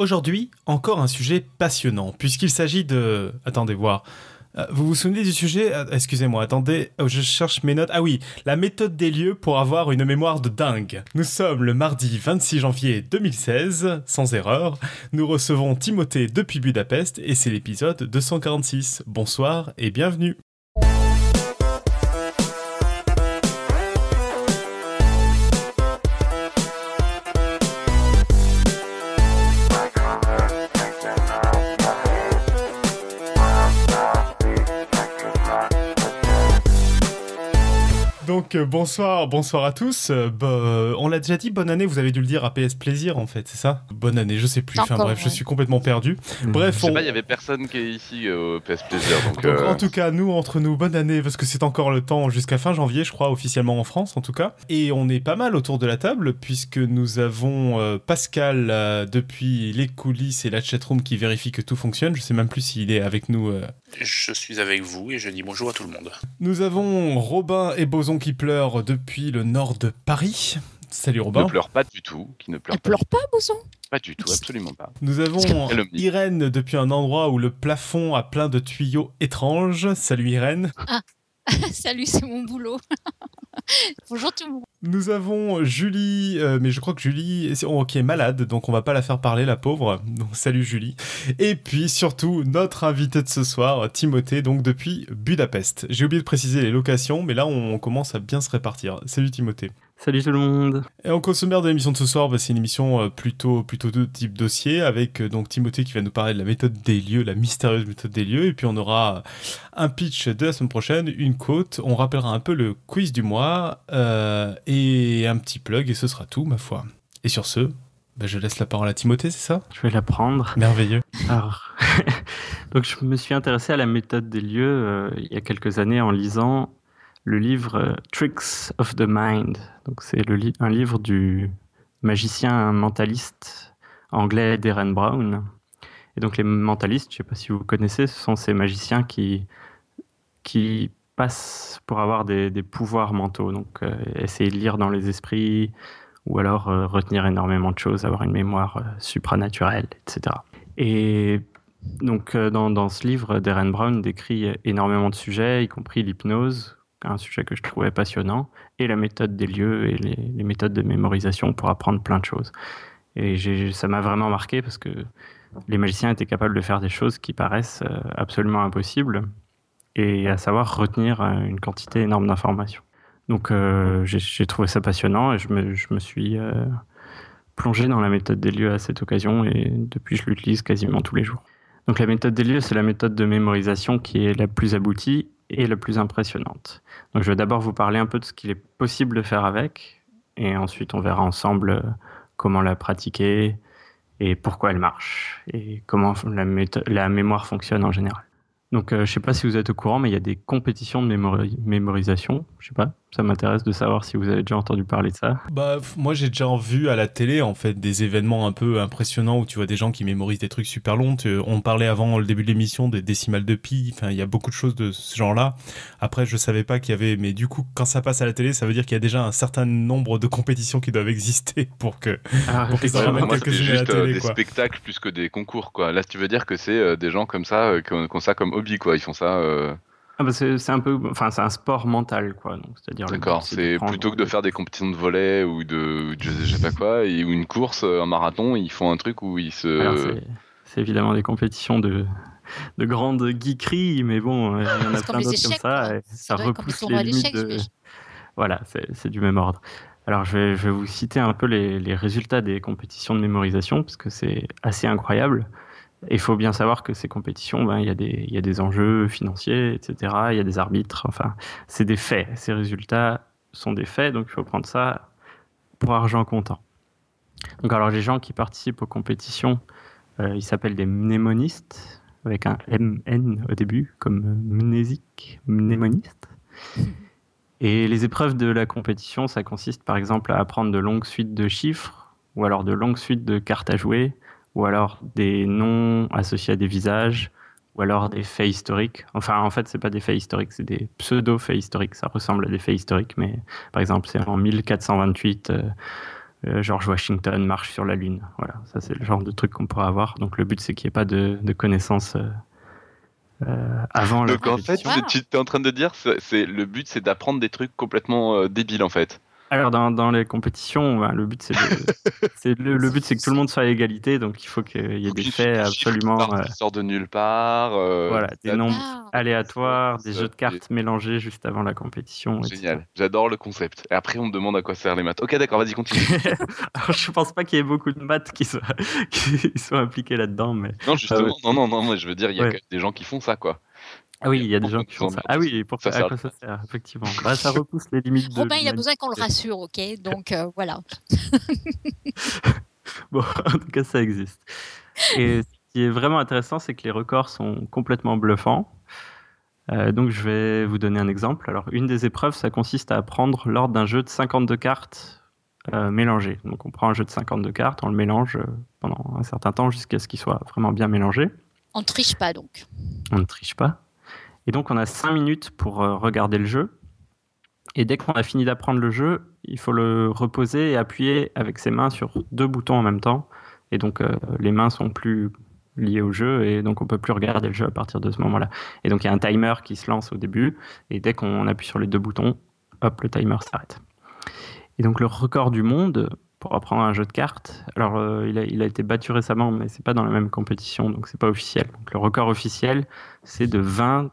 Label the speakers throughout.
Speaker 1: Aujourd'hui, encore un sujet passionnant, puisqu'il s'agit de... Attendez, voir. Vous vous souvenez du sujet ? Excusez-moi, attendez, je cherche mes notes. Ah oui, la méthode des lieux pour avoir une mémoire de dingue. Nous sommes le mardi 26 janvier 2016, sans erreur. Nous recevons Timothée depuis Budapest et c'est l'épisode 246. Bonsoir et bienvenue. Donc bonsoir à tous. On l'a déjà dit, bonne année, vous avez dû le dire à PS Plaisir en fait, c'est ça ? Bonne année, je sais plus, je suis complètement perdu. Bref,
Speaker 2: je sais pas, il y avait personne qui est ici au PS Plaisir. Donc
Speaker 1: en tout cas, entre nous, bonne année, parce que c'est encore le temps jusqu'à fin janvier, je crois, officiellement en France en tout cas. Et on est pas mal autour de la table, puisque nous avons Pascal depuis les coulisses et la chatroom qui vérifie que tout fonctionne. Je sais même plus s'il est avec nous.
Speaker 3: Je suis avec vous et je dis bonjour à tout le monde.
Speaker 1: Nous avons Robin et Boson qui pleurent depuis le nord de Paris. Salut Robin.
Speaker 2: Qui ne pleure pas du tout.
Speaker 4: Elle pleure pas, Boson ?
Speaker 2: Pas du tout, absolument pas.
Speaker 1: Nous avons Irène depuis un endroit où le plafond a plein de tuyaux étranges. Salut Irène.
Speaker 4: Salut, c'est mon boulot. Bonjour tout le monde.
Speaker 1: Nous avons Julie, mais je crois que Julie qui est malade, donc on va pas la faire parler, la pauvre. Donc salut Julie. Et puis surtout notre invité de ce soir, Timothée, donc depuis Budapest. J'ai oublié de préciser les locations, mais là on commence à bien se répartir. Salut Timothée.
Speaker 5: Salut tout le monde.
Speaker 1: Et en sommaire de l'émission de ce soir, c'est une émission plutôt de type dossier, avec donc Timothée qui va nous parler de la méthode des lieux, la mystérieuse méthode des lieux, et puis on aura un pitch de la semaine prochaine, une quote, on rappellera un peu le quiz du mois, et un petit plug, et ce sera tout, ma foi. Et sur ce, je laisse la parole à Timothée, c'est ça ?
Speaker 5: Je vais la prendre.
Speaker 1: Merveilleux.
Speaker 5: Alors, donc je me suis intéressé à la méthode des lieux il y a quelques années en lisant le livre Tricks of the Mind. Donc c'est un livre du magicien mentaliste anglais Derren Brown. Et donc les mentalistes, je ne sais pas si vous connaissez, ce sont ces magiciens qui passent pour avoir des pouvoirs mentaux. Donc essayer de lire dans les esprits ou alors retenir énormément de choses, avoir une mémoire supranaturelle, etc. Et donc dans ce livre, Derren Brown décrit énormément de sujets, y compris l'hypnose, un sujet que je trouvais passionnant, et la méthode des lieux et les méthodes de mémorisation pour apprendre plein de choses. Et ça m'a vraiment marqué parce que les magiciens étaient capables de faire des choses qui paraissent absolument impossibles, et à savoir retenir une quantité énorme d'informations. Donc j'ai trouvé ça passionnant et je me suis plongé dans la méthode des lieux à cette occasion, et depuis je l'utilise quasiment tous les jours. Donc la méthode des lieux, c'est la méthode de mémorisation qui est la plus aboutie et la plus impressionnante. Donc je vais d'abord vous parler un peu de ce qu'il est possible de faire avec, et ensuite on verra ensemble comment la pratiquer et pourquoi elle marche, et comment la mémoire fonctionne en général. Donc je ne sais pas si vous êtes au courant, mais il y a des compétitions de mémorisation. Je ne sais pas, ça m'intéresse de savoir si vous avez déjà entendu parler de ça.
Speaker 1: Moi j'ai déjà vu à la télé en fait des événements un peu impressionnants où tu vois des gens qui mémorisent des trucs super longs. On parlait avant le début de l'émission des décimales de pi, enfin il y a beaucoup de choses de ce genre-là. Après je savais pas qu'il y avait, mais du coup quand ça passe à la télé, ça veut dire qu'il y a déjà un certain nombre de compétitions qui doivent exister pour que ça ramène quelques-unes à la télé.
Speaker 2: Des spectacles plus que des concours quoi. Là tu veux dire que c'est des gens comme ça qui ont ça comme hobby quoi, ils font ça.
Speaker 5: C'est un peu, c'est un sport mental quoi. Donc c'est-à-dire.
Speaker 2: D'accord, c'est plutôt que de faire des compétitions de volley ou de je sais pas quoi, ou une course, un marathon, ils font un truc où ils se.
Speaker 5: Alors, c'est évidemment des compétitions de grande geekerie, mais bon, il y en a plein d'autres comme ça, et ça repousse les limites de. Voilà, c'est du même ordre. Alors je vais vous citer un peu les résultats des compétitions de mémorisation parce que c'est assez incroyable. Il faut bien savoir que ces compétitions, il y a des enjeux financiers, etc. Il y a des arbitres. Enfin, c'est des faits. Ces résultats sont des faits, donc il faut prendre ça pour argent comptant. Donc, alors, les gens qui participent aux compétitions, ils s'appellent des mnémonistes, avec un MN au début, comme mnémoniste. Et les épreuves de la compétition, ça consiste par exemple à apprendre de longues suites de chiffres, ou alors de longues suites de cartes à jouer, ou alors des noms associés à des visages, ou alors des faits historiques. Enfin, en fait, c'est pas des faits historiques, c'est des pseudo-faits historiques. Ça ressemble à des faits historiques, mais par exemple, c'est en 1428, George Washington marche sur la Lune. Voilà, ça c'est le genre de truc qu'on pourrait avoir. Donc le but c'est qu'il n'y ait pas de connaissances avant la
Speaker 2: Donc en fait,
Speaker 5: compétition.
Speaker 2: tu es en train de dire, le but c'est d'apprendre des trucs complètement débiles en fait.
Speaker 5: Alors dans les compétitions, ben, le but le but c'est que tout le monde soit à égalité, donc il faut qu'il y ait des faits absolument
Speaker 2: Qui sort de nulle part.
Speaker 5: voilà, des nombres
Speaker 4: Ah.
Speaker 5: aléatoires, des
Speaker 2: ça,
Speaker 5: jeux de cartes mélangés juste avant la compétition.
Speaker 2: Génial,
Speaker 5: etc.
Speaker 2: j'adore le concept. Et après, on me demande à quoi servent les maths. Ok, d'accord, vas-y, continue.
Speaker 5: Alors, je pense pas qu'il y ait beaucoup de maths qui soient impliqués là-dedans, mais
Speaker 2: Non, justement, non, moi je veux dire, il y a
Speaker 5: Ouais.
Speaker 2: quand même des gens qui font ça, quoi.
Speaker 5: ah oui, il y a des gens qui font ça. Ah oui,
Speaker 2: Ça
Speaker 5: à
Speaker 2: sert.
Speaker 5: quoi ça sert, effectivement. Bah, ça repousse les limites de
Speaker 4: Robin, il a
Speaker 5: l'humanité.
Speaker 4: besoin qu'on le rassure, ok? Donc voilà.
Speaker 5: Bon, en tout cas, ça existe. Et ce qui est vraiment intéressant, c'est que les records sont complètement bluffants. Donc, je vais vous donner un exemple. Alors, une des épreuves, ça consiste à apprendre l'ordre d'un jeu de 52 cartes mélangées. Donc, on prend un jeu de 52 cartes, on le mélange pendant un certain temps jusqu'à ce qu'il soit vraiment bien mélangé.
Speaker 4: On ne triche pas donc.
Speaker 5: On ne triche pas. Et donc, on a 5 minutes pour regarder le jeu. Et dès qu'on a fini d'apprendre le jeu, il faut le reposer et appuyer avec ses mains sur 2 boutons en même temps. Et donc, les mains sont plus liées au jeu et donc on peut plus regarder le jeu à partir de ce moment-là. Et donc, il y a un timer qui se lance au début. Et dès qu'on appuie sur les 2 boutons, hop, le timer s'arrête. Et donc, le record du monde pour apprendre un jeu de cartes, alors il a été battu récemment, mais c'est pas dans la même compétition, donc c'est pas officiel. Donc, le record officiel, c'est de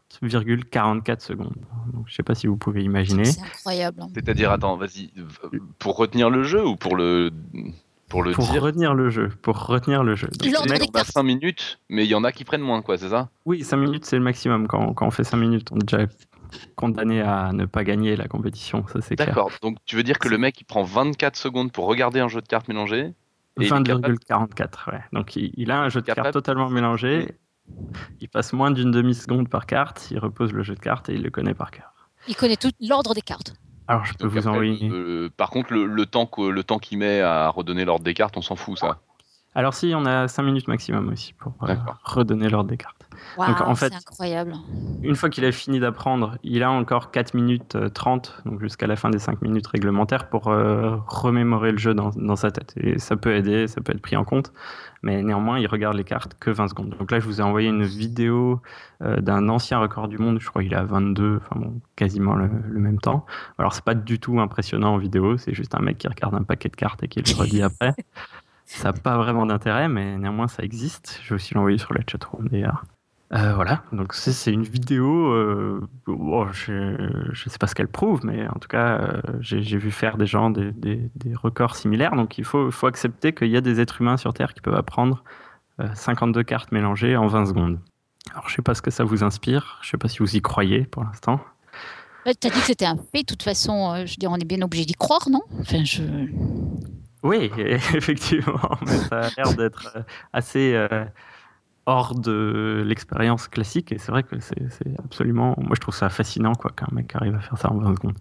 Speaker 5: 20,44 secondes. Donc, je sais pas si vous pouvez imaginer.
Speaker 4: C'est incroyable.
Speaker 2: C'est-à-dire, attends, vas-y, pour retenir le jeu ou pour le
Speaker 5: Pour
Speaker 2: dire
Speaker 5: retenir le jeu. Donc,
Speaker 4: L'ordre
Speaker 5: le mec-
Speaker 4: des
Speaker 2: on a
Speaker 4: cartes.
Speaker 2: 5 minutes, mais il y en a qui prennent moins, quoi, c'est ça?
Speaker 5: Oui, 5 minutes, c'est le maximum. Quand on fait 5 minutes, on est déjà condamné à ne pas gagner la compétition, ça c'est clair.
Speaker 2: D'accord, donc tu veux dire que le mec il prend 24 secondes pour regarder un jeu de cartes mélangé et il est capable-
Speaker 5: 20,44, ouais. Donc il a un jeu de
Speaker 2: capable-
Speaker 5: cartes totalement mélangé, il passe moins d'une demi-seconde par carte, il repose le jeu de cartes et il le connaît par cœur.
Speaker 4: Il connaît tout l'ordre des cartes.
Speaker 5: Alors je peux
Speaker 2: Donc
Speaker 5: vous
Speaker 2: après,
Speaker 5: envoyer...
Speaker 2: par contre, le temps qu'il met à redonner l'ordre des cartes, on s'en fout, ça.
Speaker 5: Alors si, on a 5 minutes maximum aussi pour
Speaker 2: D'accord.
Speaker 5: redonner l'ordre des cartes.
Speaker 4: Waouh,
Speaker 5: Donc, en fait-
Speaker 4: c'est incroyable.
Speaker 5: Une fois qu'il a fini d'apprendre, il a encore 4 minutes 30, donc jusqu'à la fin des 5 minutes réglementaires, pour remémorer le jeu dans sa tête. Et ça peut aider, ça peut être pris en compte, mais néanmoins, il regarde les cartes que 20 secondes. Donc là, je vous ai envoyé une vidéo d'un ancien record du monde, je crois qu'il est à 22, enfin bon, quasiment le même temps. Alors, c'est pas du tout impressionnant en vidéo, c'est juste un mec qui regarde un paquet de cartes et qui le redit après. Ça n'a pas vraiment d'intérêt, mais néanmoins, ça existe. Je vais aussi l'envoyer sur la chatroom d'ailleurs. Voilà, donc c'est une vidéo, je sais pas ce qu'elle prouve, mais en tout cas, j'ai vu faire des gens des records similaires, donc il faut accepter qu'il y a des êtres humains sur Terre qui peuvent apprendre 52 cartes mélangées en 20 secondes. Alors je sais pas ce que ça vous inspire, je sais pas si vous y croyez pour l'instant.
Speaker 4: Tu as dit que c'était un fait, de toute façon, je veux dire, on est bien obligé d'y croire, non? Enfin,
Speaker 5: Oui, effectivement, mais ça a l'air d'être assez... hors de l'expérience classique, et c'est vrai que c'est absolument... Moi, je trouve ça fascinant, quoi, qu'un mec arrive à faire ça en 20 secondes.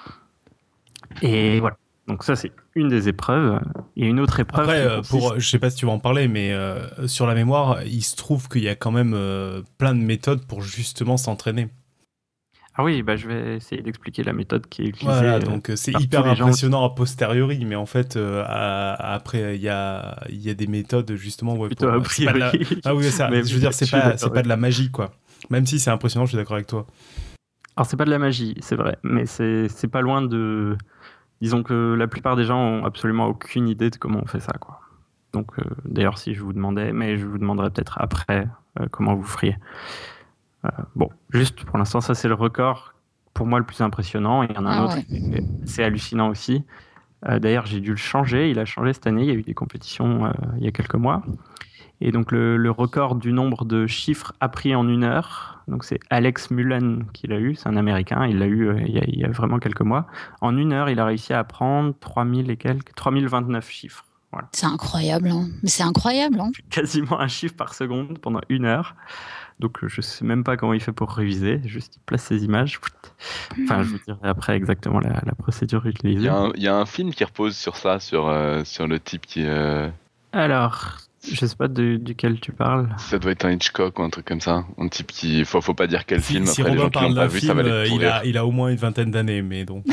Speaker 5: Et voilà. Donc ça, c'est une des épreuves. Et une autre épreuve...
Speaker 1: Après, je sais pas si tu vas en parler, mais sur la mémoire, il se trouve qu'il y a quand même plein de méthodes pour justement s'entraîner.
Speaker 5: Ah oui, bah, je vais essayer d'expliquer la méthode qui est utilisée.
Speaker 1: Voilà, donc c'est
Speaker 5: par
Speaker 1: hyper
Speaker 5: tous les gens.
Speaker 1: impressionnant a posteriori, mais en fait, après, il y a des méthodes justement... Ouais,
Speaker 5: Plutôt a
Speaker 1: c'est pas de la-
Speaker 5: priori.
Speaker 1: Ah oui, c'est ça.
Speaker 5: Mais
Speaker 1: Je veux dire, c'est
Speaker 5: je suis d'accord,
Speaker 1: pas de la magie, quoi. Même si c'est impressionnant, je suis d'accord avec toi.
Speaker 5: Alors, c'est pas de la magie, c'est vrai, mais c'est pas loin de... Disons que la plupart des gens ont absolument aucune idée de comment on fait ça, quoi. Donc, d'ailleurs, si je vous demandais, mais je vous demanderai peut-être après comment vous feriez. Bon, juste pour l'instant, ça c'est le record pour moi le plus impressionnant. Il y en a un autre, c'est hallucinant aussi. D'ailleurs, j'ai dû le changer. Il a changé cette année. Il y a eu des compétitions il y a quelques mois. Et donc, le record du nombre de chiffres appris en 1 heure, donc c'est Alex Mullen qui l'a eu. C'est un Américain. Il l'a eu il y a vraiment quelques mois. En 1 heure, il a réussi à apprendre 3029 chiffres. Voilà.
Speaker 4: c'est incroyable, hein. Mais c'est incroyable, hein.
Speaker 5: Quasiment un chiffre par seconde pendant 1 heure. Donc, je sais même pas comment il fait pour réviser. Juste, il place ses images. Enfin, je vous dirai après exactement la procédure utilisée.
Speaker 2: Il y a un film qui repose sur ça, sur le type qui...
Speaker 5: Alors, Je sais pas duquel tu parles.
Speaker 2: Ça doit être un Hitchcock ou un truc comme ça. Un type qui. Faut pas dire quel film,
Speaker 1: Si
Speaker 2: après les
Speaker 1: Robin
Speaker 2: gens qui
Speaker 1: parle
Speaker 2: l'ont pas
Speaker 1: d'un
Speaker 2: vu, ça
Speaker 1: film,
Speaker 2: va les pourrir.
Speaker 1: il a au moins une vingtaine d'années, mais donc.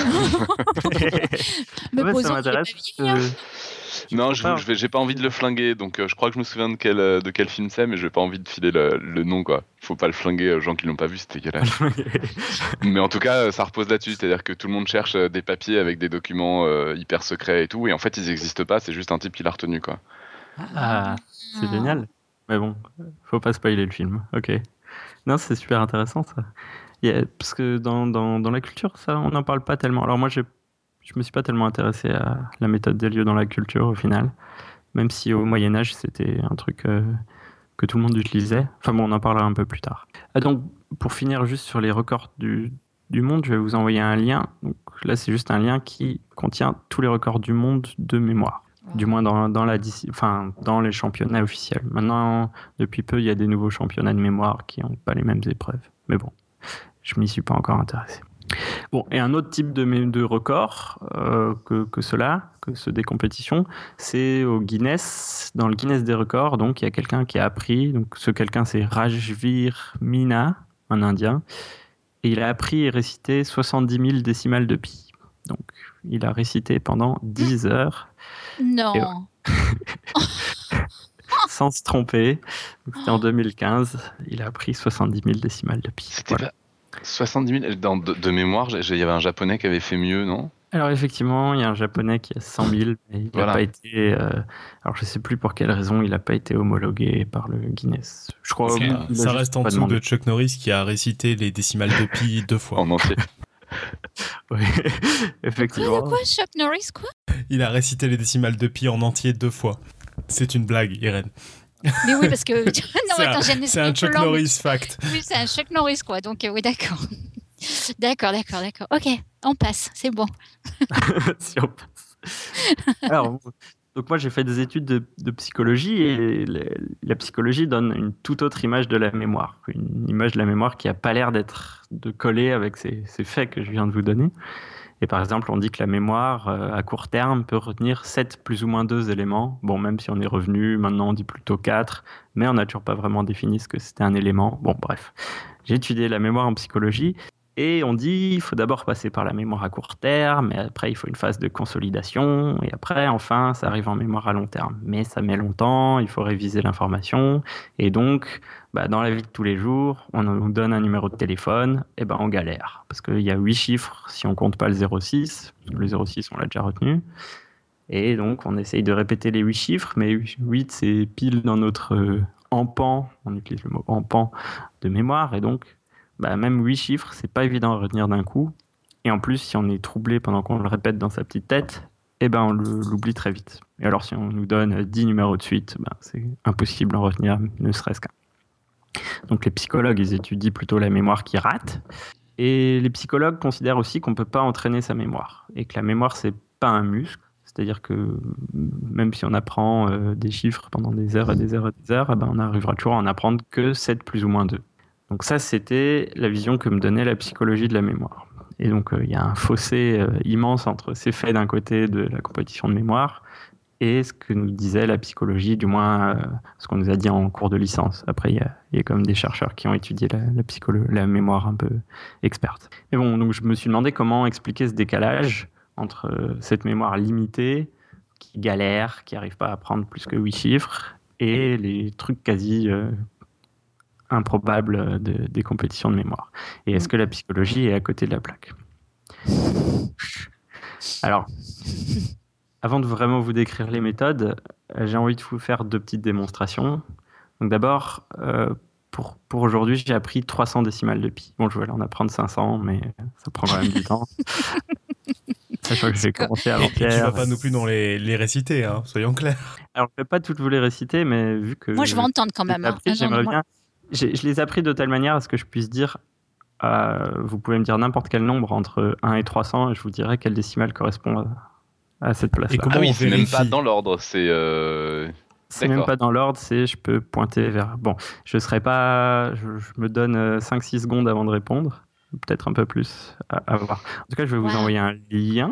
Speaker 4: Mais
Speaker 5: Ouais,
Speaker 4: posons,
Speaker 5: ça
Speaker 4: il est
Speaker 5: m'intéresse.
Speaker 4: pas vieilli, hein.
Speaker 2: Non,
Speaker 5: crois pas.
Speaker 2: j'ai pas envie de le flinguer, donc je crois que je me souviens de quel film c'est, mais j'ai pas envie de filer le nom, quoi. Faut pas le flinguer aux gens qui l'ont pas vu, c'était dégueulasse. Mais en tout cas, ça repose là-dessus, c'est-à-dire que tout le monde cherche des papiers avec des documents hyper secrets et tout, et en fait, ils existent pas, c'est juste un type qui l'a retenu, quoi.
Speaker 5: Ah, c'est génial. Mais bon, faut pas spoiler le film. Ok. Non, c'est super intéressant ça. Parce que dans la culture, ça, on n'en parle pas tellement. Alors moi, je me suis pas tellement intéressé à la méthode des lieux dans la culture au final. Même si au Moyen-Âge, c'était un truc que tout le monde utilisait. Enfin bon, on en parlera un peu plus tard. Ah, donc, pour finir juste sur les records du monde, je vais vous envoyer un lien. Donc là, c'est juste un lien qui contient tous les records du monde de mémoire. Du moins dans les championnats officiels. Maintenant, depuis peu, il y a des nouveaux championnats de mémoire qui n'ont pas les mêmes épreuves. Mais bon, je m'y suis pas encore intéressé. Bon, et un autre type de record que ceux des compétitions, c'est au Guinness, dans le Guinness des records. Donc, il y a quelqu'un qui a appris. Donc, ce quelqu'un, c'est Rajveer Meena, un Indien. Et il a appris et récité 70 000 décimales de pi. Donc, il a récité pendant 10 heures.
Speaker 4: Non.
Speaker 5: Sans se tromper. Donc, c'était en 2015. Il a appris 70 000 décimales de pi.
Speaker 2: C'était pas 70 000 de mémoire, il y avait un japonais qui avait fait mieux, non?
Speaker 5: Alors effectivement, il y a un japonais qui a 100 000, mais il n'a pas été... alors je ne sais plus pour quelle raison il n'a pas été homologué par le Guinness. Je crois
Speaker 1: ça reste en dessous de Chuck Norris qui a récité les décimales de pi 2 fois.
Speaker 2: En entier.
Speaker 5: Oui, effectivement.
Speaker 4: Quoi, Chuck Norris, quoi?
Speaker 1: Il a récité les décimales de pi en entier 2 fois. C'est une blague, Irène.
Speaker 4: Mais oui, parce que... Non, attends, j'ai
Speaker 1: c'est un Chuck Norris fact.
Speaker 4: Oui, c'est un Chuck Norris, quoi. Donc, oui, d'accord. D'accord. Ok, on passe, c'est bon.
Speaker 5: Si on passe. Alors, donc moi, j'ai fait des études de psychologie et la psychologie donne une toute autre image de la mémoire. Une image de la mémoire qui n'a pas l'air de coller avec ces faits que je viens de vous donner. Et par exemple, on dit que la mémoire, à court terme, peut retenir 7 plus ou moins 2 éléments. Bon, même si on est revenu, maintenant on dit plutôt 4, mais on n'a toujours pas vraiment défini ce que c'était un élément. Bon, bref. J'ai étudié la mémoire en psychologie et on dit qu'il faut d'abord passer par la mémoire à court terme, et après il faut une phase de consolidation, et après, enfin, ça arrive en mémoire à long terme. Mais ça met longtemps, il faut réviser l'information, et donc... dans la vie de tous les jours, on nous donne un numéro de téléphone, et on galère. Parce qu'il y a 8 chiffres si on ne compte pas le 06. Le 06, on l'a déjà retenu. Et donc, on essaye de répéter les 8 chiffres, mais 8, c'est pile dans notre empan, on utilise le mot empan de mémoire. Et donc, même 8 chiffres, c'est pas évident à retenir d'un coup. Et en plus, si on est troublé pendant qu'on le répète dans sa petite tête, on l'oublie très vite. Et alors, si on nous donne 10 numéros de suite, c'est impossible d'en retenir ne serait-ce qu'un. Donc les psychologues, ils étudient plutôt la mémoire qui rate. Et les psychologues considèrent aussi qu'on ne peut pas entraîner sa mémoire. Et que la mémoire, c'est pas un muscle. C'est-à-dire que même si on apprend des chiffres pendant des heures et des heures et des heures, on arrivera toujours à en apprendre que 7 plus ou moins 2. Donc ça, c'était la vision que me donnait la psychologie de la mémoire. Et donc il y a un fossé immense entre ces faits d'un côté de la compétition de mémoire et ce que nous disait la psychologie, du moins ce qu'on nous a dit en cours de licence. Après, il y a quand même des chercheurs qui ont étudié la mémoire un peu experte. Et bon, donc je me suis demandé comment expliquer ce décalage entre cette mémoire limitée, qui galère, qui n'arrive pas à apprendre plus que 8 chiffres, et les trucs quasi improbables des compétitions de mémoire. Et est-ce que la psychologie est à côté de la plaque? Alors... Avant de vraiment vous décrire les méthodes, j'ai envie de vous faire 2 petites démonstrations. Donc d'abord, pour aujourd'hui, j'ai appris 300 décimales de pi. Bon, je vais en apprendre 500, mais ça prend quand même du temps. Sachant que j'ai commencé avant-hier.
Speaker 1: Et tu vas pas non plus dans les réciter, hein, soyons clairs.
Speaker 5: Alors, je ne vais pas toutes vous les réciter, mais vu que...
Speaker 4: Moi, je vais entendre quand même.
Speaker 5: J'aimerais bien... Je les ai appris de telle manière à ce que je puisse dire... vous pouvez me dire n'importe quel nombre entre 1 et 300, et je vous dirai quelle décimale correspond à cette place-là.
Speaker 2: Ah oui, c'est même pas dans l'ordre, c'est...
Speaker 5: C'est même pas dans l'ordre, je peux pointer vers... Bon, je me donne 5-6 secondes avant de répondre, peut-être un peu plus à voir. En tout cas, je vais vous envoyer un lien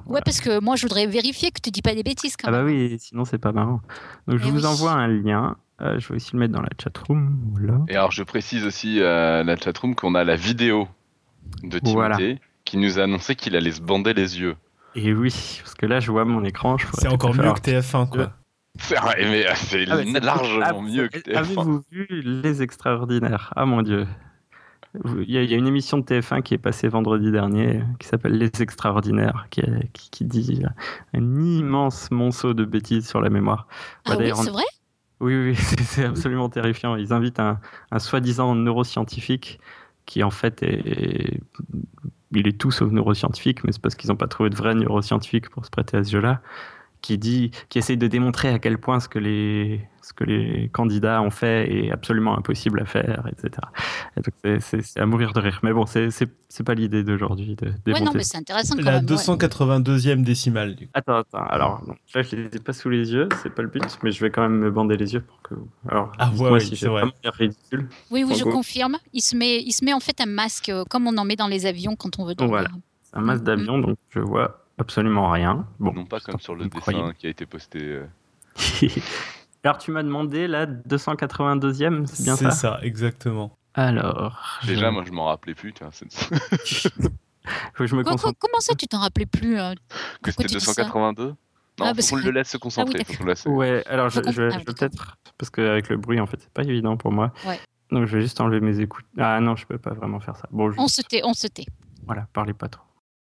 Speaker 4: Ouais, parce que moi, je voudrais vérifier que tu dis pas des bêtises quand
Speaker 5: Ah
Speaker 4: même.
Speaker 5: bah oui, sinon c'est pas marrant. Donc je
Speaker 4: Eh
Speaker 5: vous
Speaker 4: oui.
Speaker 5: envoie un lien. Je vais aussi le mettre dans la chatroom. Voilà.
Speaker 2: Et alors, je précise aussi à la chatroom qu'on a la vidéo de
Speaker 5: Voilà.
Speaker 2: Timothée qui nous a annoncé qu'il allait se bander les yeux.
Speaker 5: Et oui, parce que là je vois mon écran.
Speaker 1: C'est encore mieux que TF1, quoi.
Speaker 2: C'est vrai, mais c'est
Speaker 5: Ah, mais c'est-
Speaker 2: largement mieux que TF1.
Speaker 5: Avez-vous vu Les Extraordinaires? Ah mon Dieu. Il y a une émission de TF1 qui est passée vendredi dernier qui s'appelle Les Extraordinaires, qui dit un immense monceau de bêtises sur la mémoire.
Speaker 4: Ah oui,
Speaker 5: D'ailleurs,
Speaker 4: c'est vrai?
Speaker 5: oui, c'est absolument terrifiant. Ils invitent un soi-disant neuroscientifique qui en fait il est tout sauf neuroscientifique, mais c'est parce qu'ils n'ont pas trouvé de vrai neuroscientifique pour se prêter à ce jeu-là, qui essaye de démontrer à quel point ce que les candidats ont fait est absolument impossible à faire, etc. Et donc c'est à mourir de rire. Mais bon, c'est pas l'idée d'aujourd'hui de démonter.
Speaker 4: Ouais, non, mais c'est intéressant quand
Speaker 1: La
Speaker 4: même. Ouais.
Speaker 1: 282e décimale.
Speaker 5: Attends. Alors, donc, là, je les ai pas sous les yeux, c'est pas le but, mais je vais quand même me bander les yeux pour que. Alors,
Speaker 1: Ah,
Speaker 5: dites-moi
Speaker 1: ouais,
Speaker 5: si
Speaker 1: c'est
Speaker 5: j'ai
Speaker 1: vrai.
Speaker 5: vraiment l'air ridicule.
Speaker 4: Oui, je
Speaker 5: En gros.
Speaker 4: confirme. Il se met en fait un masque comme on en met dans les avions quand on veut dormir.
Speaker 5: Voilà. C'est un masque d'avion, donc je vois absolument rien. Bon.
Speaker 2: Non pas comme sur le
Speaker 5: Vous croyez.
Speaker 2: dessin qui a été posté.
Speaker 5: Alors, tu m'as demandé la 282e, c'est bien
Speaker 1: C'est
Speaker 5: ça?
Speaker 1: ça, exactement.
Speaker 5: Alors.
Speaker 2: Déjà, moi, je m'en rappelais plus. Tiens,
Speaker 5: Faut que je me concentre.
Speaker 4: Comment ça, tu t'en rappelais plus
Speaker 2: que
Speaker 4: pourquoi
Speaker 2: c'était
Speaker 4: tu dis ça
Speaker 2: 282. Non,
Speaker 4: Ah, bah,
Speaker 2: faut qu'on le laisse se concentrer.
Speaker 4: oui,
Speaker 2: faut qu'on le laisse...
Speaker 5: Ouais, alors je
Speaker 4: Ah,
Speaker 5: vais
Speaker 4: d'accord.
Speaker 5: peut-être. Parce qu'avec le bruit, en fait, c'est pas évident pour moi.
Speaker 4: Ouais.
Speaker 5: Donc, je vais juste enlever mes écoutes. Ah non, je peux pas vraiment faire ça. Bon,
Speaker 4: On se tait.
Speaker 5: Voilà, parlez pas trop.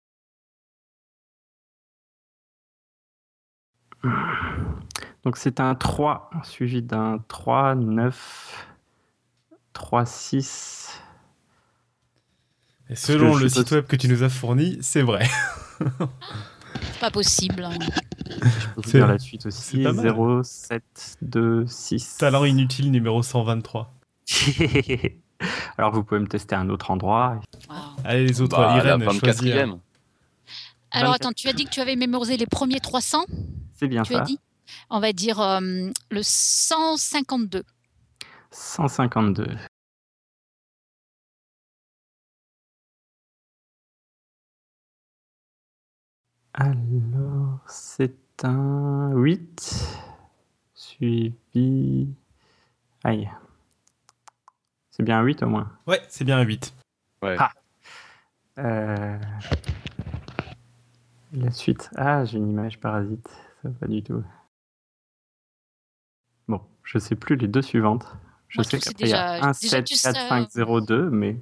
Speaker 5: Donc c'est un 3 suivi d'un 3, 9, 3, 6.
Speaker 1: Et selon
Speaker 5: je
Speaker 1: le
Speaker 5: suppose-
Speaker 1: site web que tu nous as fourni, c'est vrai.
Speaker 4: C'est pas possible.
Speaker 5: Je peux vous
Speaker 1: C'est-
Speaker 5: dire la suite aussi.
Speaker 1: c'est pas mal.
Speaker 5: 0, 7, 2, 6.
Speaker 1: Talent inutile numéro 123.
Speaker 5: Alors vous pouvez me tester à un autre endroit.
Speaker 4: Wow.
Speaker 1: Allez, les autres,
Speaker 2: Bah, la
Speaker 1: Irène, choisis.
Speaker 2: 24e.
Speaker 4: Alors
Speaker 5: 24.
Speaker 4: attends, tu as dit que tu avais mémorisé les premiers 300,
Speaker 5: C'est bien
Speaker 4: tu
Speaker 5: ça.
Speaker 4: as dit? On va dire le 152.
Speaker 5: 152. Alors, c'est un 8 suivi. Aïe. C'est bien un 8 au moins.
Speaker 1: Ouais, c'est bien un 8.
Speaker 2: Ouais.
Speaker 5: Ah. La suite. Ah, j'ai une image parasite. Ça va pas du tout. Bon, je sais plus les deux suivantes. Je
Speaker 4: Moi,
Speaker 5: sais
Speaker 4: tu sais
Speaker 5: qu'après il y a
Speaker 4: déjà-
Speaker 5: 1,
Speaker 4: déjà,
Speaker 5: 7,
Speaker 4: tu
Speaker 5: 4,
Speaker 4: sais,
Speaker 5: 5, 0, 2, mais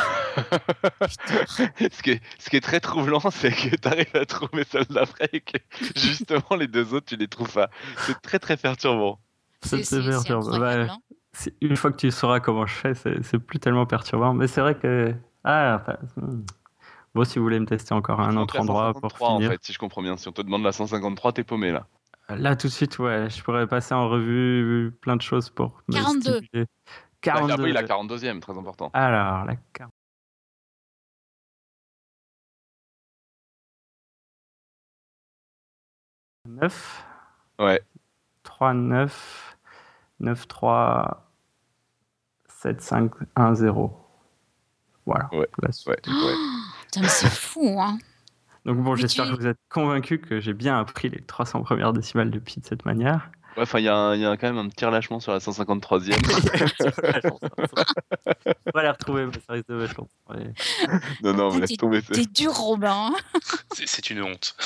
Speaker 2: ce qui est très troublant, c'est que tu arrives à trouver celle d'après et que justement les deux autres, tu les trouves pas. C'est très très perturbant.
Speaker 5: c'est
Speaker 4: C'est
Speaker 5: perturbant.
Speaker 4: incroyable.
Speaker 5: Ouais.
Speaker 4: Hein.
Speaker 5: Une fois que tu sauras comment je fais, c'est plus tellement perturbant. Mais c'est vrai que. Ah, enfin, bon, si vous voulez me tester encore à un
Speaker 2: Il
Speaker 5: autre
Speaker 2: manque la
Speaker 5: endroit pour
Speaker 2: 153, en
Speaker 5: finir.
Speaker 2: fait, si je comprends bien. Si on te demande la 153, t'es paumé là.
Speaker 5: Là, tout de suite, ouais, je pourrais passer en revue plein de choses pour me
Speaker 4: 42.
Speaker 5: stimuler.
Speaker 2: Ah
Speaker 5: 42.
Speaker 2: oui, la 42e, très important.
Speaker 5: Alors, la 9.
Speaker 2: Ouais.
Speaker 5: 3, 9. 9, 3. 7, 5, 1, 0. Voilà.
Speaker 2: Ouais.
Speaker 5: La suite.
Speaker 2: Ouais.
Speaker 4: Putain, mais c'est fou, hein.
Speaker 5: Donc bon,
Speaker 4: Mais
Speaker 5: j'espère que vous êtes convaincus que j'ai bien appris les 300 premières décimales de pi de cette manière.
Speaker 2: Ouais, enfin, il y a quand même un petit relâchement sur la 153e.
Speaker 5: On va les retrouver, mais ça risque de vachement. Ouais.
Speaker 2: Non, mais
Speaker 4: Putain,
Speaker 2: laisse tomber.
Speaker 4: T'es dur, Robin. hein.
Speaker 3: C'est une honte.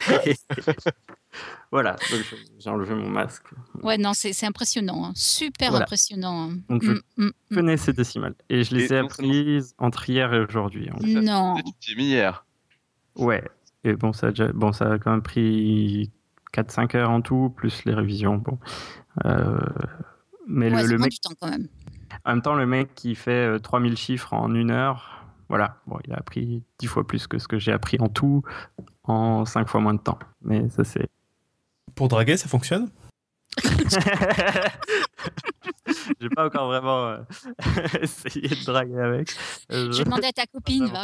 Speaker 5: Voilà, donc j'ai enlevé mon masque.
Speaker 4: Ouais, non, c'est impressionnant. Hein. Super
Speaker 5: Voilà.
Speaker 4: impressionnant. hein.
Speaker 5: Donc, je
Speaker 4: Mm.
Speaker 5: connais ces décimales et je les
Speaker 2: Et
Speaker 5: ai
Speaker 2: non
Speaker 5: apprises entre hier et aujourd'hui. en fait.
Speaker 4: Non.
Speaker 2: Tu t'y es mis hier.
Speaker 5: Ouais, et bon, ça a quand même pris 4-5 heures en tout, plus les révisions. Bon. Mais
Speaker 4: Ouais, ça
Speaker 5: le
Speaker 4: prend
Speaker 5: mec,
Speaker 4: du temps quand même.
Speaker 5: en même temps, le mec qui fait 3000 chiffres en 1 heure, voilà, bon, il a appris 10 fois plus que ce que j'ai appris en tout, en 5 fois moins de temps. Mais ça, c'est.
Speaker 1: Pour draguer, ça fonctionne?
Speaker 5: J'ai pas encore vraiment essayé de draguer avec.
Speaker 4: Je vais demander à ta copine, va.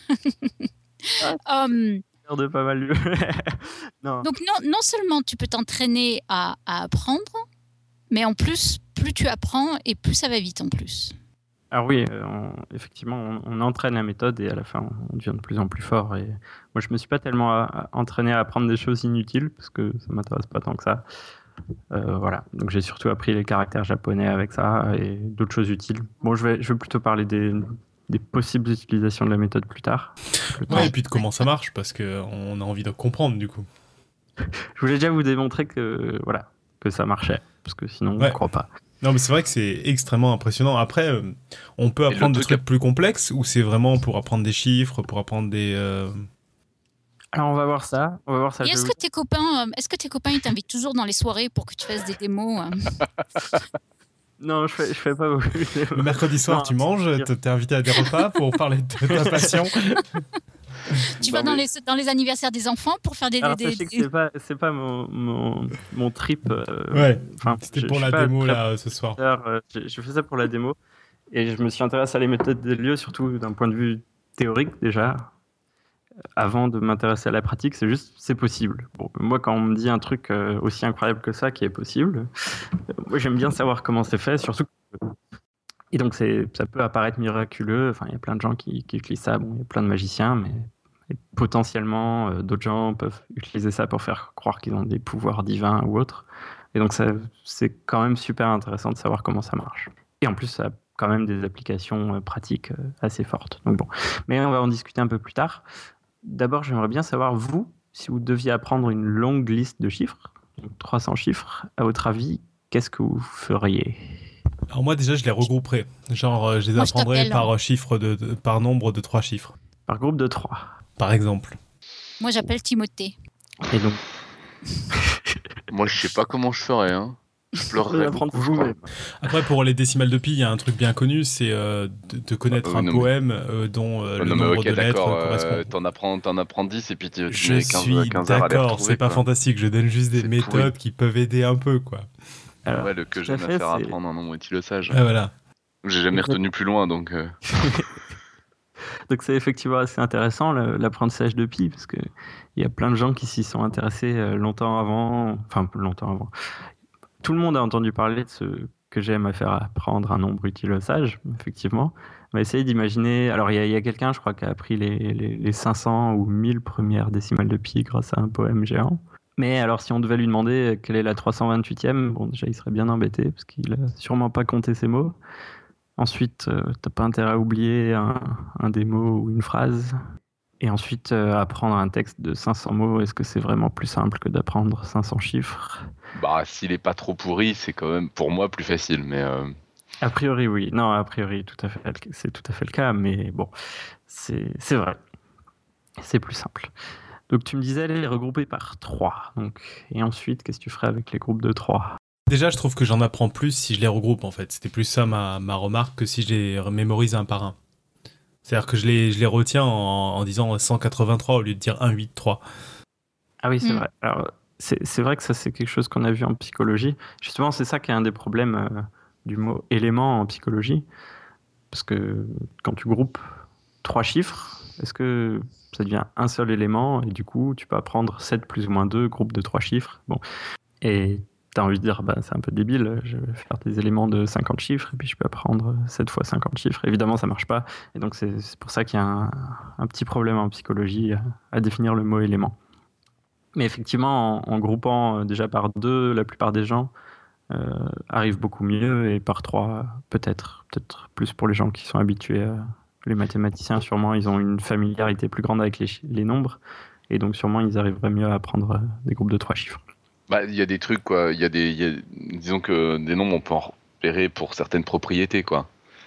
Speaker 5: De pas mal lu. Non.
Speaker 4: Donc non seulement tu peux t'entraîner à apprendre, mais en plus, plus tu apprends et plus ça va vite en plus.
Speaker 5: Alors oui, effectivement, on entraîne la méthode et à la fin, on devient de plus en plus fort. Et moi, je me suis pas tellement entraîné à apprendre des choses inutiles parce que ça m'intéresse pas tant que ça. Voilà, donc j'ai surtout appris les caractères japonais avec ça et d'autres choses utiles. Bon, je vais plutôt parler des possibles utilisations de la méthode plus tard.
Speaker 1: Ouais, et puis de comment ça marche, parce qu'on a envie de comprendre du coup.
Speaker 5: Je voulais déjà vous démontrer que, voilà, que ça marchait, parce que sinon, on ne croit pas.
Speaker 1: Non, mais c'est vrai que c'est extrêmement impressionnant. Après, on peut apprendre des trucs plus complexes ou c'est vraiment pour apprendre des chiffres, pour apprendre des...
Speaker 5: Alors, on va voir ça.
Speaker 4: Et est-ce que tes copains ils t'invitent toujours dans les soirées pour que tu fasses des démos
Speaker 5: Non, je fais pas beaucoup.
Speaker 1: Le mercredi soir, tu manges, t'es invité à des repas pour parler de ta passion.
Speaker 4: Tu vas dans les anniversaires des enfants pour faire des...
Speaker 5: Alors, sachez que c'est pas mon trip.
Speaker 1: Ouais, c'était pour la démo là ce soir.
Speaker 5: Je fais ça pour la démo et je me suis intéressé à les méthodes des lieux, surtout d'un point de vue théorique déjà. Avant de m'intéresser à la pratique, c'est possible. Bon, moi, quand on me dit un truc aussi incroyable que ça qui est possible, moi j'aime bien savoir comment c'est fait, surtout. Et donc ça peut apparaître miraculeux. Enfin, il y a plein de gens qui utilisent ça. Bon, il y a plein de magiciens, mais potentiellement d'autres gens peuvent utiliser ça pour faire croire qu'ils ont des pouvoirs divins ou autres. Et donc c'est quand même super intéressant de savoir comment ça marche. Et en plus, ça a quand même des applications pratiques assez fortes. Donc bon, mais on va en discuter un peu plus tard. D'abord, j'aimerais bien savoir, vous, si vous deviez apprendre une longue liste de chiffres, donc 300 chiffres, à votre avis, qu'est-ce que vous feriez ?
Speaker 1: Alors moi, déjà, je les regrouperais. Genre, je les apprendrais par chiffre par nombre de 3 chiffres.
Speaker 5: Par groupe de 3.
Speaker 1: Par exemple.
Speaker 4: Moi, j'appelle Timothée.
Speaker 5: Et donc
Speaker 2: Moi, je sais pas comment je ferais, hein. Je pleurerais beaucoup, je crois.
Speaker 1: Après, pour les décimales de pi, il y a un truc bien connu, c'est de connaître un poème dont le nombre de lettres correspond.
Speaker 2: T'en apprends 10 et puis tu
Speaker 1: je
Speaker 2: mets 15
Speaker 1: suis
Speaker 2: heures à les retrouver.
Speaker 1: D'accord, c'est pas fantastique. Je donne juste des méthodes qui peuvent aider un peu, quoi.
Speaker 2: Alors, ouais, que j'aime à faire apprendre un nombre utile sage.
Speaker 1: Ah, voilà.
Speaker 2: J'ai jamais retenu plus loin, donc...
Speaker 5: Donc c'est effectivement assez intéressant l'apprentissage de pi, parce qu'il y a plein de gens qui s'y sont intéressés longtemps avant. Tout le monde a entendu parler de ce que j'aime à faire apprendre un nombre utile sage, effectivement. On va essayer d'imaginer... Alors il y a quelqu'un, je crois, qui a appris les 500 ou 1000 premières décimales de pi grâce à un poème géant. Mais alors si on devait lui demander quelle est la 328e, bon déjà il serait bien embêté, parce qu'il a sûrement pas compté ses mots. Ensuite, t'as pas intérêt à oublier un des mots ou une phrase. Et ensuite, apprendre un texte de 500 mots, est-ce que c'est vraiment plus simple que d'apprendre 500 chiffres ?
Speaker 2: Bah, s'il est pas trop pourri, c'est quand même, pour moi, plus facile, mais...
Speaker 5: A priori, oui. Non, a priori, c'est tout à fait le cas, mais bon, c'est vrai. C'est plus simple. Donc, tu me disais les regrouper par 3. Donc, et ensuite, qu'est-ce que tu ferais avec les groupes de 3 ?
Speaker 1: Déjà, je trouve que j'en apprends plus si je les regroupe, en fait. C'était plus ça ma remarque que si je les mémorise un par un. C'est-à-dire que je les retiens en disant 183 au lieu de dire 183.
Speaker 5: Ah oui, c'est vrai. Alors, c'est vrai que ça, c'est quelque chose qu'on a vu en psychologie. Justement, c'est ça qui est un des problèmes du mot élément en psychologie. Parce que quand tu groupes 3 chiffres, est-ce que ça devient un seul élément et du coup, tu peux apprendre 7 plus ou moins 2 groupes de 3 chiffres. Bon. Et t'as envie de dire, c'est un peu débile, je vais faire des éléments de 50 chiffres et puis je peux apprendre 7 fois 50 chiffres. Évidemment, ça marche pas. Et donc, c'est pour ça qu'il y a un petit problème en psychologie à définir le mot élément. Mais effectivement, en groupant déjà par 2, la plupart des gens arrivent beaucoup mieux, et par 3, peut-être plus pour les gens qui sont habitués. Les mathématiciens, sûrement, ils ont une familiarité plus grande avec les nombres, et donc sûrement, ils arriveraient mieux à apprendre des groupes de 3 chiffres.
Speaker 2: Bah, il y a des trucs, quoi. Disons que des nombres, on peut en repérer pour certaines propriétés, quoi.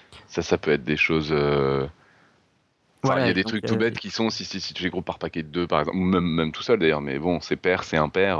Speaker 2: Ça peut être des choses... Voilà, il y a des trucs tout bêtes qui sont, si tu les groupes par paquet de 2, par exemple, ou même tout seul d'ailleurs, mais bon, c'est pair, c'est impair,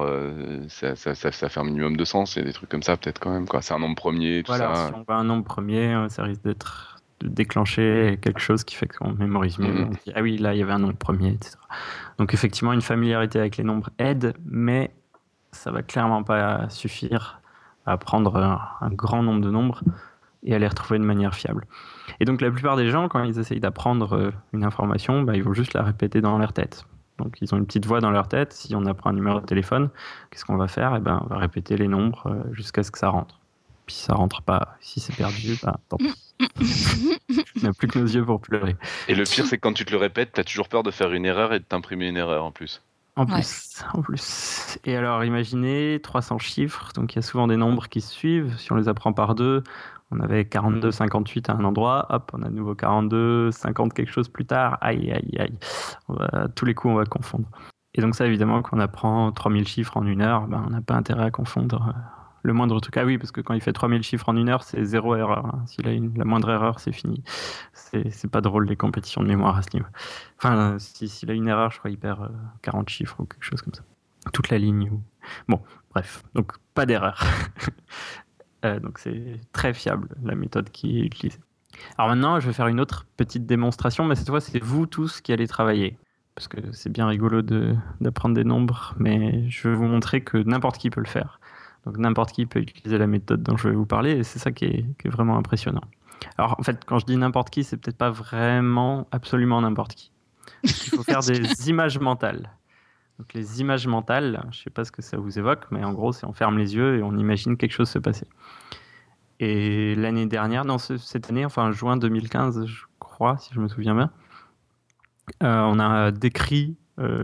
Speaker 2: ça fait un minimum de sens, et des trucs comme ça, peut-être quand même, quoi. C'est un nombre premier, tout ça.
Speaker 5: Si on voit un nombre premier, ça risque de déclencher quelque chose qui fait qu'on mémorise mieux. On dit, ah oui, là, il y avait un nombre premier, etc. Donc, effectivement, une familiarité avec les nombres aide, mais ça va clairement pas suffire à apprendre un grand nombre de nombres et à les retrouver de manière fiable. Et donc la plupart des gens, quand ils essayent d'apprendre une information, ils vont juste la répéter dans leur tête. Donc ils ont une petite voix dans leur tête. Si on apprend un numéro de téléphone, qu'est-ce qu'on va faire ? On va répéter les nombres jusqu'à ce que ça rentre. Puis si ça rentre pas, si c'est perdu, tant pis. On n'a plus que nos yeux pour pleurer.
Speaker 2: Et le pire, c'est que quand tu te le répètes, t'as toujours peur de faire une erreur et de t'imprimer une erreur en plus.
Speaker 5: En plus. Et alors, imaginez 300 chiffres, donc il y a souvent des nombres qui se suivent. Si on les apprend par deux, on avait 42, 58 à un endroit, hop, on a de nouveau 42, 50 quelque chose plus tard, aïe. Tous les coups, on va confondre. Et donc ça, évidemment, quand on apprend 3000 chiffres en 1 heure, on n'a pas intérêt à confondre le moindre truc. Ah oui, parce que quand il fait 3000 chiffres en 1 heure, c'est 0 erreur. Hein. S'il a la moindre erreur, c'est fini. C'est pas drôle, les compétitions de mémoire à ce niveau. Enfin, s'il a une erreur, je crois qu'il perd 40 chiffres ou quelque chose comme ça. Toute la ligne. Bon, bref. Donc, pas d'erreur. Donc, c'est très fiable, la méthode qui est utilisée. Alors maintenant, je vais faire une autre petite démonstration, mais cette fois, c'est vous tous qui allez travailler. Parce que c'est bien rigolo d'apprendre des nombres, mais je vais vous montrer que n'importe qui peut le faire. Donc n'importe qui peut utiliser la méthode dont je vais vous parler, et c'est ça qui est vraiment impressionnant. Alors en fait, quand je dis n'importe qui, c'est peut-être pas vraiment absolument n'importe qui. Donc, il faut faire des images mentales. Donc les images mentales, je sais pas ce que ça vous évoque, mais en gros, c'est on ferme les yeux et on imagine quelque chose se passer. Et l'année dernière, non, cette année, enfin juin 2015, je crois, si je me souviens bien, on a décrit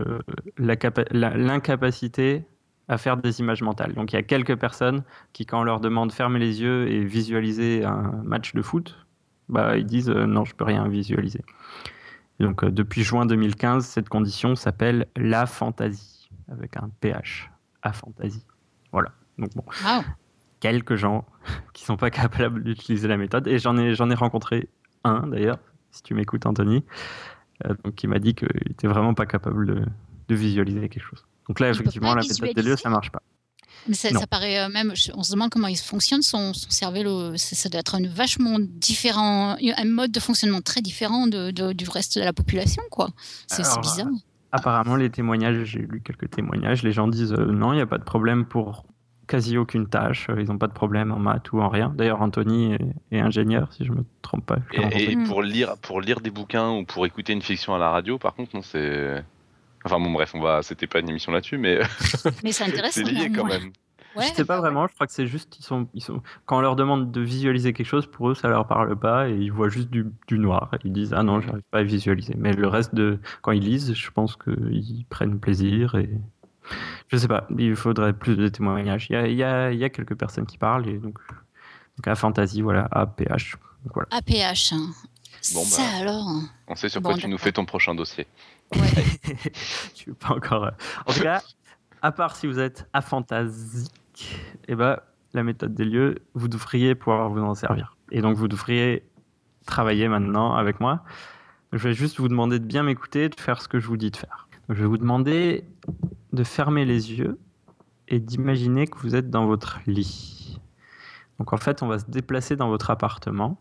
Speaker 5: l'incapacité à faire des images mentales. Donc il y a quelques personnes qui, quand on leur demande fermer les yeux et visualiser un match de foot, ils disent non, je peux rien visualiser. Et donc depuis juin 2015, cette condition s'appelle l'aphantasie, avec un PH, aphantasie. Voilà. Donc bon, quelques gens qui sont pas capables d'utiliser la méthode, et j'en ai rencontré un d'ailleurs, si tu m'écoutes Anthony, donc qui m'a dit qu'il était vraiment pas capable de visualiser quelque chose. Donc là, effectivement, la méthode des lieux, ça marche pas.
Speaker 4: Mais ça paraît même, on se demande comment il fonctionne, son cerveau. Ça doit être vachement différent, un mode de fonctionnement très différent du reste de la population, quoi. C'est bizarre.
Speaker 5: Apparemment, les témoignages, j'ai lu quelques témoignages, les gens disent non, il n'y a pas de problème pour quasi aucune tâche, ils n'ont pas de problème en maths ou en rien. D'ailleurs, Anthony est ingénieur, si je me trompe pas.
Speaker 2: Et pour lire des bouquins ou pour écouter une fiction à la radio, par contre, non, c'est... Enfin bon, bref, c'était pas une émission là-dessus, mais
Speaker 4: c'est intéressant.
Speaker 2: C'est lié quand même.
Speaker 5: Ouais, je sais pas vraiment, je crois que c'est juste, ils sont... quand on leur demande de visualiser quelque chose, pour eux, ça leur parle pas et ils voient juste du noir. Et ils disent, ah non, j'arrive pas à visualiser. Mais le reste quand ils lisent, je pense qu'ils prennent plaisir et... Je sais pas, il faudrait plus de témoignages. Il y a quelques personnes qui parlent, et donc aphantasie, voilà, APH. Donc, voilà.
Speaker 4: APH. Bon, ça alors.
Speaker 2: On sait sur quoi tu nous fais ton prochain dossier.
Speaker 4: Ouais.
Speaker 5: Tu veux pas encore. En tout cas, à part si vous êtes aphantasique, la méthode des lieux, vous devriez pouvoir vous en servir. Et donc vous devriez travailler maintenant avec moi. Je vais juste vous demander de bien m'écouter, de faire ce que je vous dis de faire. Je vais vous demander de fermer les yeux et d'imaginer que vous êtes dans votre lit. Donc en fait, on va se déplacer dans votre appartement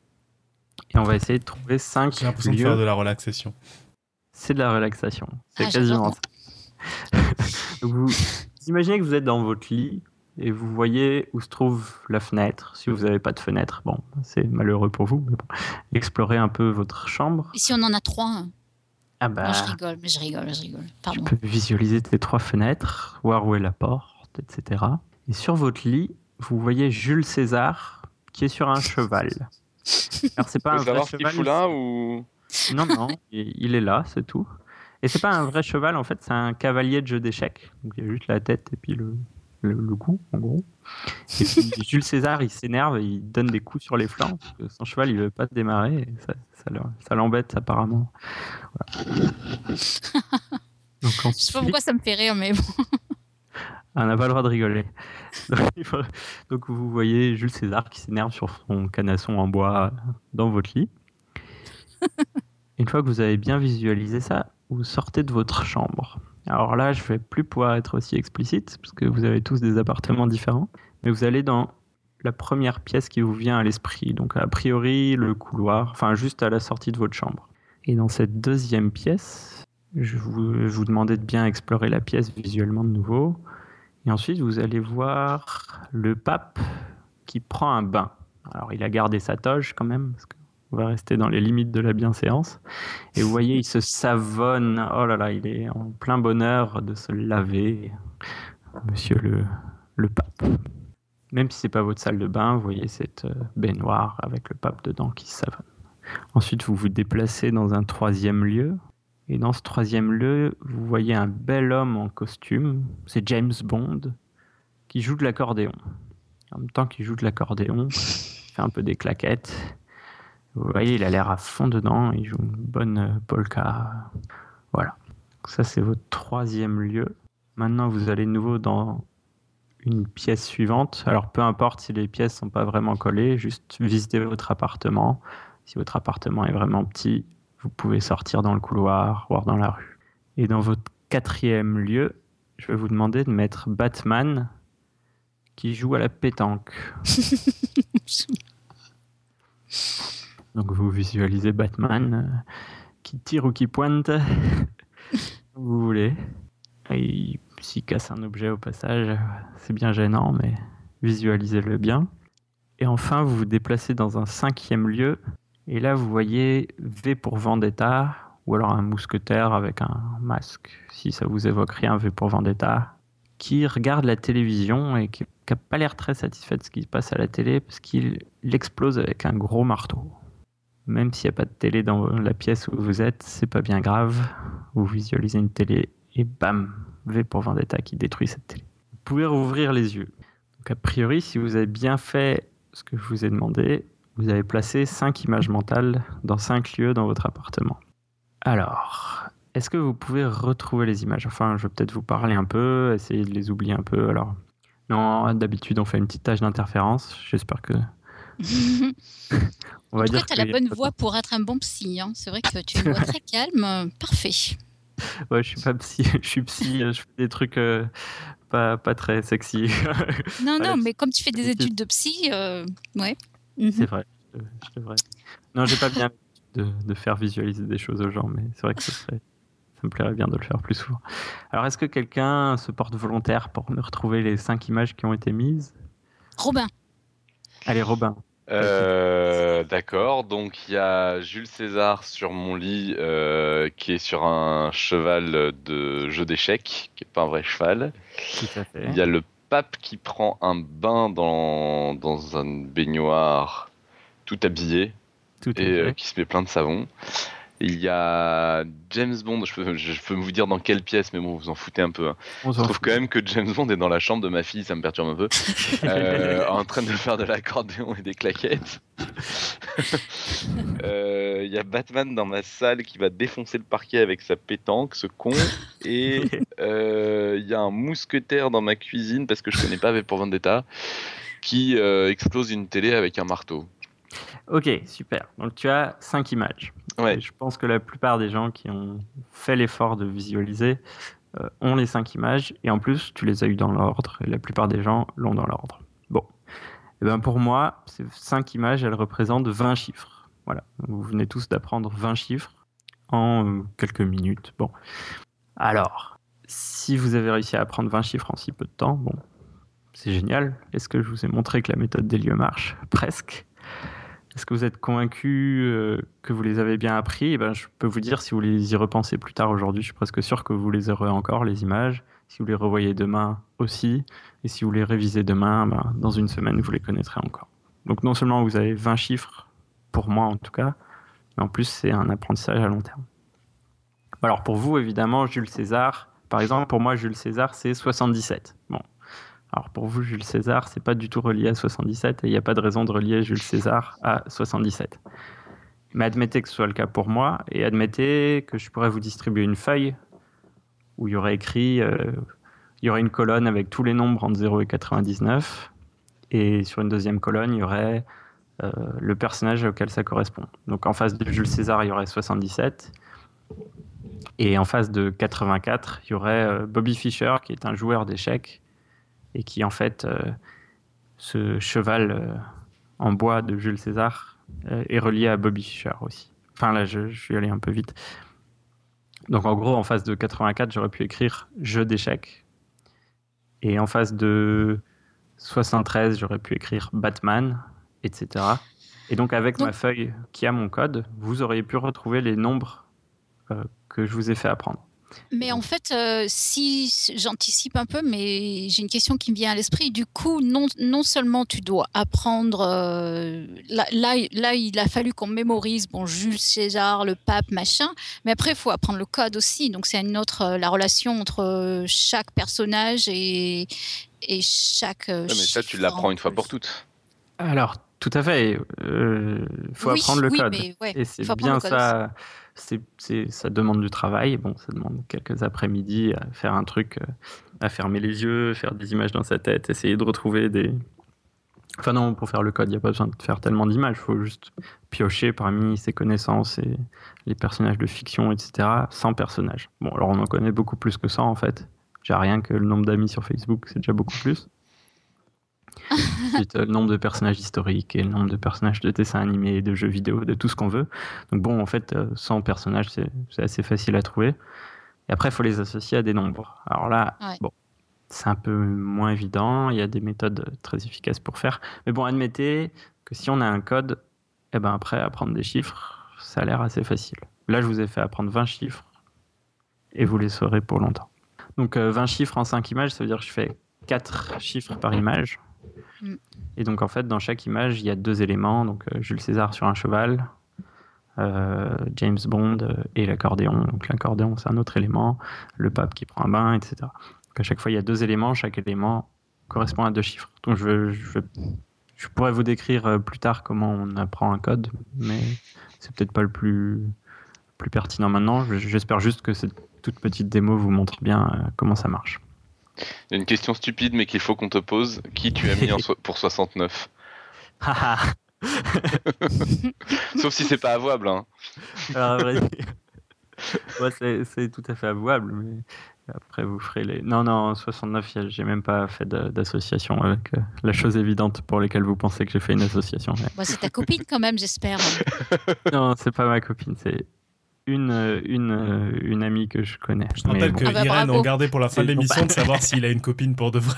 Speaker 5: et on va essayer de trouver 5 lieux.
Speaker 1: J'ai l'impression de faire de la relaxation.
Speaker 5: C'est de la relaxation. C'est quasiment ça. Donc vous imaginez que vous êtes dans votre lit et vous voyez où se trouve la fenêtre. Si vous n'avez pas de fenêtre, bon, c'est malheureux pour vous, mais bon, explorez un peu votre chambre.
Speaker 4: Et si on en a 3
Speaker 5: Non,
Speaker 4: je rigole. Pardon.
Speaker 5: Tu peux visualiser tes 3 fenêtres, voir où est la porte, etc. Et sur votre lit, vous voyez Jules César qui est sur un cheval. Alors c'est pas un vrai cheval.
Speaker 2: Foulin ou...
Speaker 5: Non, il est là, c'est tout. Et c'est pas un vrai cheval, en fait, c'est un cavalier de jeu d'échecs. Donc il y a juste la tête et puis le cou, en gros. Et puis Jules César, il s'énerve et il donne des coups sur les flancs parce que son cheval, il veut pas démarrer. Et ça l'embête apparemment. Voilà. Donc,
Speaker 4: je sais pas pourquoi ça me fait rire, mais bon.
Speaker 5: On n'a pas le droit de rigoler. Donc vous voyez Jules César qui s'énerve sur son canasson en bois dans votre lit. Une fois que vous avez bien visualisé ça, vous sortez de votre chambre. Alors là, je ne vais plus pouvoir être aussi explicite, parce que vous avez tous des appartements différents, mais vous allez dans la première pièce qui vous vient à l'esprit, donc a priori le couloir, enfin juste à la sortie de votre chambre. Et dans cette deuxième pièce, je vais vous demander de bien explorer la pièce visuellement de nouveau, et ensuite vous allez voir le pape qui prend un bain. Alors il a gardé sa toge quand même, parce que on va rester dans les limites de la bienséance. Et vous voyez, il se savonne. Oh là là, il est en plein bonheur de se laver. Monsieur le pape. Même si c'est pas votre salle de bain, vous voyez cette baignoire avec le pape dedans qui se savonne. Ensuite, vous vous déplacez dans un troisième lieu. Et dans ce troisième lieu, vous voyez un bel homme en costume. C'est James Bond qui joue de l'accordéon. En même temps qu'il joue de l'accordéon, il fait un peu des claquettes. Vous voyez, il a l'air à fond dedans. Il joue une bonne polka. Voilà. Ça, c'est votre troisième lieu. Maintenant, vous allez de nouveau dans une pièce suivante. Alors, peu importe si les pièces sont pas vraiment collées, juste visitez votre appartement. Si votre appartement est vraiment petit, vous pouvez sortir dans le couloir, voire dans la rue. Et dans votre quatrième lieu, je vais vous demander de mettre Batman qui joue à la pétanque. Donc, vous visualisez Batman qui tire ou qui pointe, vous voulez. Et s'il casse un objet au passage, c'est bien gênant, mais visualisez-le bien. Et enfin, vous vous déplacez dans un cinquième lieu. Et là, vous voyez V pour Vendetta, ou alors un mousquetaire avec un masque, si ça vous évoque rien, V pour Vendetta, qui regarde la télévision et qui n'a pas l'air très satisfait de ce qui se passe à la télé, parce qu'il explose avec un gros marteau. Même s'il n'y a pas de télé dans la pièce où vous êtes, c'est pas bien grave. Vous visualisez une télé et bam, V pour Vendetta qui détruit cette télé. Vous pouvez rouvrir les yeux. Donc a priori, si vous avez bien fait ce que je vous ai demandé, vous avez placé 5 images mentales dans 5 lieux dans votre appartement. Alors, est-ce que vous pouvez retrouver les images ? Enfin, je vais peut-être vous parler un peu, essayer de les oublier un peu. Alors, non, d'habitude, on fait une petite tâche d'interférence. J'espère que...
Speaker 4: En tout cas, tu as la bonne voix pour être un bon psy. Hein. C'est vrai que tu as une voix très calme. Parfait.
Speaker 5: Ouais, je suis pas psy. Je suis psy. Je fais des trucs pas très sexy.
Speaker 4: Non, mais comme tu fais des études de psy, ouais.
Speaker 5: C'est vrai. C'est vrai. Non, j'ai pas bien de faire visualiser des choses aux gens, mais c'est vrai que ça me plairait bien de le faire plus souvent. Alors, est-ce que quelqu'un se porte volontaire pour me retrouver les 5 images qui ont été mises ?
Speaker 4: Robin.
Speaker 5: Allez, Robin.
Speaker 2: D'accord, donc il y a Jules César sur mon lit qui est sur un cheval de jeu d'échecs, qui n'est pas un vrai cheval.
Speaker 5: Tout à fait.
Speaker 2: Il y a le pape qui prend un bain dans une baignoire tout habillé et qui se met plein de savon. Il y a James Bond, je peux vous dire dans quelle pièce, mais bon, vous en foutez un peu. Hein. Je trouve quand même que James Bond est dans la chambre de ma fille, ça me perturbe un peu, en train de faire de l'accordéon et des claquettes. Il y a Batman dans ma salle qui va défoncer le parquet avec sa pétanque, ce con. Et il y a un mousquetaire dans ma cuisine, parce que je connais pas V pour Vendetta, qui explose une télé avec un marteau.
Speaker 5: Ok, super. Donc tu as 5 images.
Speaker 2: Ouais.
Speaker 5: Et je pense que la plupart des gens qui ont fait l'effort de visualiser ont les 5 images. Et en plus, tu les as eues dans l'ordre. Et la plupart des gens l'ont dans l'ordre. Bon. Et ben pour moi, ces 5 images, elles représentent 20 chiffres. Voilà. Vous venez tous d'apprendre 20 chiffres en quelques minutes. Bon. Alors, si vous avez réussi à apprendre 20 chiffres en si peu de temps, bon, c'est génial. Est-ce que je vous ai montré que la méthode des lieux marche ? Presque. Est-ce que vous êtes convaincu que vous les avez bien appris ? Ben, je peux vous dire, si vous les y repensez plus tard aujourd'hui, je suis presque sûr que vous les aurez encore, les images. Si vous les revoyez demain aussi. Et si vous les révisez demain, ben, dans une semaine, vous les connaîtrez encore. Donc non seulement vous avez 20 chiffres, pour moi en tout cas, mais en plus c'est un apprentissage à long terme. Alors pour vous, évidemment, Jules César, par exemple, pour moi, Jules César, c'est 77. Bon. Alors pour vous, Jules César, c'est pas du tout relié à 77 et il n'y a pas de raison de relier Jules César à 77. Mais admettez que ce soit le cas pour moi et admettez que je pourrais vous distribuer une feuille où il y aurait écrit, il y aurait une colonne avec tous les nombres entre 0 et 99 et sur une deuxième colonne, il y aurait le personnage auquel ça correspond. Donc en face de Jules César, il y aurait 77 et en face de 84, il y aurait Bobby Fischer qui est un joueur d'échecs et qui en fait, ce cheval en bois de Jules César est relié à Bobby Fischer aussi. Enfin là, je suis allé un peu vite. Donc en gros, en face de 84, j'aurais pu écrire jeu d'échecs. Et en face de 73, j'aurais pu écrire Batman, etc. Et donc avec ma feuille qui a mon code, vous auriez pu retrouver les nombres que je vous ai fait apprendre.
Speaker 4: Mais en fait, si j'anticipe un peu, mais j'ai une question qui me vient à l'esprit. Du coup, non seulement tu dois apprendre, là, il a fallu qu'on mémorise, bon, Jules César, le pape, machin, mais après, il faut apprendre le code aussi. Donc, c'est une autre, la relation entre chaque personnage et chaque
Speaker 2: Ouais, mais ça, tu l'apprends une fois pour toutes.
Speaker 5: Alors, tout à fait. Faut apprendre le code.
Speaker 4: Mais ouais,
Speaker 5: Et c'est
Speaker 4: faut apprendre
Speaker 5: bien
Speaker 4: le code
Speaker 5: ça. Ça demande du travail. Bon, ça demande quelques après-midi à faire un truc, à fermer les yeux, faire des images dans sa tête, essayer de retrouver des. Enfin non, pour faire le code, il n'y a pas besoin de faire tellement d'images. Il faut juste piocher parmi ses connaissances et les personnages de fiction, etc. 100 personnages. Bon, alors on en connaît beaucoup plus que ça en fait. J'ai rien que le nombre d'amis sur Facebook, c'est déjà beaucoup plus. Ensuite, le nombre de personnages historiques et le nombre de personnages de dessins animés, de jeux vidéo, de tout ce qu'on veut. Donc bon, en fait, 100 personnages, c'est assez facile à trouver. Et après, il faut les associer à des nombres. Alors là, bon, c'est un peu moins évident. Il y a des méthodes très efficaces pour faire. Mais bon, admettez que si on a un code, eh ben après, apprendre des chiffres, ça a l'air assez facile. Là, je vous ai fait apprendre 20 chiffres et vous les saurez pour longtemps. Donc 20 chiffres en 5 images, ça veut dire que je fais 4 chiffres par image. Et donc en fait dans chaque image il y a 2 éléments, donc Jules César sur un cheval, James Bond et l'accordéon. Donc l'accordéon c'est un autre élément, le pape qui prend un bain, etc. Donc à chaque fois il y a 2 éléments, chaque élément correspond à 2 chiffres. Donc je pourrais vous décrire plus tard comment on apprend un code, mais c'est peut-être pas le plus pertinent maintenant. J'espère juste que cette toute petite démo vous montre bien comment ça marche.
Speaker 2: Il y a une question stupide mais qu'il faut qu'on te pose. Qui tu as mis pour 69 Sauf si c'est pas avouable. Hein.
Speaker 5: Alors, ouais, c'est tout à fait avouable, mais après vous ferez les... Non, 69, j'ai même pas fait d'association avec la chose évidente pour laquelle vous pensez que j'ai fait une association. Mais...
Speaker 4: Bon, c'est ta copine quand même, j'espère.
Speaker 5: Non, c'est pas ma copine, c'est une amie que je connais.
Speaker 1: Je te rappelle que Irène a regardé pour la fin de l'émission de savoir s'il a une copine pour de vrai.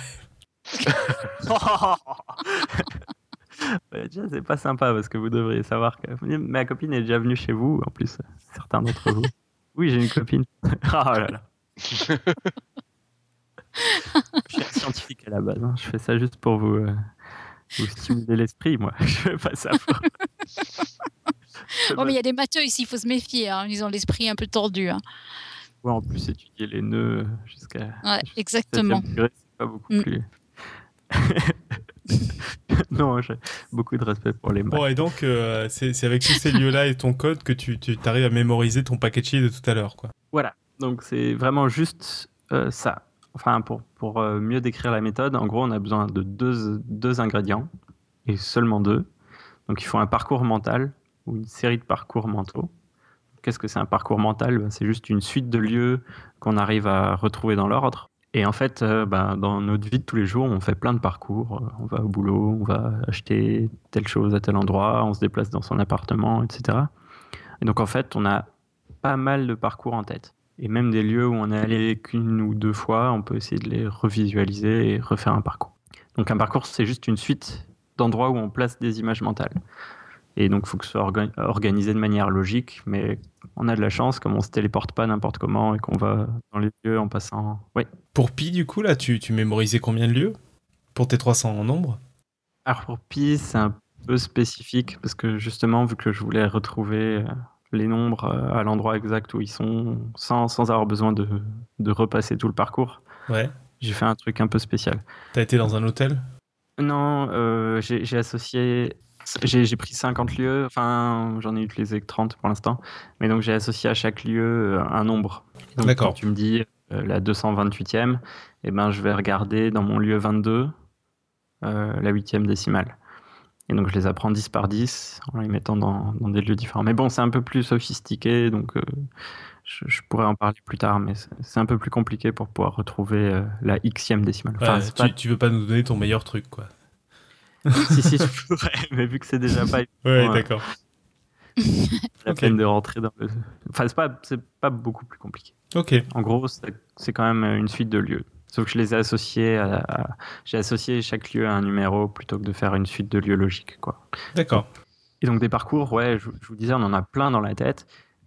Speaker 5: Déjà, c'est pas sympa parce que vous devriez savoir que ma copine est déjà venue chez vous, en plus, certains d'entre vous. Oui, j'ai une copine. Oh là là. Je suis scientifique à la base, hein. Je fais ça juste pour vous stimuler l'esprit, moi. Je fais pas ça pour...
Speaker 4: Oh, mais il y a des matheux ici, il faut se méfier. Hein. Ils ont l'esprit un peu tordu. Hein.
Speaker 5: Ouais, en plus, étudier les nœuds jusqu'à...
Speaker 4: Ouais, exactement.
Speaker 5: Degré, c'est pas beaucoup plus... Non, j'ai beaucoup de respect pour les maths.
Speaker 1: Bon, et donc, c'est avec tous ces lieux-là et ton code que tu arrives à mémoriser ton package de tout à l'heure, quoi.
Speaker 5: Voilà, donc c'est vraiment juste ça. Enfin, pour mieux décrire la méthode, en gros, on a besoin de deux ingrédients, et seulement 2. Donc, il faut un parcours mental, ou une série de parcours mentaux. Qu'est-ce que c'est un parcours mental ? C'est juste une suite de lieux qu'on arrive à retrouver dans l'ordre. Et en fait, dans notre vie de tous les jours, on fait plein de parcours. On va au boulot, on va acheter telle chose à tel endroit, on se déplace dans son appartement, etc. Et donc, en fait, on a pas mal de parcours en tête. Et même des lieux où on est allé qu'1 ou 2 fois, on peut essayer de les revisualiser et refaire un parcours. Donc, un parcours, c'est juste une suite d'endroits où on place des images mentales. Et donc, il faut que ce soit organisé de manière logique, mais on a de la chance, comme on ne se téléporte pas n'importe comment et qu'on va dans les lieux en passant... Oui.
Speaker 1: Pour Pi, du coup, là, tu mémorisais combien de lieux pour tes 300 en nombre ?
Speaker 5: Alors, pour Pi, c'est un peu spécifique, parce que justement, vu que je voulais retrouver les nombres à l'endroit exact où ils sont, sans avoir besoin de repasser tout le parcours, j'ai fait un truc un peu spécial.
Speaker 1: T'as été dans un hôtel ?
Speaker 5: Non, j'ai associé... J'ai pris 50 lieux, enfin j'en ai utilisé que 30 pour l'instant, mais donc j'ai associé à chaque lieu un nombre. Donc
Speaker 1: D'accord.
Speaker 5: Quand tu me dis la 228e, eh ben, je vais regarder dans mon lieu 22 la 8e décimale. Et donc je les apprends 10 par 10 en les mettant dans des lieux différents. Mais bon, c'est un peu plus sophistiqué, donc je pourrais en parler plus tard, mais c'est un peu plus compliqué pour pouvoir retrouver la xème décimale. Enfin,
Speaker 1: tu veux pas nous donner ton meilleur truc, quoi.
Speaker 5: si, je pourrais, mais vu que c'est déjà pas...
Speaker 1: Ouais, d'accord.
Speaker 5: La peine de rentrer dans le... Enfin, c'est pas beaucoup plus compliqué.
Speaker 1: Ok.
Speaker 5: En gros, c'est quand même une suite de lieux. Sauf que je les ai associés j'ai associé chaque lieu à un numéro plutôt que de faire une suite de lieux logiques, quoi.
Speaker 1: D'accord.
Speaker 5: Et donc des parcours, ouais, je vous disais, on en a plein dans la tête.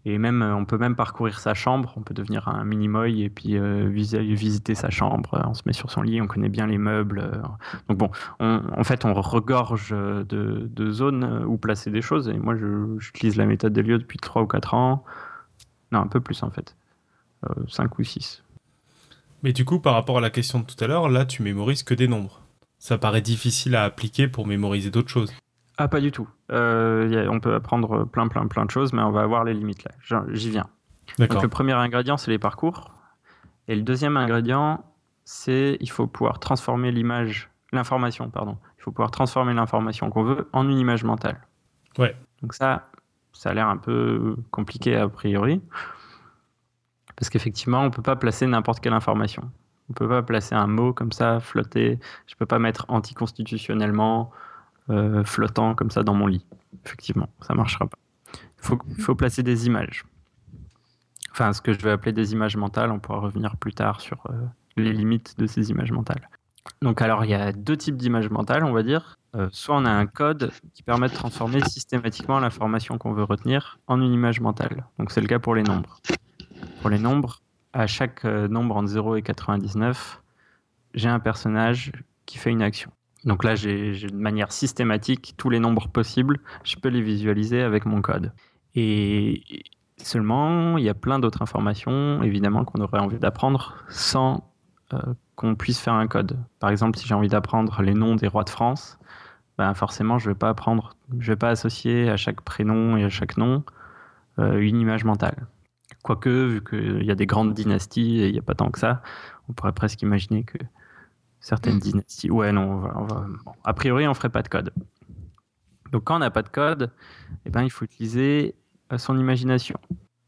Speaker 5: Et même, on peut même parcourir sa chambre, on peut devenir un mini-moy et puis visiter sa chambre. On se met sur son lit, on connaît bien les meubles. Donc bon, en fait, on regorge de zones où placer des choses. Et moi, j'utilise la méthode des lieux depuis 3 ou 4 ans. Non, un peu plus en fait. 5 ou 6.
Speaker 1: Mais du coup, par rapport à la question de tout à l'heure, là, tu mémorises que des nombres. Ça paraît difficile à appliquer pour mémoriser d'autres choses.
Speaker 5: Ah, pas du tout. On peut apprendre plein de choses, mais on va avoir les limites là. J'y viens.
Speaker 1: D'accord.
Speaker 5: Donc le premier ingrédient, c'est les parcours. Et le deuxième ingrédient, c'est il faut pouvoir transformer l'information. Il faut pouvoir transformer l'information qu'on veut en une image mentale.
Speaker 1: Ouais.
Speaker 5: Donc ça a l'air un peu compliqué a priori. Parce qu'effectivement, on ne peut pas placer n'importe quelle information. On ne peut pas placer un mot comme ça, flotter. Je ne peux pas mettre anticonstitutionnellement flottant comme ça dans mon lit. Effectivement, ça ne marchera pas. Il faut placer des images. Enfin, ce que je vais appeler des images mentales. On pourra revenir plus tard sur les limites de ces images mentales. Donc alors, il y a 2 types d'images mentales, on va dire. Soit on a un code qui permet de transformer systématiquement l'information qu'on veut retenir en une image mentale. Donc c'est le cas pour les nombres. Pour les nombres, à chaque nombre entre 0 et 99, j'ai un personnage qui fait une action. Donc là, j'ai de manière systématique tous les nombres possibles, je peux les visualiser avec mon code. Et seulement, il y a plein d'autres informations, évidemment, qu'on aurait envie d'apprendre sans qu'on puisse faire un code. Par exemple, si j'ai envie d'apprendre les noms des rois de France, ben forcément, je vais pas associer à chaque prénom et à chaque nom une image mentale. Quoique, vu qu'il y a des grandes dynasties et il n'y a pas tant que ça, on pourrait presque imaginer que certaines dynasties... Ouais, non, bon, a priori, on ne ferait pas de code. Donc, quand on n'a pas de code, eh ben, il faut utiliser son imagination.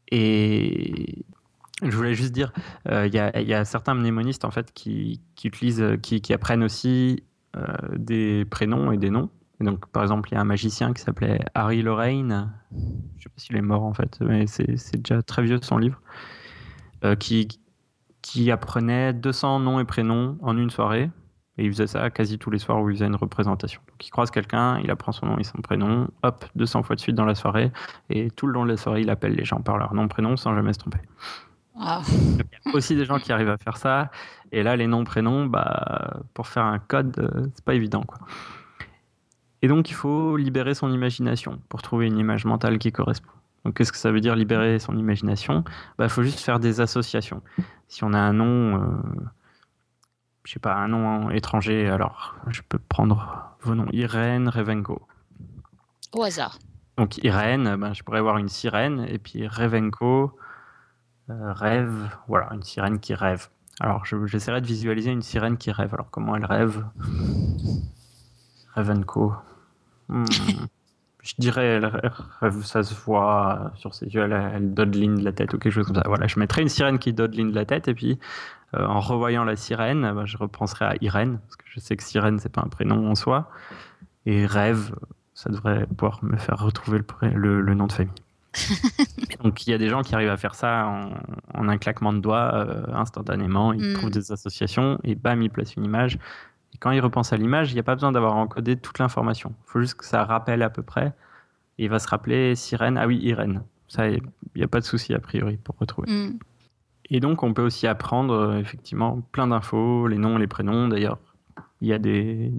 Speaker 5: Et je voulais juste dire, il y a certains mnémonistes en fait, qui apprennent aussi des prénoms et des noms. Et donc, par exemple, il y a un magicien qui s'appelait Harry Lorraine. Je ne sais pas s'il est mort, en fait, mais c'est déjà très vieux, son livre. Qui apprenait 200 noms et prénoms en une soirée. Et il faisait ça quasi tous les soirs où il faisait une représentation. Donc, il croise quelqu'un, il apprend son nom et son prénom, hop, 200 fois de suite dans la soirée. Et tout le long de la soirée, il appelle les gens par leur nom, prénom, sans jamais se tromper.
Speaker 4: Ah.
Speaker 5: Il y a aussi des gens qui arrivent à faire ça. Et là, les noms, prénoms, pour faire un code, c'est pas évident, quoi. Et donc, il faut libérer son imagination pour trouver une image mentale qui correspond. Donc, qu'est-ce que ça veut dire libérer son imagination ? Il faut juste faire des associations. Si on a un nom, je sais pas, un nom étranger, alors je peux prendre vos noms, Irène, Revenko.
Speaker 4: Au hasard.
Speaker 5: Donc, Irène, je pourrais avoir une sirène, et puis Revenko, rêve, voilà, une sirène qui rêve. Alors, j'essaierai de visualiser une sirène qui rêve. Alors, comment elle rêve ? Revenko. Je dirais, elle rêve, ça se voit sur ses yeux, elle dodeline de la tête ou quelque chose comme ça. Voilà, je mettrai une sirène qui dodeline de la tête et puis en revoyant la sirène, je repenserai à Irène, parce que je sais que sirène, c'est pas un prénom en soi. Et rêve, ça devrait pouvoir me faire retrouver le nom de famille. Donc il y a des gens qui arrivent à faire ça en un claquement de doigts instantanément. Ils trouvent des associations et bam, ils placent une image. Et quand il repense à l'image, il n'y a pas besoin d'avoir encodé toute l'information. Il faut juste que ça rappelle à peu près. Et il va se rappeler sirène. Ah oui, Irène. Ça, il n'y a pas de souci a priori pour retrouver. Et donc, on peut aussi apprendre effectivement plein d'infos, les noms, les prénoms. D'ailleurs, il y a des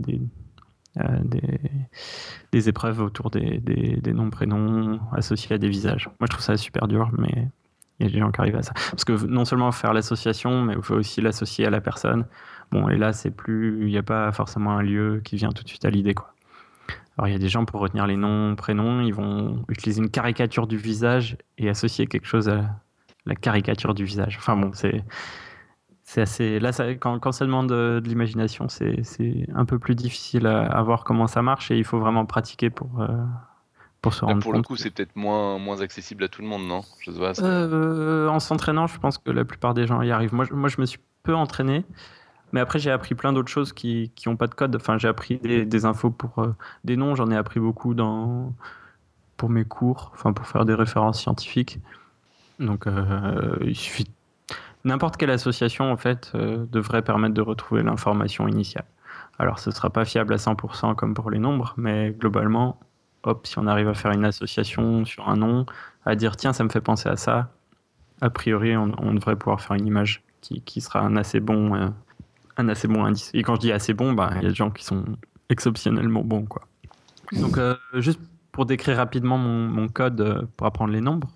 Speaker 5: épreuves autour des noms, prénoms associés à des visages. Moi, je trouve ça super dur, mais il y a des gens qui arrivent à ça. Parce que non seulement faire l'association, mais il faut aussi l'associer à la personne. Bon, et là, il n'y a pas forcément un lieu qui vient tout de suite à l'idée, quoi. Alors, il y a des gens, pour retenir les noms, prénoms, ils vont utiliser une caricature du visage et associer quelque chose à la caricature du visage. Enfin bon, c'est assez... Là, quand ça demande de l'imagination, c'est un peu plus difficile à voir comment ça marche et il faut vraiment pratiquer pour se rendre compte.
Speaker 2: Pour le coup, c'est peut-être moins accessible à tout le monde, non ? Je sais pas,
Speaker 5: en s'entraînant, je pense que la plupart des gens y arrivent. Moi, je me suis peu entraîné. Mais après, j'ai appris plein d'autres choses qui n'ont pas de code. Enfin, j'ai appris des infos pour des noms. J'en ai appris beaucoup pour mes cours, enfin, pour faire des références scientifiques. Donc, il suffit... N'importe quelle association, en fait, devrait permettre de retrouver l'information initiale. Alors, ce ne sera pas fiable à 100% comme pour les nombres, mais globalement, hop, si on arrive à faire une association sur un nom, à dire tiens, ça me fait penser à ça, a priori, on devrait pouvoir faire une image qui sera un assez bon indice. Et quand je dis assez bon, il y a des gens qui sont exceptionnellement bons, quoi. Donc, juste pour décrire rapidement mon code pour apprendre les nombres,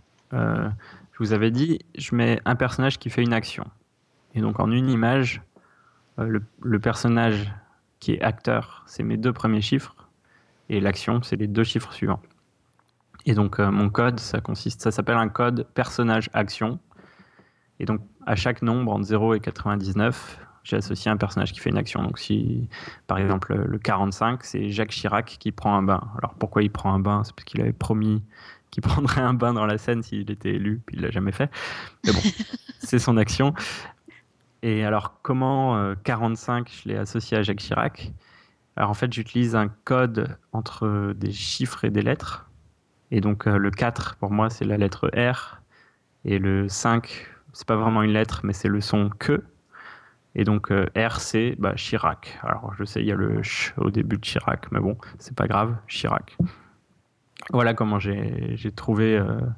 Speaker 5: je vous avais dit, je mets un personnage qui fait une action. Et donc, en une image, le personnage qui est acteur, c'est mes 2 premiers chiffres, et l'action, c'est les 2 chiffres suivants. Et donc, mon code, ça s'appelle un code personnage-action. Et donc, à chaque nombre, entre 0 et 99, j'ai associé un personnage qui fait une action. Donc, si, par exemple, le 45, c'est Jacques Chirac qui prend un bain. Alors, pourquoi il prend un bain ? C'est parce qu'il avait promis qu'il prendrait un bain dans la Seine s'il était élu, puis il l'a jamais fait. Mais bon, c'est son action. Et alors, comment 45, je l'ai associé à Jacques Chirac ? Alors, en fait, j'utilise un code entre des chiffres et des lettres. Et donc, le 4, pour moi, c'est la lettre R. Et le 5, c'est pas vraiment une lettre, mais c'est le son que. Et donc, R, c'est Chirac. Alors, je sais, il y a le ch au début de Chirac, mais bon, c'est pas grave, Chirac. Voilà comment j'ai trouvé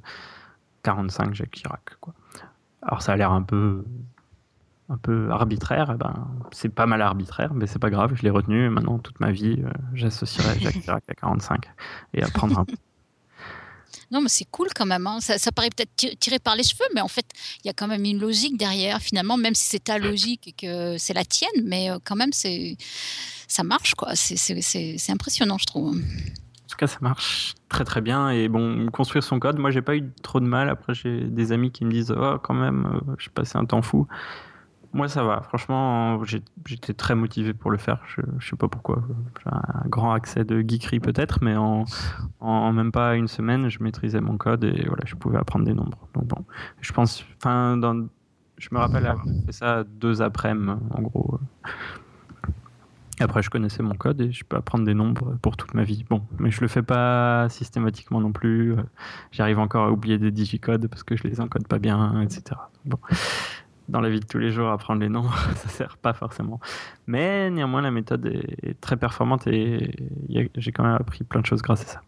Speaker 5: 45 Jacques Chirac, quoi. Alors, ça a l'air un peu arbitraire. C'est pas mal arbitraire, mais c'est pas grave, je l'ai retenu. Et maintenant, toute ma vie, j'associerai Jacques Chirac à 45 et à prendre un peu.
Speaker 4: Non, mais c'est cool quand même. Hein. Ça paraît peut-être tiré par les cheveux, mais en fait, il y a quand même une logique derrière, finalement, même si c'est ta logique et que c'est la tienne, mais quand même, ça marche, quoi. C'est impressionnant, je trouve.
Speaker 5: En tout cas, ça marche très très bien. Et bon, construire son code, moi, j'ai pas eu trop de mal. Après, j'ai des amis qui me disent « Oh, quand même, j'ai passé un temps fou ». Moi, ça va. Franchement, j'étais très motivé pour le faire. Je sais pas pourquoi. J'ai un grand accès de geekerie peut-être, mais en même pas une semaine, je maîtrisais mon code et voilà, je pouvais apprendre des nombres. Donc bon, je pense, je me rappelle avoir fait ça 2 après-midi, en gros. Après, je connaissais mon code et je peux apprendre des nombres pour toute ma vie. Bon, mais je le fais pas systématiquement non plus. J'arrive encore à oublier des digicodes parce que je les encode pas bien, etc. Bon. Dans la vie de tous les jours, apprendre les nombres, ça sert pas forcément. Mais néanmoins, la méthode est très performante et j'ai quand même appris plein de choses grâce à ça.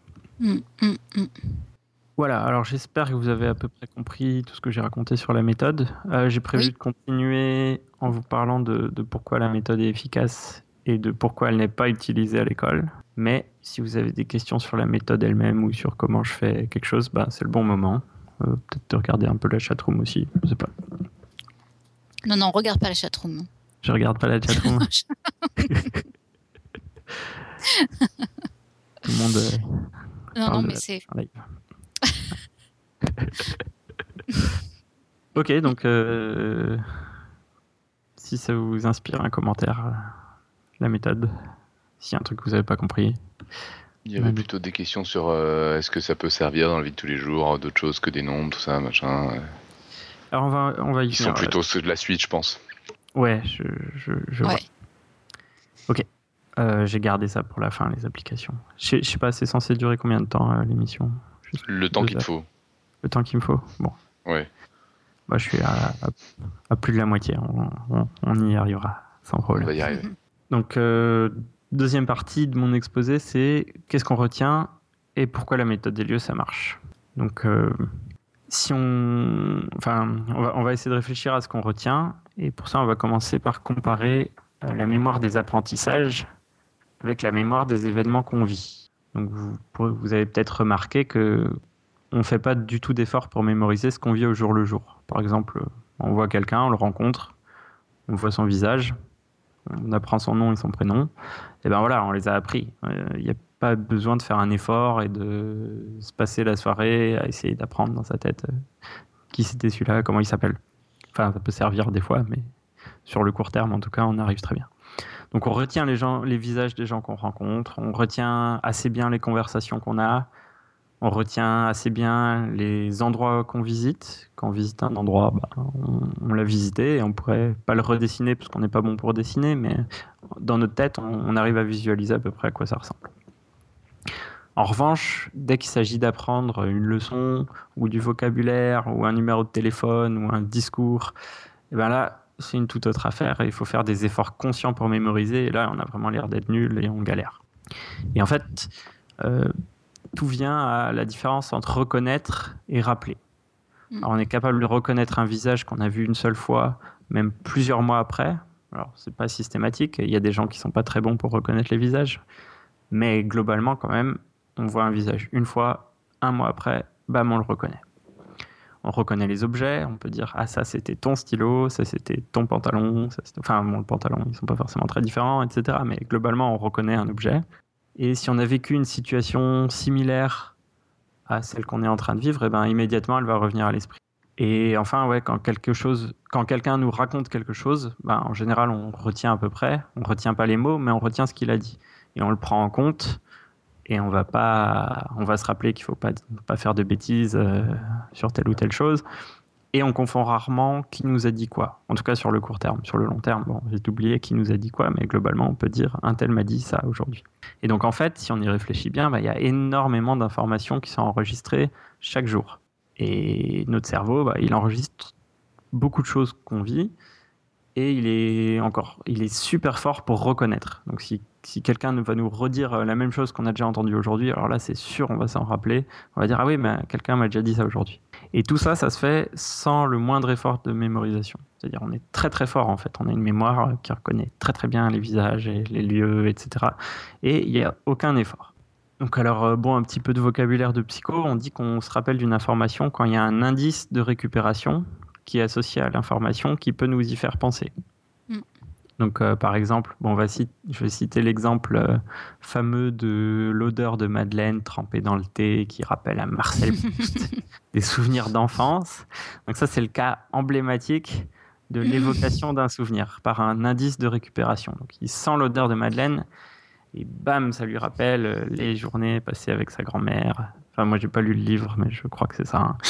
Speaker 5: Voilà, alors j'espère que vous avez à peu près compris tout ce que j'ai raconté sur la méthode. J'ai prévu de continuer en vous parlant de pourquoi la méthode est efficace et de pourquoi elle n'est pas utilisée à l'école. Mais si vous avez des questions sur la méthode elle-même ou sur comment je fais quelque chose, c'est le bon moment. Peut-être de regarder un peu la chatroom aussi, je sais pas.
Speaker 4: Non, regarde pas la chatroom.
Speaker 5: Je regarde pas la chatroom. Tout le monde.
Speaker 4: Non, mais c'est.
Speaker 5: Ok, donc si ça vous inspire un commentaire, la méthode, s'il y a un truc que vous n'avez pas compris.
Speaker 2: Il y avait plutôt des questions sur est-ce que ça peut servir dans la vie de tous les jours, d'autres choses que des nombres, tout ça, machin.
Speaker 5: Alors on va y
Speaker 2: Ils sont plutôt ceux de la suite, je pense.
Speaker 5: Ouais, je vois. Ok. J'ai gardé ça pour la fin, les applications. Je sais pas, c'est censé durer combien de temps l'émission ?
Speaker 2: Le temps qu'il te faut.
Speaker 5: Le temps qu'il me faut ? Bon.
Speaker 2: Ouais.
Speaker 5: Je suis à plus de la moitié. On y arrivera, sans problème.
Speaker 2: On va y arriver.
Speaker 5: Donc, deuxième partie de mon exposé, c'est qu'est-ce qu'on retient et pourquoi la méthode des lieux, ça marche. Donc, si on va essayer de réfléchir à ce qu'on retient. Et pour ça, on va commencer par comparer la mémoire des apprentissages avec la mémoire des événements qu'on vit. Donc, vous avez peut-être remarqué que on ne fait pas du tout d'effort pour mémoriser ce qu'on vit au jour le jour. Par exemple, on voit quelqu'un, on le rencontre, on voit son visage, on apprend son nom et son prénom, et voilà, on les a appris. Il n'y a pas besoin de faire un effort et de se passer la soirée à essayer d'apprendre dans sa tête qui c'était celui-là, comment il s'appelle. Enfin, ça peut servir des fois, mais sur le court terme, en tout cas, on arrive très bien. Donc, on retient les visages des gens qu'on rencontre, on retient assez bien les conversations qu'on a, on retient assez bien les endroits qu'on visite. Quand on visite un endroit, on l'a visité et on pourrait pas le redessiner parce qu'on n'est pas bon pour dessiner, mais dans notre tête, on arrive à visualiser à peu près à quoi ça ressemble. En revanche, dès qu'il s'agit d'apprendre une leçon ou du vocabulaire ou un numéro de téléphone ou un discours, là, c'est une toute autre affaire et il faut faire des efforts conscients pour mémoriser. Et là, on a vraiment l'air d'être nul et on galère. Et en fait, tout vient à la différence entre reconnaître et rappeler. Alors, on est capable de reconnaître un visage qu'on a vu une seule fois, même plusieurs mois après. Alors, c'est pas systématique. Il y a des gens qui sont pas très bons pour reconnaître les visages. Mais globalement, quand même, on voit un visage une fois, un mois après, bam, on le reconnaît. On reconnaît les objets, on peut dire « Ah, ça, c'était ton stylo, ça, c'était ton pantalon. » Enfin, bon, le pantalon, ils sont pas forcément très différents, etc. Mais globalement, on reconnaît un objet. Et si on a vécu une situation similaire à celle qu'on est en train de vivre, eh ben, immédiatement, elle va revenir à l'esprit. Et enfin, ouais, quand quelqu'un nous raconte quelque chose, ben, en général, on retient à peu près. On retient pas les mots, mais on retient ce qu'il a dit. Et on le prend en compte. Et on va se rappeler qu'il faut pas faire de bêtises sur telle ou telle chose. Et on confond rarement qui nous a dit quoi. En tout cas, sur le court terme. Sur le long terme, bon, j'ai oublié qui nous a dit quoi, mais globalement, on peut dire un tel m'a dit ça aujourd'hui. Et donc, en fait, si on y réfléchit bien, il y a énormément d'informations qui sont enregistrées chaque jour. Et notre cerveau, il enregistre beaucoup de choses qu'on vit. Et il est super fort pour reconnaître. Donc si quelqu'un va nous redire la même chose qu'on a déjà entendu aujourd'hui, alors là c'est sûr, on va s'en rappeler. On va dire ah oui, mais quelqu'un m'a déjà dit ça aujourd'hui. Et tout ça, ça se fait sans le moindre effort de mémorisation. C'est-à-dire on est très très fort en fait. On a une mémoire qui reconnaît très très bien les visages et les lieux, etc. Et il n'y a aucun effort. Donc alors un petit peu de vocabulaire de psycho. On dit qu'on se rappelle d'une information quand il y a un indice de récupération qui est associé à l'information, qui peut nous y faire penser. Donc, par exemple, je vais citer l'exemple fameux de l'odeur de madeleine trempée dans le thé qui rappelle à Marcel Proust des souvenirs d'enfance. Donc ça, c'est le cas emblématique de l'évocation d'un souvenir par un indice de récupération. Donc, il sent l'odeur de madeleine et bam, ça lui rappelle les journées passées avec sa grand-mère. Enfin, moi, j'ai pas lu le livre, mais je crois que c'est ça. Hein.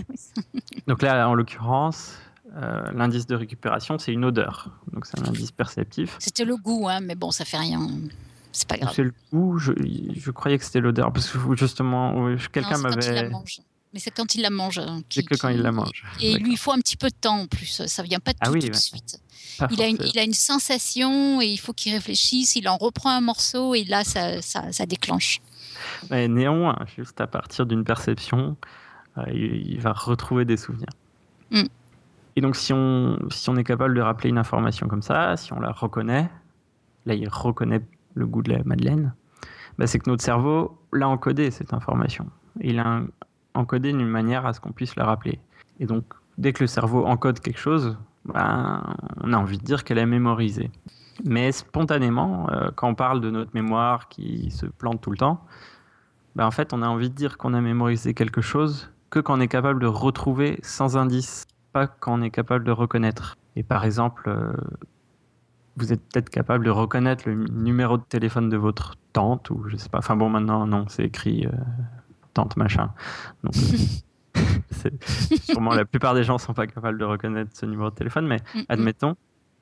Speaker 5: Donc là, en l'occurrence, l'indice de récupération, c'est une odeur. Donc c'est un indice perceptif.
Speaker 4: C'était le goût, hein, mais bon, ça fait rien. C'est pas grave.
Speaker 5: C'est le goût. Je croyais que c'était l'odeur parce que justement, quelqu'un m'avait.
Speaker 4: Quand il la mange. Mais c'est quand il la mange.
Speaker 5: C'est que quand il la mange.
Speaker 4: Et lui, il faut un petit peu de temps en plus. Ça vient pas tout de suite. Il a une sensation et il faut qu'il réfléchisse. Il en reprend un morceau et là, ça déclenche.
Speaker 5: Mais néanmoins, juste à partir d'une perception, il va retrouver des souvenirs. Et donc, si on est capable de rappeler une information comme ça, si on la reconnaît, là, il reconnaît le goût de la madeleine, c'est que notre cerveau l'a encodé, cette information. Il l'a encodé d'une manière à ce qu'on puisse la rappeler. Et donc, dès que le cerveau encode quelque chose, on a envie de dire qu'elle est mémorisée. Mais spontanément, quand on parle de notre mémoire qui se plante tout le temps, en fait, on a envie de dire qu'on a mémorisé quelque chose que quand on est capable de retrouver sans indice, pas quand on est capable de reconnaître. Et par exemple, vous êtes peut-être capable de reconnaître le numéro de téléphone de votre tante, ou je sais pas. Enfin bon, maintenant, non, c'est écrit tante machin. Donc, sûrement la plupart des gens sont pas capables de reconnaître ce numéro de téléphone, mais admettons,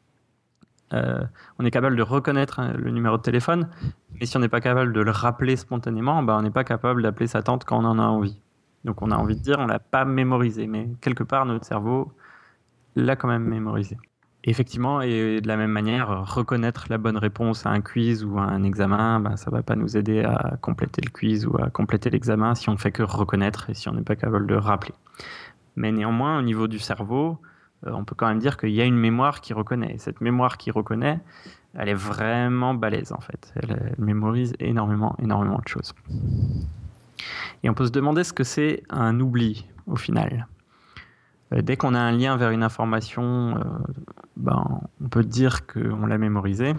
Speaker 5: on est capable de reconnaître le numéro de téléphone, mais si on n'est pas capable de le rappeler spontanément, on n'est pas capable d'appeler sa tante quand on en a envie. Donc on a envie de dire on l'a pas mémorisé, mais quelque part notre cerveau l'a quand même mémorisé. Et effectivement, et de la même manière, reconnaître la bonne réponse à un quiz ou à un examen, ça va pas nous aider à compléter le quiz ou à compléter l'examen si on ne fait que reconnaître et si on n'est pas capable de rappeler. Mais néanmoins, au niveau du cerveau, on peut quand même dire qu'il y a une mémoire qui reconnaît. Et cette mémoire qui reconnaît, elle est vraiment balèze en fait. Elle mémorise énormément de choses. Et on peut se demander ce que c'est un oubli au final. Dès qu'on a un lien vers une information, on peut dire qu'on l'a mémorisée.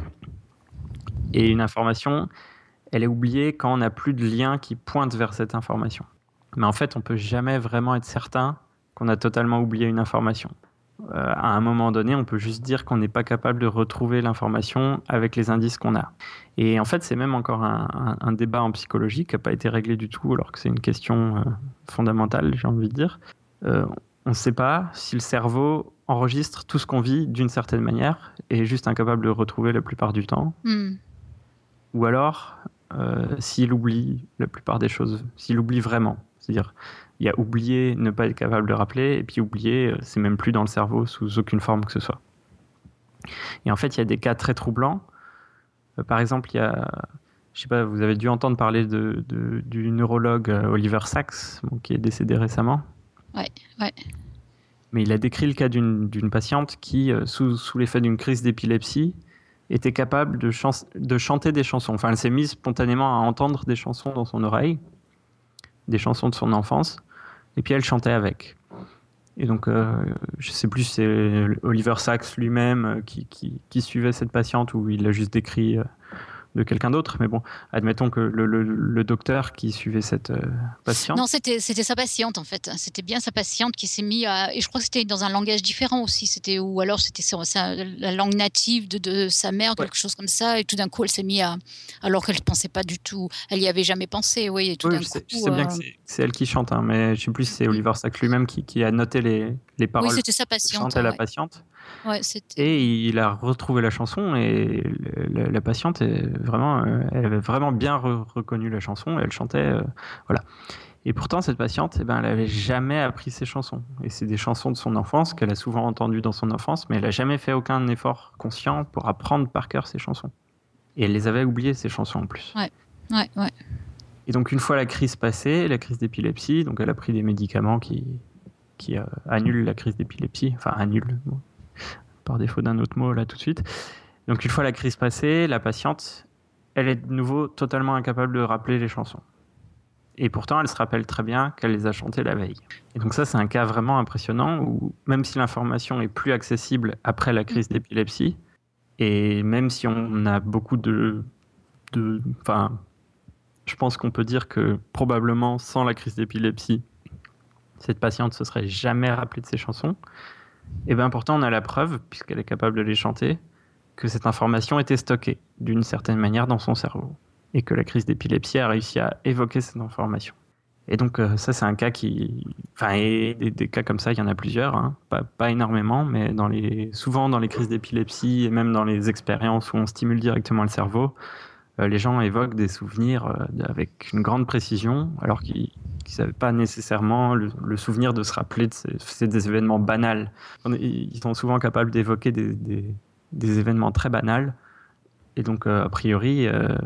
Speaker 5: Et une information, elle est oubliée quand on n'a plus de lien qui pointe vers cette information. Mais en fait, on ne peut jamais vraiment être certain qu'on a totalement oublié une information. À un moment donné, on peut juste dire qu'on n'est pas capable de retrouver l'information avec les indices qu'on a. Et en fait, c'est même encore un débat en psychologie qui n'a pas été réglé du tout, alors que c'est une question fondamentale, j'ai envie de dire. On ne sait pas si le cerveau enregistre tout ce qu'on vit d'une certaine manière et est juste incapable de le retrouver la plupart du temps. Ou alors, s'il oublie la plupart des choses, s'il oublie vraiment. C'est-à-dire, il y a oublié, ne pas être capable de rappeler, et puis oublier, c'est même plus dans le cerveau sous aucune forme que ce soit. Et en fait, il y a des cas très troublants. Par exemple, il Je sais pas, vous avez dû entendre parler du neurologue Oliver Sacks, qui est décédé récemment.
Speaker 4: Ouais.
Speaker 5: Mais il a décrit le cas d'une patiente qui, sous l'effet d'une crise d'épilepsie, était capable de chanter des chansons. Enfin, elle s'est mise spontanément à entendre des chansons dans son oreille, des chansons de son enfance, et puis elle chantait avec. Et donc, je sais plus si c'est Oliver Sacks lui-même qui suivait cette patiente ou il l'a juste décrit de quelqu'un d'autre, mais bon, admettons que le docteur qui suivait cette patiente...
Speaker 4: Non, c'était sa patiente, en fait. C'était bien sa patiente qui s'est mise à... Et je crois que c'était dans un langage différent aussi, ou alors c'était la langue native de sa mère, quelque chose comme ça, et tout d'un coup, elle s'est mise à... Alors qu'elle ne pensait pas du tout... Elle n'y avait jamais pensé, oui, et tout d'un coup...
Speaker 5: Je sais bien que c'est elle qui chante, hein, mais je ne sais plus si c'est Oliver Sacks lui-même qui a noté les paroles.
Speaker 4: Oui, c'était sa patiente.
Speaker 5: Chantait la patiente.
Speaker 4: Ouais,
Speaker 5: et il a retrouvé la chanson et la patiente elle avait vraiment bien reconnu la chanson et elle chantait, voilà. Et pourtant cette patiente, elle n'avait jamais appris ces chansons et c'est des chansons de son enfance qu'elle a souvent entendues dans son enfance, mais elle n'a jamais fait aucun effort conscient pour apprendre par cœur ces chansons et elle les avait oubliées, ces chansons en plus.
Speaker 4: Ouais.
Speaker 5: Et donc une fois la crise passée, la crise d'épilepsie, donc elle a pris des médicaments qui annulent la crise d'épilepsie, enfin annulent, par défaut d'un autre mot là tout de suite. Donc une fois la crise passée, la patiente, elle est de nouveau totalement incapable de rappeler les chansons. Et pourtant, elle se rappelle très bien qu'elle les a chantées la veille. Et donc ça, c'est un cas vraiment impressionnant où même si l'information est plus accessible après la crise d'épilepsie, et même si on a beaucoup enfin, je pense qu'on peut dire que probablement sans la crise d'épilepsie, cette patiente se serait jamais rappelée de ses chansons. Et bien pourtant, on a la preuve, puisqu'elle est capable de les chanter, que cette information était stockée d'une certaine manière dans son cerveau et que la crise d'épilepsie a réussi à évoquer cette information. Et donc ça, c'est un cas et des cas comme ça, il y en a plusieurs, hein. Pas énormément, mais souvent dans les crises d'épilepsie et même dans les expériences où on stimule directement le cerveau, les gens évoquent des souvenirs avec une grande précision, alors qu'ils n'avaient pas nécessairement le souvenir de se rappeler de ces événements banals. Ils sont souvent capables d'évoquer des événements très banals. Et donc, a priori,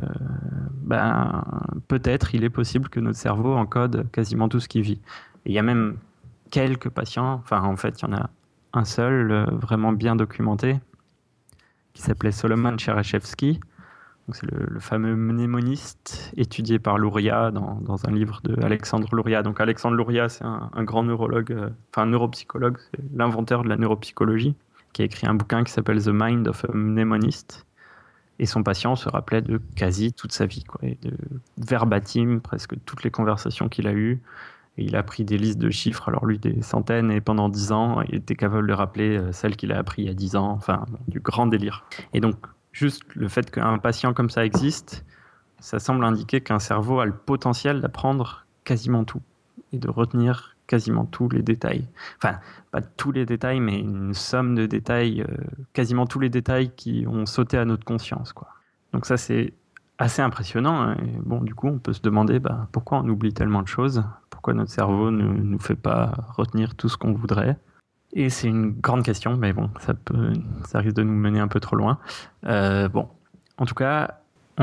Speaker 5: peut-être il est possible que notre cerveau encode quasiment tout ce qu'il vit. Et il y a même quelques patients, enfin en fait, il y en a un seul vraiment bien documenté, qui s'appelait Solomon Chereshevsky. Donc, c'est le fameux mnémoniste étudié par Luria dans un livre de Alexandre Luria. Donc Alexandre Luria, c'est un grand neurologue, un neuropsychologue, c'est l'inventeur de la neuropsychologie, qui a écrit un bouquin qui s'appelle The Mind of a Mnemonist. Et son patient se rappelait de quasi toute sa vie, quoi, et de verbatim presque toutes les conversations qu'il a eues. Et il a pris des listes de chiffres, alors lui des centaines, et pendant 10 ans, il était capable de rappeler celles qu'il a appris il y a 10 ans, enfin, du grand délire. Et donc, juste le fait qu'un patient comme ça existe, ça semble indiquer qu'un cerveau a le potentiel d'apprendre quasiment tout et de retenir quasiment tous les détails. Enfin, pas tous les détails, mais une somme de détails, quasiment tous les détails qui ont sauté à notre conscience, quoi. Donc ça, c'est assez impressionnant. Hein. Et bon, du coup, on peut se demander pourquoi on oublie tellement de choses, pourquoi notre cerveau ne nous fait pas retenir tout ce qu'on voudrait. Et c'est une grande question, mais bon, ça risque de nous mener un peu trop loin. En tout cas,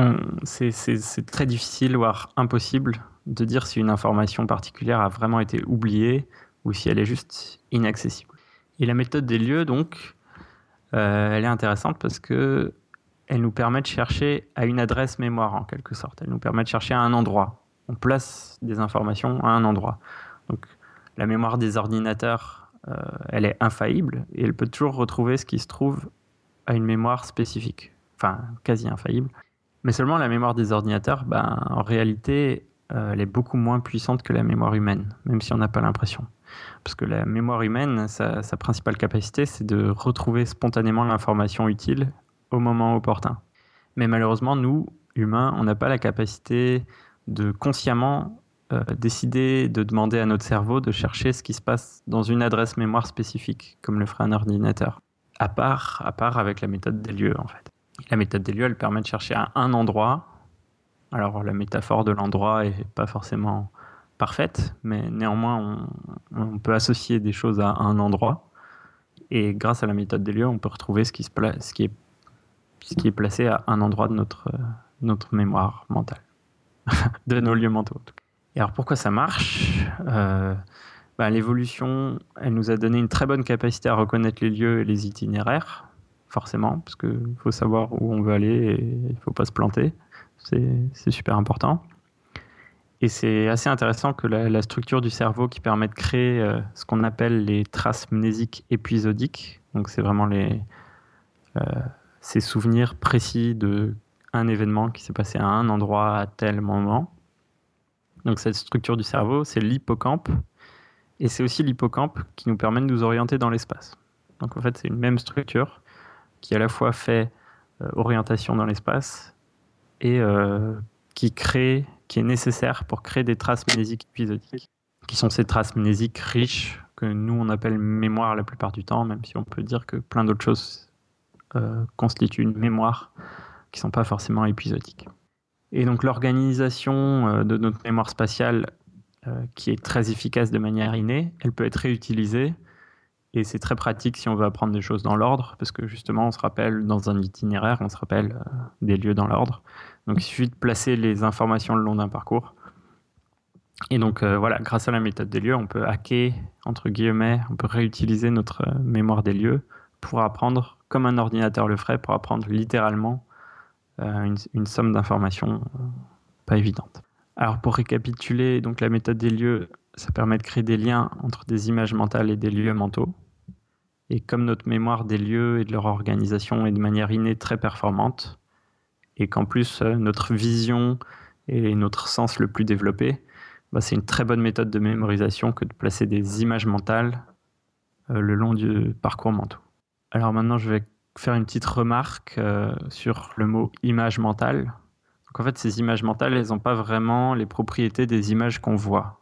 Speaker 5: c'est très difficile, voire impossible, de dire si une information particulière a vraiment été oubliée ou si elle est juste inaccessible. Et la méthode des lieux, donc, elle est intéressante parce que elle nous permet de chercher à une adresse mémoire, en quelque sorte. Elle nous permet de chercher à un endroit. On place des informations à un endroit. Donc, la mémoire des ordinateurs, elle est infaillible et elle peut toujours retrouver ce qui se trouve à une mémoire spécifique. Enfin, quasi infaillible. Mais seulement la mémoire des ordinateurs, en réalité, elle est beaucoup moins puissante que la mémoire humaine, même si on n'a pas l'impression. Parce que la mémoire humaine, sa principale capacité, c'est de retrouver spontanément l'information utile au moment opportun. Mais malheureusement, nous, humains, on n'a pas la capacité de consciemment décider de demander à notre cerveau de chercher ce qui se passe dans une adresse mémoire spécifique, comme le ferait un ordinateur. À part avec la méthode des lieux, en fait. La méthode des lieux, elle permet de chercher à un endroit. Alors, la métaphore de l'endroit est pas forcément parfaite, mais néanmoins, on peut associer des choses à un endroit. Et grâce à la méthode des lieux, on peut retrouver ce qui est placé à un endroit de notre mémoire mentale, de nos lieux mentaux. En tout cas. Et alors pourquoi ça marche l'évolution, elle nous a donné une très bonne capacité à reconnaître les lieux et les itinéraires, forcément, parce qu'il faut savoir où on veut aller et il ne faut pas se planter. C'est super important. Et c'est assez intéressant que la structure du cerveau qui permet de créer ce qu'on appelle les traces mnésiques épisodiques, donc c'est vraiment ces souvenirs précis d'un événement qui s'est passé à un endroit à tel moment. Donc cette structure du cerveau, c'est l'hippocampe. Et c'est aussi l'hippocampe qui nous permet de nous orienter dans l'espace. Donc en fait, c'est une même structure qui à la fois fait orientation dans l'espace et qui est nécessaire pour créer des traces mnésiques épisodiques, qui sont ces traces mnésiques riches que nous on appelle mémoire la plupart du temps, même si on peut dire que plein d'autres choses constituent une mémoire qui ne sont pas forcément épisodiques. Et donc l'organisation de notre mémoire spatiale, qui est très efficace de manière innée, elle peut être réutilisée et c'est très pratique si on veut apprendre des choses dans l'ordre, parce que justement on se rappelle dans un itinéraire, on se rappelle des lieux dans l'ordre. Donc il suffit de placer les informations le long d'un parcours. Et donc grâce à la méthode des lieux, on peut hacker, entre guillemets, on peut réutiliser notre mémoire des lieux pour apprendre, comme un ordinateur le ferait, pour apprendre littéralement une somme d'informations pas évidente. Alors pour récapituler, donc la méthode des lieux, ça permet de créer des liens entre des images mentales et des lieux mentaux. Et comme notre mémoire des lieux et de leur organisation est de manière innée très performante, et qu'en plus notre vision est notre sens le plus développé, c'est une très bonne méthode de mémorisation que de placer des images mentales le long du parcours mental. Alors maintenant, je vais faire une petite remarque sur le mot image mentale. Donc en fait, ces images mentales, elles n'ont pas vraiment les propriétés des images qu'on voit.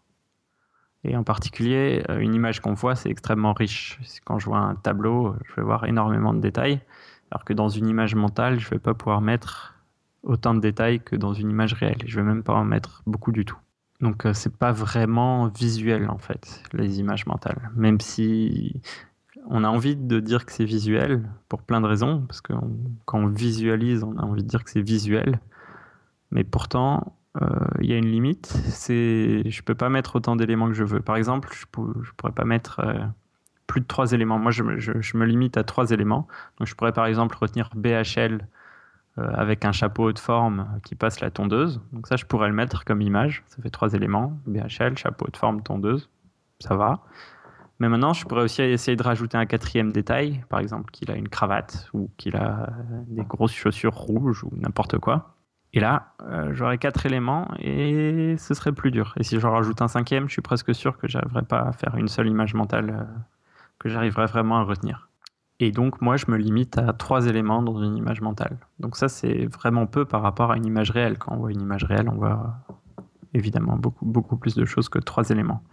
Speaker 5: Et en particulier, une image qu'on voit, c'est extrêmement riche. Quand je vois un tableau, je vais voir énormément de détails, alors que dans une image mentale, je ne vais pas pouvoir mettre autant de détails que dans une image réelle. Je ne vais même pas en mettre beaucoup du tout. Donc ce n'est pas vraiment visuel, en fait, les images mentales. Même si on a envie de dire que c'est visuel, pour plein de raisons, parce que quand on visualise, on a envie de dire que c'est visuel. Mais pourtant, il y a une limite, je ne peux pas mettre autant d'éléments que je veux. Par exemple, je ne pourrais pas mettre plus de 3 éléments. Moi, je me limite à 3 éléments. Donc, je pourrais par exemple retenir BHL avec un chapeau haute forme qui passe la tondeuse. Donc ça, je pourrais le mettre comme image. Ça fait 3 éléments. BHL, chapeau haute forme, tondeuse. Ça va. Mais maintenant, je pourrais aussi essayer de rajouter un 4e détail. Par exemple, qu'il a une cravate ou qu'il a des grosses chaussures rouges ou n'importe quoi. Et là, j'aurais 4 éléments et ce serait plus dur. Et si j'en rajoute un 5e, je suis presque sûr que je n'arriverais pas à faire une seule image mentale que j'arriverais vraiment à retenir. Et donc, moi, je me limite à 3 éléments dans une image mentale. Donc ça, c'est vraiment peu par rapport à une image réelle. Quand on voit une image réelle, on voit évidemment beaucoup plus de choses que 3 éléments.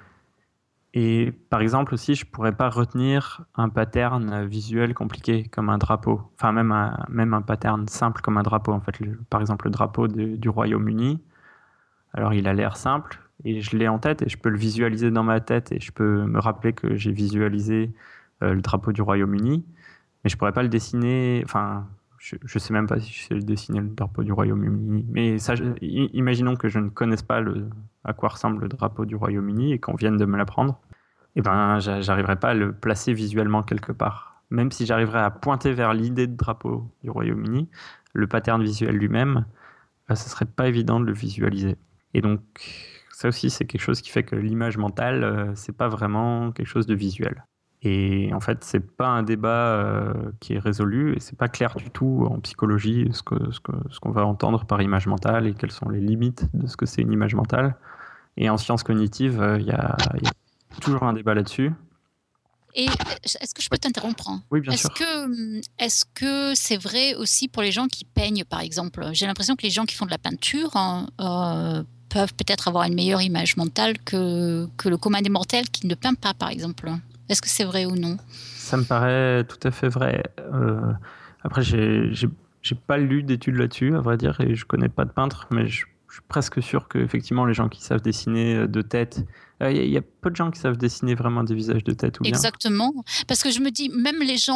Speaker 5: Et par exemple aussi, je ne pourrais pas retenir un pattern visuel compliqué comme un drapeau. Enfin, même un pattern simple comme un drapeau. En fait, par exemple, le drapeau du Royaume-Uni. Alors, il a l'air simple et je l'ai en tête et je peux le visualiser dans ma tête et je peux me rappeler que j'ai visualisé le drapeau du Royaume-Uni. Mais je ne pourrais pas le dessiner. Enfin, je ne sais même pas si je sais dessiner le drapeau du Royaume-Uni. Mais ça, imaginons que je ne connaisse pas à quoi ressemble le drapeau du Royaume-Uni et qu'on vienne de me l'apprendre. Eh ben, j'arriverai pas à le placer visuellement quelque part. Même si j'arriverais à pointer vers l'idée de drapeau du Royaume-Uni, le pattern visuel lui-même, ce serait pas évident de le visualiser. Et donc, ça aussi, c'est quelque chose qui fait que l'image mentale, c'est pas vraiment quelque chose de visuel. Et en fait, c'est pas un débat qui est résolu et c'est pas clair du tout en psychologie ce qu'on va entendre par image mentale et quelles sont les limites de ce que c'est une image mentale. Et en sciences cognitives, il y a toujours un débat là-dessus.
Speaker 4: Et est-ce que je peux t'interrompre ?
Speaker 5: Oui, bien sûr.
Speaker 4: Est-ce que c'est vrai aussi pour les gens qui peignent, par exemple ? J'ai l'impression que les gens qui font de la peinture peuvent peut-être avoir une meilleure image mentale que le commun des mortels qui ne peint pas, par exemple. Est-ce que c'est vrai ou non ?
Speaker 5: Ça me paraît tout à fait vrai. Après, j'ai pas lu d'études là-dessus, à vrai dire, et je connais pas de peintre, mais je suis presque sûr qu'effectivement, les gens qui savent dessiner de tête... Il y a peu de gens qui savent dessiner vraiment des visages de tête, ou bien ?
Speaker 4: Exactement. Parce que je me dis, même les gens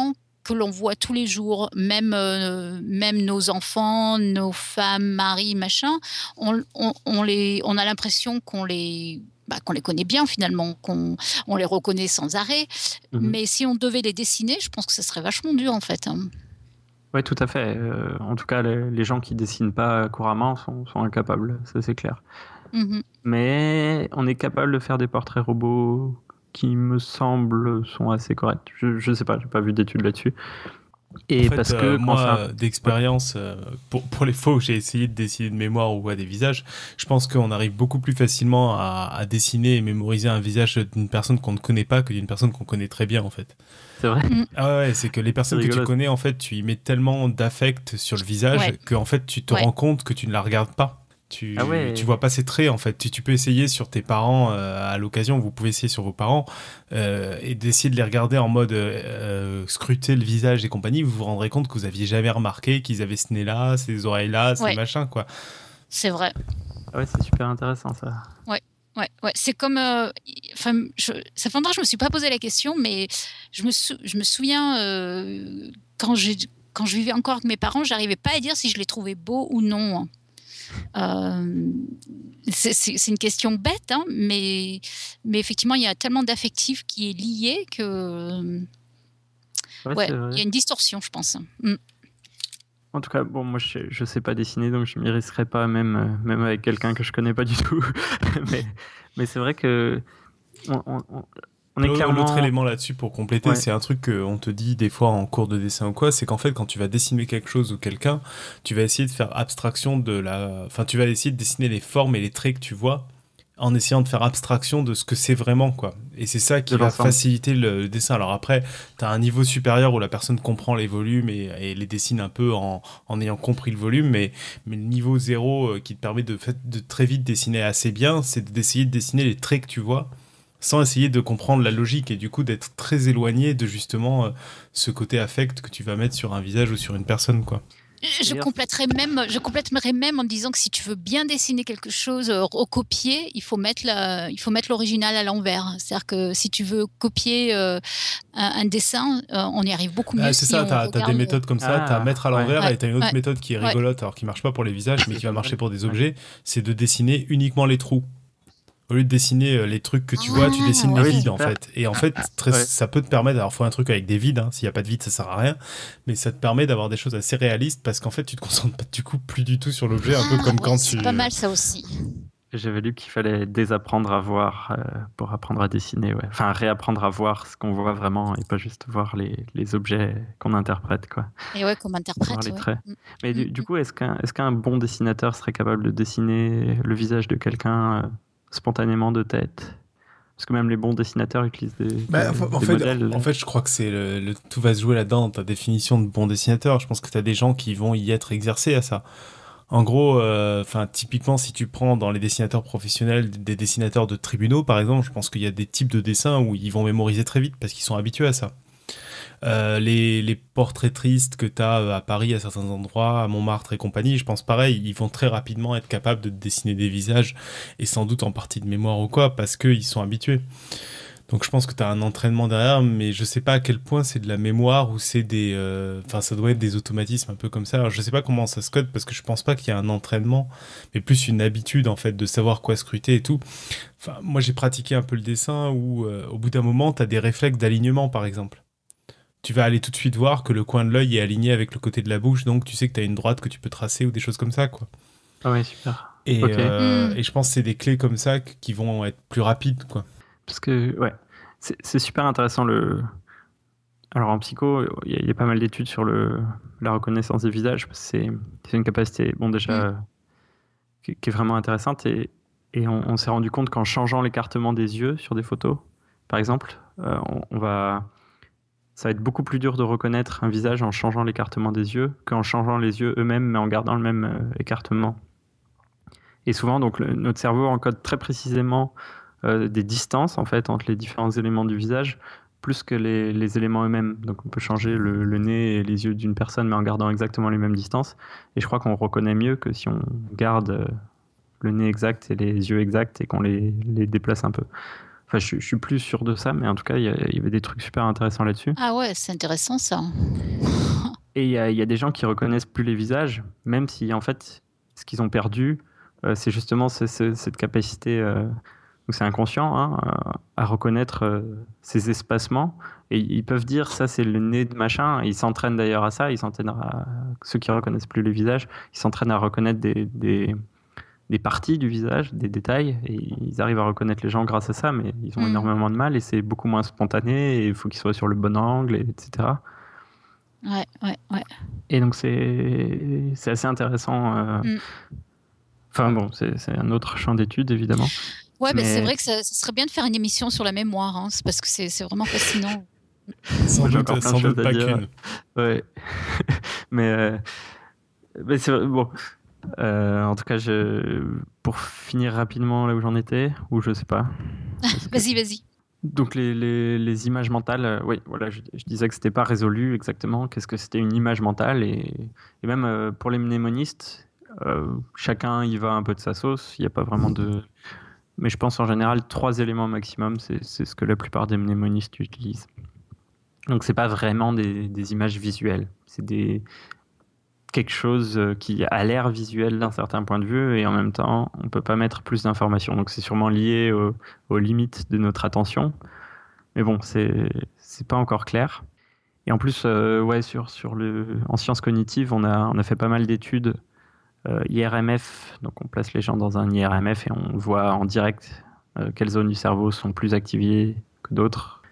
Speaker 4: que l'on voit tous les jours, même nos enfants, nos femmes, maris, machin, on a l'impression qu'on les connaît bien finalement, qu'on les reconnaît sans arrêt. Mais si on devait les dessiner, je pense que ce serait vachement dur en fait.
Speaker 5: Oui, tout à fait. En tout cas, les gens qui dessinent pas couramment sont incapables, ça c'est clair. Mais on est capable de faire des portraits robots qui me semblent sont assez corrects. Je sais pas, j'ai pas vu d'études là-dessus.
Speaker 1: Et en fait, parce que moi, d'expérience, pour les fois où j'ai essayé de dessiner de mémoire ou des visages, je pense qu'on arrive beaucoup plus facilement à dessiner et mémoriser un visage d'une personne qu'on ne connaît pas que d'une personne qu'on connaît très bien en fait.
Speaker 5: C'est vrai.
Speaker 1: Ah ouais, c'est que les personnes que tu connais, en fait, tu y mets tellement d'affect sur le visage que en fait, tu te rends compte que tu ne la regardes pas. Tu vois pas ses traits en fait. Tu peux essayer sur tes parents à l'occasion, vous pouvez essayer sur vos parents et d'essayer de les regarder en mode scruter le visage et compagnie. Vous vous rendrez compte que vous aviez jamais remarqué qu'ils avaient ce nez là, ces oreilles là, ces machins quoi. C'est
Speaker 4: vrai.
Speaker 5: Ouais, c'est super intéressant ça.
Speaker 4: Ouais. C'est comme. Ça fait longtemps que je me suis pas posé la question, mais je me souviens quand je vivais encore avec mes parents, j'arrivais pas à dire si je les trouvais beaux ou non. C'est une question bête, hein, mais effectivement, il y a tellement d'affectif qui est lié que il y a une distorsion, je pense.
Speaker 5: En tout cas, bon, moi, je sais pas dessiner, donc je m'y risquerai pas, même avec quelqu'un que je connais pas du tout. mais c'est vrai que on est clairement...
Speaker 1: L'autre élément là-dessus pour compléter, c'est un truc qu'on te dit des fois en cours de dessin ou quoi, c'est qu'en fait, quand tu vas dessiner quelque chose ou quelqu'un, tu vas essayer de faire abstraction tu vas essayer de dessiner les formes et les traits que tu vois en essayant de faire abstraction de ce que c'est vraiment, quoi. Et c'est ça qui va faciliter le dessin. Alors après, t'as un niveau supérieur où la personne comprend les volumes et les dessine un peu en ayant compris le volume, mais le niveau 0 qui te permet de très vite dessiner assez bien, c'est d'essayer de dessiner les traits que tu vois, sans essayer de comprendre la logique et du coup d'être très éloigné de justement ce côté affect que tu vas mettre sur un visage ou sur une personne, quoi.
Speaker 4: Je compléterais même en disant que si tu veux bien dessiner quelque chose, recopier, il faut mettre l'original à l'envers. C'est-à-dire que si tu veux copier un dessin, on y arrive beaucoup mieux.
Speaker 1: C'est ça, t'as des méthodes comme ça, t'as mettre à l'envers et t'as une autre méthode qui est rigolote, alors qui marche pas pour les visages, mais qui va marcher pour des objets, c'est de dessiner uniquement les trous. Au lieu de dessiner les trucs que tu vois, tu dessines les vides en fait. Et en fait, ça peut te permettre, alors faut un truc avec des vides, hein. S'il n'y a pas de vide, ça sert à rien, mais ça te permet d'avoir des choses assez réalistes parce qu'en fait, tu te concentres pas du coup plus du tout sur l'objet, un peu comme quand tu...
Speaker 4: C'est pas mal ça aussi.
Speaker 5: J'avais lu qu'il fallait désapprendre à voir pour apprendre à dessiner, Enfin, réapprendre à voir ce qu'on voit vraiment et pas juste voir les objets qu'on interprète, quoi.
Speaker 4: Et qu'on interprète,
Speaker 5: voir les traits. Mais du coup, est-ce qu'un bon dessinateur serait capable de dessiner le visage de quelqu'un spontanément de tête? Parce que même les bons dessinateurs utilisent des modèles.
Speaker 1: En fait, je crois que tout va se jouer là-dedans, dans ta définition de bon dessinateur. Je pense que tu as des gens qui vont y être exercés à ça. En gros, typiquement, si tu prends dans les dessinateurs professionnels des dessinateurs de tribunaux, par exemple, je pense qu'il y a des types de dessins où ils vont mémoriser très vite parce qu'ils sont habitués à ça. Les portraitristes que tu as à Paris à certains endroits, à Montmartre et compagnie, je pense pareil, ils vont très rapidement être capables de dessiner des visages et sans doute en partie de mémoire ou quoi parce qu'ils sont habitués. Donc je pense que tu as un entraînement derrière, mais je sais pas à quel point c'est de la mémoire ou c'est des... ça doit être des automatismes un peu comme ça. Alors je sais pas comment ça se code parce que je pense pas qu'il y a un entraînement, mais plus une habitude en fait de savoir quoi scruter et tout. Enfin, moi j'ai pratiqué un peu le dessin où au bout d'un moment tu as des réflexes d'alignement par exemple. Tu vas aller tout de suite voir que le coin de l'œil est aligné avec le côté de la bouche, donc tu sais que tu as une droite que tu peux tracer ou des choses comme ça, quoi.
Speaker 5: Ah ouais, super.
Speaker 1: Et, et je pense que c'est des clés comme ça qui vont être plus rapides, quoi.
Speaker 5: Parce que, c'est super intéressant. Alors en psycho, il y a pas mal d'études sur la reconnaissance des visages. C'est une capacité, déjà, qui est vraiment intéressante. Et on s'est rendu compte qu'en changeant l'écartement des yeux sur des photos, par exemple, ça va être beaucoup plus dur de reconnaître un visage en changeant l'écartement des yeux qu'en changeant les yeux eux-mêmes, mais en gardant le même écartement. Et souvent, donc, notre cerveau encode très précisément des distances en fait, entre les différents éléments du visage, plus que les éléments eux-mêmes. Donc on peut changer le nez et les yeux d'une personne, mais en gardant exactement les mêmes distances. Et je crois qu'on reconnaît mieux que si on garde le nez exact et les yeux exacts et qu'on les déplace un peu. Enfin, je suis plus sûr de ça, mais en tout cas, il y avait des trucs super intéressants là-dessus.
Speaker 4: Ah ouais, c'est intéressant ça.
Speaker 5: Et il y a des gens qui reconnaissent plus les visages, même si en fait, ce qu'ils ont perdu, c'est justement cette capacité, donc c'est inconscient, hein, à reconnaître ces espacements. Et ils peuvent dire ça, c'est le nez de machin. Et ils s'entraînent d'ailleurs à ça. Ceux qui reconnaissent plus les visages, ils s'entraînent à reconnaître des parties du visage, des détails. Et ils arrivent à reconnaître les gens grâce à ça, mais ils ont énormément de mal et c'est beaucoup moins spontané. Et il faut qu'ils soient sur le bon angle, etc.
Speaker 4: Ouais.
Speaker 5: Et donc c'est assez intéressant. Enfin bon, c'est un autre champ d'études évidemment.
Speaker 4: Ouais, mais c'est vrai que ça serait bien de faire une émission sur la mémoire, hein, c'est parce que c'est vraiment fascinant.
Speaker 1: Sans doute pas qu'une.
Speaker 5: Ouais. mais c'est vrai, bon. En tout cas, pour finir rapidement là où j'en étais, ou je sais pas.
Speaker 4: Vas-y.
Speaker 5: Donc les images mentales, oui, voilà, je disais que c'était pas résolu exactement. Qu'est-ce que c'était une image mentale et même pour les mnémonistes, chacun y va un peu de sa sauce. Il n'y a pas vraiment de. Mais je pense en général 3 éléments maximum, c'est ce que la plupart des mnémonistes utilisent. Donc c'est pas vraiment des images visuelles, c'est quelque chose qui a l'air visuel d'un certain point de vue et en même temps on peut pas mettre plus d'informations. Donc c'est sûrement lié aux limites de notre attention. Mais bon, c'est pas encore clair. Et en plus, ouais, en sciences cognitives, on a fait pas mal d'études IRMF. Donc on place les gens dans un IRMF et on voit en direct quelles zones du cerveau sont plus activées que d'autres.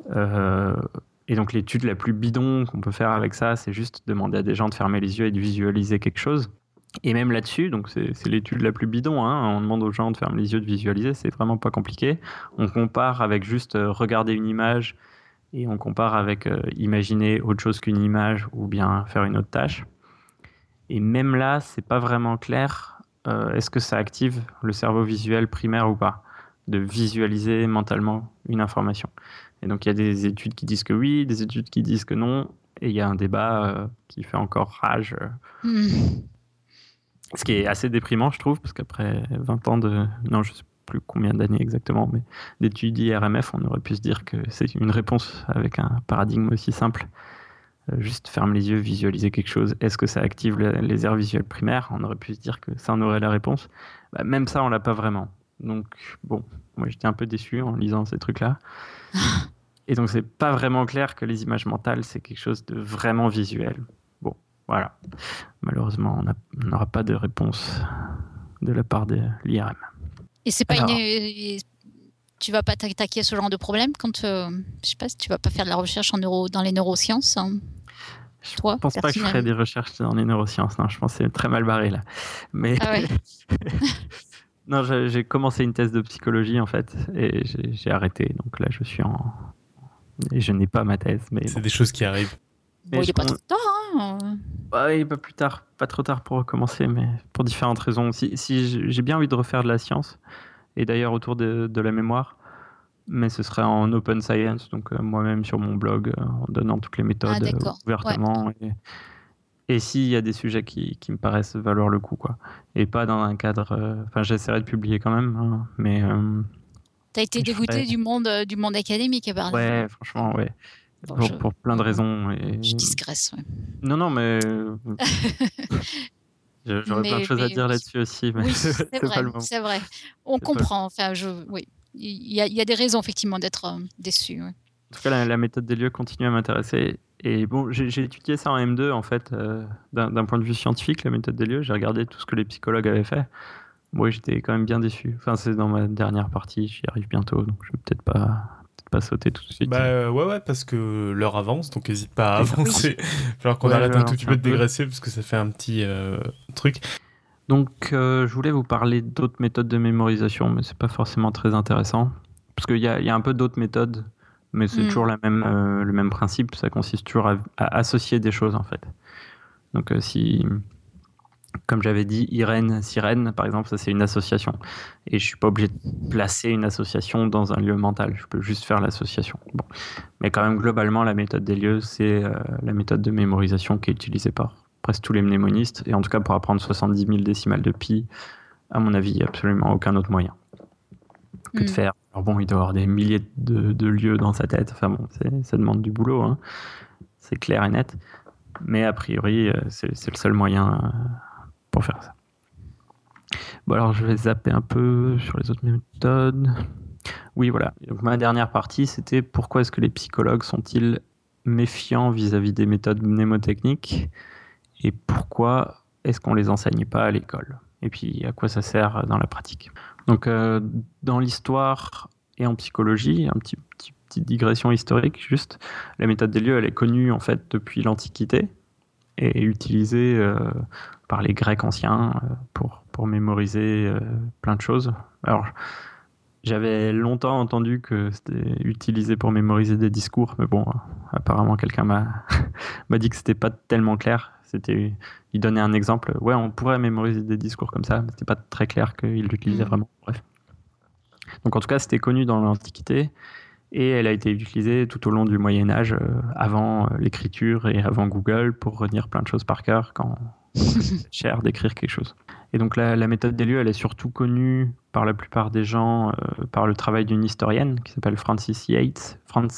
Speaker 5: Et donc l'étude la plus bidon qu'on peut faire avec ça, c'est juste demander à des gens de fermer les yeux et de visualiser quelque chose. Et même là-dessus, donc c'est l'étude la plus bidon, hein, on demande aux gens de fermer les yeux, de visualiser, c'est vraiment pas compliqué. On compare avec juste regarder une image et on compare avec imaginer autre chose qu'une image ou bien faire une autre tâche. Et même là, c'est pas vraiment clair. Est-ce que ça active le cerveau visuel primaire ou pas, de visualiser mentalement une information? Et donc il y a des études qui disent que oui, des études qui disent que non, et il y a un débat qui fait encore rage. Ce qui est assez déprimant, je trouve, parce qu'après 20 ans non, je ne sais plus combien d'années exactement, mais d'études IRMF, on aurait pu se dire que c'est une réponse avec un paradigme aussi simple. Juste ferme les yeux, visualiser quelque chose. Est-ce que ça active les aires visuelles primaires? On aurait pu se dire que ça, on aurait la réponse. Bah, même ça, on l'a pas vraiment. Donc, bon, moi, j'étais un peu déçu en lisant ces trucs-là. Et donc, c'est pas vraiment clair que les images mentales, c'est quelque chose de vraiment visuel. Bon, voilà. Malheureusement, on n'aura pas de réponse de la part de l'IRM.
Speaker 4: Et c'est pas tu vas pas t'attaquer à ce genre de problème quand je sais pas si tu vas pas faire de la recherche dans les neurosciences, hein, toi,
Speaker 5: je pense pas que je ferais des recherches dans les neurosciences. Non, je pense que c'est très mal barré là. Mais non, j'ai commencé une thèse de psychologie en fait et j'ai arrêté. Donc là, je suis et je n'ai pas ma thèse. Mais
Speaker 1: c'est des choses qui arrivent.
Speaker 4: Bon, il n'est pas trop tard. Hein.
Speaker 5: Ouais, il n'est pas trop tard pour recommencer, mais pour différentes raisons. Si j'ai bien envie de refaire de la science. Et d'ailleurs autour de la mémoire, mais ce serait en open science, donc moi-même sur mon blog, en donnant toutes les méthodes ouvertement. Ouais. Et s'il y a des sujets qui me paraissent valoir le coup, quoi. Et pas dans un cadre... Enfin, j'essaierai de publier quand même, hein, mais...
Speaker 4: T'as été dégoûté du monde académique, à part.
Speaker 5: Ouais, franchement, ouais. Bon, pour plein de raisons.
Speaker 4: Je digresse, ouais.
Speaker 5: Non, mais... J'aurais plein de choses à dire là-dessus aussi. Mais
Speaker 4: oui, c'est vrai. On comprend. Enfin, oui. Il y a des raisons, effectivement, d'être déçu. Ouais.
Speaker 5: En tout cas, la méthode des lieux continue à m'intéresser. Et bon, j'ai étudié ça en M2, en fait, d'un point de vue scientifique, la méthode des lieux. J'ai regardé tout ce que les psychologues avaient fait. Moi, j'étais quand même bien déçu. Enfin, c'est dans ma dernière partie, j'y arrive bientôt, donc je vais peut-être pas sauter tout de suite.
Speaker 1: Ouais, parce que l'heure avance, donc n'hésite pas à avancer. Il va falloir qu'on arrête un tout petit peu de dégraisser, parce que ça fait un petit truc.
Speaker 5: Donc, je voulais vous parler d'autres méthodes de mémorisation, mais c'est pas forcément très intéressant. Parce qu'il y a un peu d'autres méthodes, mais c'est toujours le même principe. Ça consiste toujours à associer des choses, en fait. Donc, comme j'avais dit, Irène, sirène, par exemple, ça c'est une association. Et je suis pas obligé de placer une association dans un lieu mental. Je peux juste faire l'association. Bon. Mais quand même, globalement, la méthode des lieux, c'est la méthode de mémorisation qui est utilisée par presque tous les mnémonistes. Et en tout cas, pour apprendre 70 000 décimales de pi, à mon avis, il n'y a absolument aucun autre moyen que de faire Alors bon, il doit avoir des milliers de lieux dans sa tête. Enfin bon, ça demande du boulot, hein. C'est clair et net. Mais a priori, c'est le seul moyen pour faire ça. Bon, alors je vais zapper un peu sur les autres méthodes. Oui, voilà. Donc ma dernière partie, c'était pourquoi est-ce que les psychologues sont-ils méfiants vis-à-vis des méthodes mnémotechniques et pourquoi est-ce qu'on les enseigne pas à l'école et puis à quoi ça sert dans la pratique. Donc dans l'histoire et en psychologie, petite digression historique juste, la méthode des lieux, elle est connue en fait depuis l'Antiquité et utilisée par les Grecs anciens pour mémoriser plein de choses. Alors j'avais longtemps entendu que c'était utilisé pour mémoriser des discours, mais bon, apparemment quelqu'un m'a dit que c'était pas tellement clair. Il donnait un exemple. Ouais, on pourrait mémoriser des discours comme ça, mais c'était pas très clair qu'il l'utilisait vraiment. Bref. Donc en tout cas, c'était connu dans l'Antiquité et elle a été utilisée tout au long du Moyen Âge, avant l'écriture et avant Google, pour retenir plein de choses par cœur quand c'est cher d'écrire quelque chose. Et donc la méthode des lieux, elle est surtout connue par la plupart des gens par le travail d'une historienne qui s'appelle Frances Yates.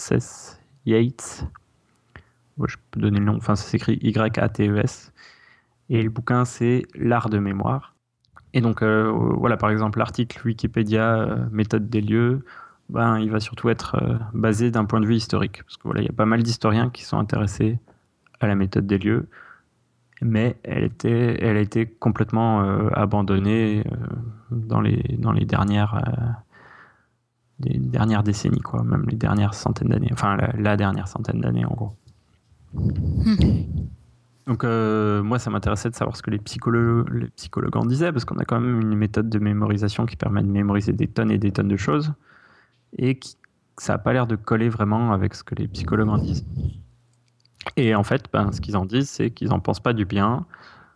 Speaker 5: Bon, je peux donner le nom, enfin ça s'écrit Y-A-T-E-S. Et le bouquin, c'est L'art de mémoire. Et donc voilà, par exemple, l'article Wikipédia méthode des lieux, il va surtout être basé d'un point de vue historique. Parce que voilà, il y a pas mal d'historiens qui sont intéressés à la méthode des lieux. Mais elle a été complètement abandonnée dans les dernières décennies, quoi, même les dernières centaines d'années, enfin la dernière centaine d'années en gros. Donc moi ça m'intéressait de savoir ce que les psychologues en disaient, parce qu'on a quand même une méthode de mémorisation qui permet de mémoriser des tonnes et des tonnes de choses, et ça n'a pas l'air de coller vraiment avec ce que les psychologues en disent. Et en fait, ce qu'ils en disent, c'est qu'ils n'en pensent pas du bien,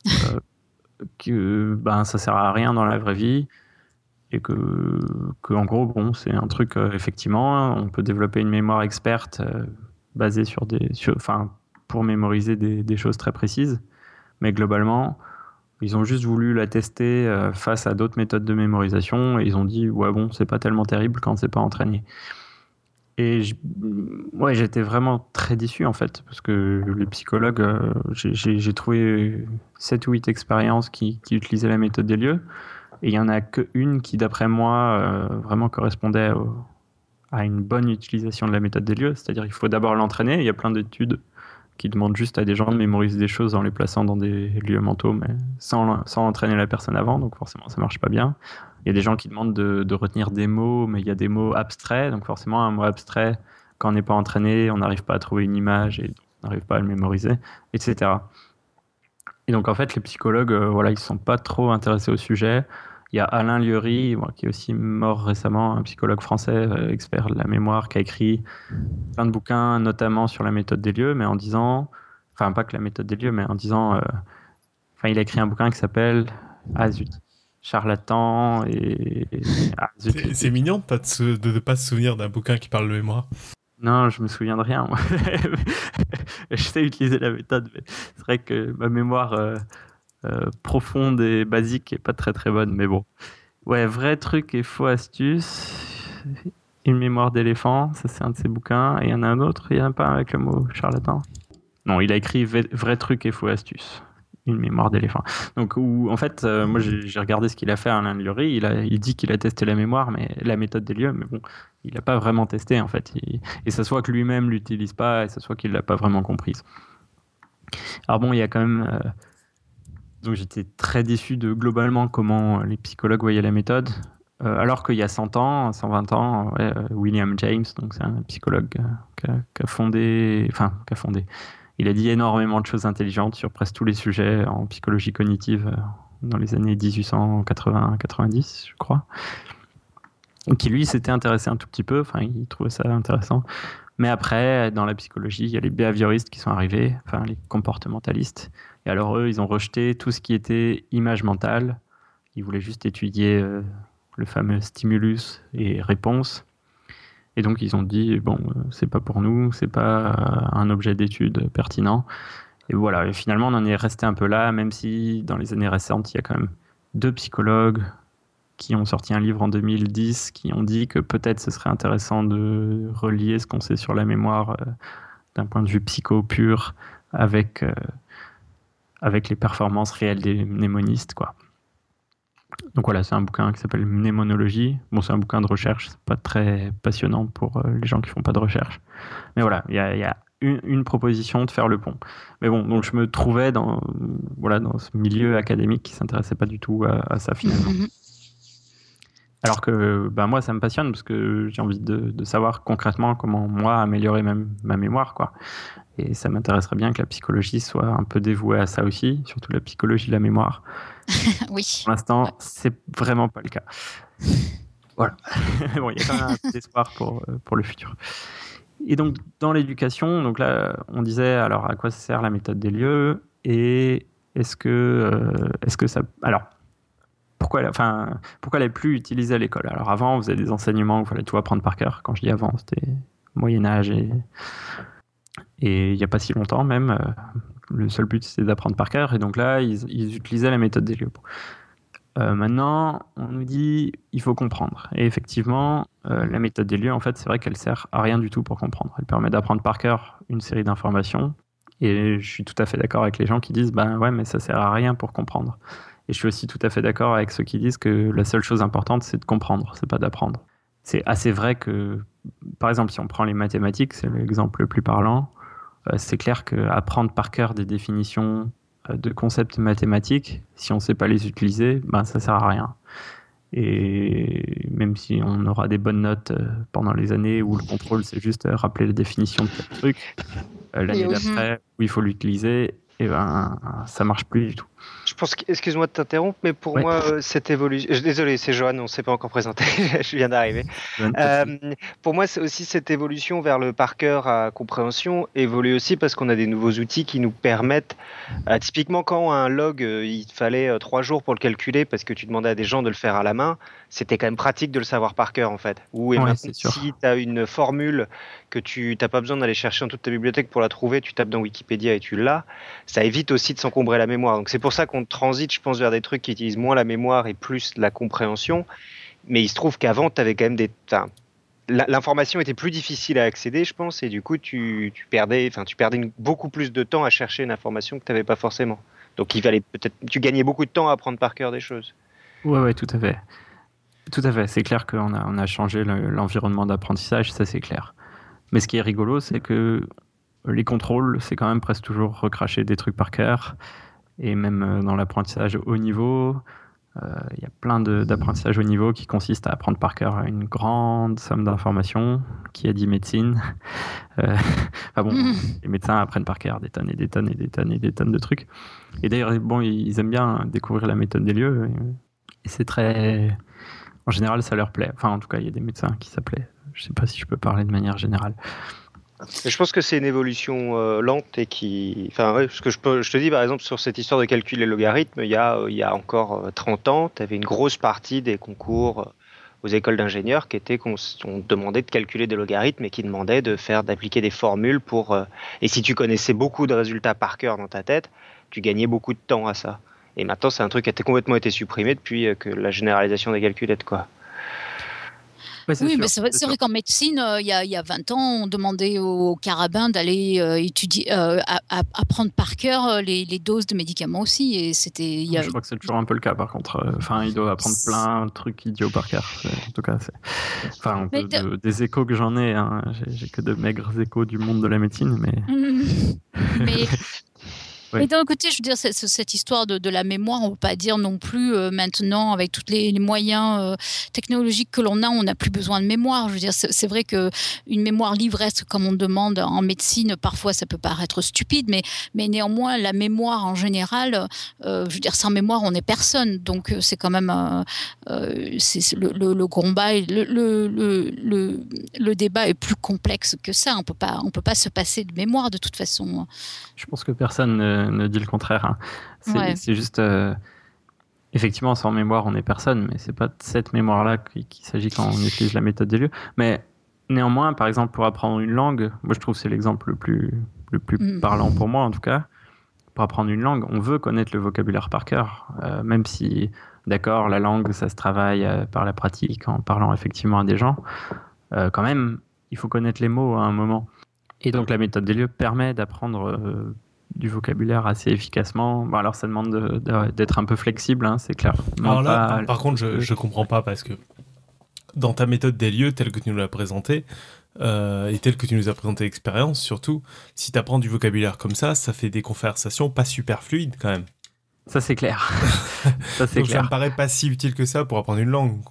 Speaker 5: que ça sert à rien dans la vraie vie, et que en gros, bon, c'est un truc, effectivement, on peut développer une mémoire experte basée pour mémoriser des choses très précises, mais globalement, ils ont juste voulu la tester face à d'autres méthodes de mémorisation, et ils ont dit, ouais, bon, c'est pas tellement terrible quand c'est pas entraîné. Et j'étais vraiment très déçu en fait, parce que les psychologues, j'ai trouvé 7 ou 8 expériences qui utilisaient la méthode des lieux, et il n'y en a qu'une qui, d'après moi, vraiment correspondait à une bonne utilisation de la méthode des lieux, c'est-à-dire qu'il faut d'abord l'entraîner. Il y a plein d'études qui demandent juste à des gens de mémoriser des choses en les plaçant dans des lieux mentaux, mais sans entraîner la personne avant, donc forcément ça marche pas bien. Il y a des gens qui demandent de retenir des mots, mais il y a des mots abstraits, donc forcément un mot abstrait, quand on n'est pas entraîné, on n'arrive pas à trouver une image et on n'arrive pas à le mémoriser, etc. Et donc en fait les psychologues, ils ne sont pas trop intéressés au sujet. Il y a Alain Lieury, qui est aussi mort récemment, un psychologue français, expert de la mémoire, qui a écrit plein de bouquins, notamment sur la méthode des lieux, mais en disant, enfin pas que la méthode des lieux, mais en disant, il a écrit un bouquin qui s'appelle Charlatan et
Speaker 1: c'est mignon de ne pas se souvenir d'un bouquin qui parle de mémoire.
Speaker 5: Non, je me souviens de rien. Je sais utiliser la méthode, mais c'est vrai que ma mémoire profonde et basique est pas très très bonne, mais bon. Ouais, vrai truc et faux astuce. Une mémoire d'éléphant, ça c'est un de ses bouquins. Et il y en a un autre, il y en a pas un avec le mot charlatan. Non, il a écrit vrai truc et faux astuce. Une mémoire d'éléphant. Donc, en fait, moi j'ai regardé ce qu'il a fait à Alain Lieury. Il dit qu'il a testé la mémoire, mais la méthode des lieux, mais bon, il n'a pas vraiment testé en fait. Et ça soit que lui-même l'utilise pas, et ça soit qu'il l'a pas vraiment comprise. Alors bon, il y a quand même. Donc j'étais très déçu de globalement comment les psychologues voyaient la méthode. Alors qu'il y a 100 ans, 120 ans, William James, donc c'est un psychologue qui a fondé. Il a dit énormément de choses intelligentes sur presque tous les sujets en psychologie cognitive dans les années 1880-90, je crois. Et qui, lui, s'était intéressé un tout petit peu, il trouvait ça intéressant. Mais après, dans la psychologie, il y a les behavioristes qui sont arrivés, les comportementalistes. Et alors, eux, ils ont rejeté tout ce qui était image mentale. Ils voulaient juste étudier le fameux stimulus et réponse. Et donc, ils ont dit, c'est pas pour nous, c'est pas un objet d'étude pertinent. Et voilà, et finalement, on en est resté un peu là, même si dans les années récentes, il y a quand même 2 psychologues qui ont sorti un livre en 2010 qui ont dit que peut-être ce serait intéressant de relier ce qu'on sait sur la mémoire d'un point de vue psycho pur avec les performances réelles des mnémonistes, quoi. Donc voilà, c'est un bouquin qui s'appelle Mnémonologie. Bon, c'est un bouquin de recherche, c'est pas très passionnant pour les gens qui font pas de recherche. Mais voilà, il y a une proposition de faire le pont. Mais bon, donc je me trouvais dans ce milieu académique qui s'intéressait pas du tout à ça finalement. Alors que moi, ça me passionne parce que j'ai envie de savoir concrètement comment moi améliorer ma mémoire, quoi. Et ça m'intéresserait bien que la psychologie soit un peu dévouée à ça aussi, surtout la psychologie de la mémoire.
Speaker 4: Oui.
Speaker 5: Pour l'instant, c'est vraiment pas le cas. Voilà. Bon, il y a quand même un peu d'espoir pour le futur. Et donc, dans l'éducation, donc là, on disait, alors, à quoi ça sert la méthode des lieux et est-ce que ça... Alors, pourquoi elle n'est plus utilisée à l'école? Alors, avant, on faisait des enseignements où il fallait tout apprendre par cœur. Quand je dis avant, c'était Moyen-Âge et il n'y a pas si longtemps même. Le seul but, c'était d'apprendre par cœur. Et donc là, ils utilisaient la méthode des lieux. Maintenant, on nous dit il faut comprendre. Et effectivement, la méthode des lieux, en fait, c'est vrai qu'elle sert à rien du tout pour comprendre. Elle permet d'apprendre par cœur une série d'informations. Et je suis tout à fait d'accord avec les gens qui disent ouais, mais ça sert à rien pour comprendre. Et je suis aussi tout à fait d'accord avec ceux qui disent que la seule chose importante, c'est de comprendre, c'est pas d'apprendre. C'est assez vrai que, par exemple, si on prend les mathématiques, c'est l'exemple le plus parlant, c'est clair qu'apprendre par cœur des définitions de concepts mathématiques, si on ne sait pas les utiliser, ça sert à rien. Et même si on aura des bonnes notes pendant les années où le contrôle, c'est juste rappeler les définitions de tel truc, l'année d'après, où il faut l'utiliser, ça marche plus du tout.
Speaker 6: Je pense excuse-moi de t'interrompre, mais pour moi, cette évolution... Désolé, c'est Johan, on ne s'est pas encore présenté, je viens d'arriver. Pour moi, c'est aussi cette évolution vers le par cœur à compréhension évolue aussi parce qu'on a des nouveaux outils qui nous permettent... typiquement, quand un log, il fallait 3 jours pour le calculer parce que tu demandais à des gens de le faire à la main, c'était quand même pratique de le savoir par cœur, en fait. Maintenant, si tu as une formule que tu n'as pas besoin d'aller chercher dans toute ta bibliothèque pour la trouver, tu tapes dans Wikipédia et tu l'as, ça évite aussi de s'encombrer la mémoire. Donc c'est pour ça qu'on transite, je pense, vers des trucs qui utilisent moins la mémoire et plus la compréhension. Mais il se trouve qu'avant, tu avais quand même l'information était plus difficile à accéder, je pense, et du coup, tu perdais beaucoup plus de temps à chercher une information que tu n'avais pas forcément. Donc tu gagnais beaucoup de temps à apprendre par cœur des choses.
Speaker 5: Ouais, tout à fait. Tout à fait. C'est clair qu'on a changé l'environnement d'apprentissage, ça c'est clair. Mais ce qui est rigolo, c'est que les contrôles, c'est quand même presque toujours recracher des trucs par cœur. Et même dans l'apprentissage haut niveau, il y a plein d'apprentissages haut niveau qui consistent à apprendre par cœur une grande somme d'informations. Qui a dit médecine? Les médecins apprennent par cœur des tonnes et des tonnes et des tonnes et des tonnes de trucs. Et d'ailleurs, ils aiment bien découvrir la méthode des lieux. Et c'est très... En général, ça leur plaît. Enfin, en tout cas, il y a des médecins qui ça plaît. Je ne sais pas si je peux parler de manière générale.
Speaker 6: Je pense que c'est une évolution lente et qui... parce que je te dis, par exemple, sur cette histoire de calcul des logarithmes, il y a encore 30 ans, tu avais une grosse partie des concours aux écoles d'ingénieurs qui étaient qu'on demandait de calculer des logarithmes et qui demandaient d'appliquer des formules pour... Et si tu connaissais beaucoup de résultats par cœur dans ta tête, tu gagnais beaucoup de temps à ça. Et maintenant, c'est un truc qui a complètement été supprimé depuis que la généralisation des calculettes, quoi.
Speaker 4: Oui, mais c'est vrai qu'en médecine, il y a 20 ans, on demandait aux carabins d'aller apprendre par cœur les doses de médicaments aussi. Et
Speaker 5: je crois que c'est toujours un peu le cas, par contre. Ils doivent apprendre plein de trucs idiots par cœur. En tout cas, des échos que j'en ai. Hein. J'ai que de maigres échos du monde de la médecine, mais...
Speaker 4: Mais d'un côté, je veux dire, cette histoire de la mémoire, on ne peut pas dire non plus maintenant, avec tous les moyens technologiques que l'on a, on n'a plus besoin de mémoire. Je veux dire, c'est vrai qu'une mémoire livresque, comme on demande en médecine, parfois ça peut paraître stupide, mais néanmoins, la mémoire en général, je veux dire, sans mémoire, on n'est personne. Donc c'est quand même le combat, le débat est plus complexe que ça. On peut pas se passer de mémoire de toute façon.
Speaker 5: Je pense que personne ne dit le contraire. Hein. C'est juste... effectivement, sans mémoire, on n'est personne, mais c'est pas de cette mémoire-là qu'il s'agit quand on utilise la méthode des lieux. Mais néanmoins, par exemple, pour apprendre une langue, moi je trouve que c'est l'exemple le plus parlant pour moi, en tout cas. Pour apprendre une langue, on veut connaître le vocabulaire par cœur, même si d'accord, la langue, ça se travaille par la pratique, en parlant effectivement à des gens. Quand même, il faut connaître les mots à un moment. Et donc, la méthode des lieux permet d'apprendre du vocabulaire assez efficacement. Bon, alors, ça demande d'être un peu flexible, hein, c'est clair.
Speaker 1: Alors là, par contre, je comprends pas parce que dans ta méthode des lieux, telle que tu nous l'as présentée, et telle que tu nous as présenté l'expérience, surtout, si tu apprends du vocabulaire comme ça fait des conversations pas super fluides quand même.
Speaker 5: Ça, c'est clair.
Speaker 1: Donc, ça me paraît pas si utile que ça pour apprendre une langue.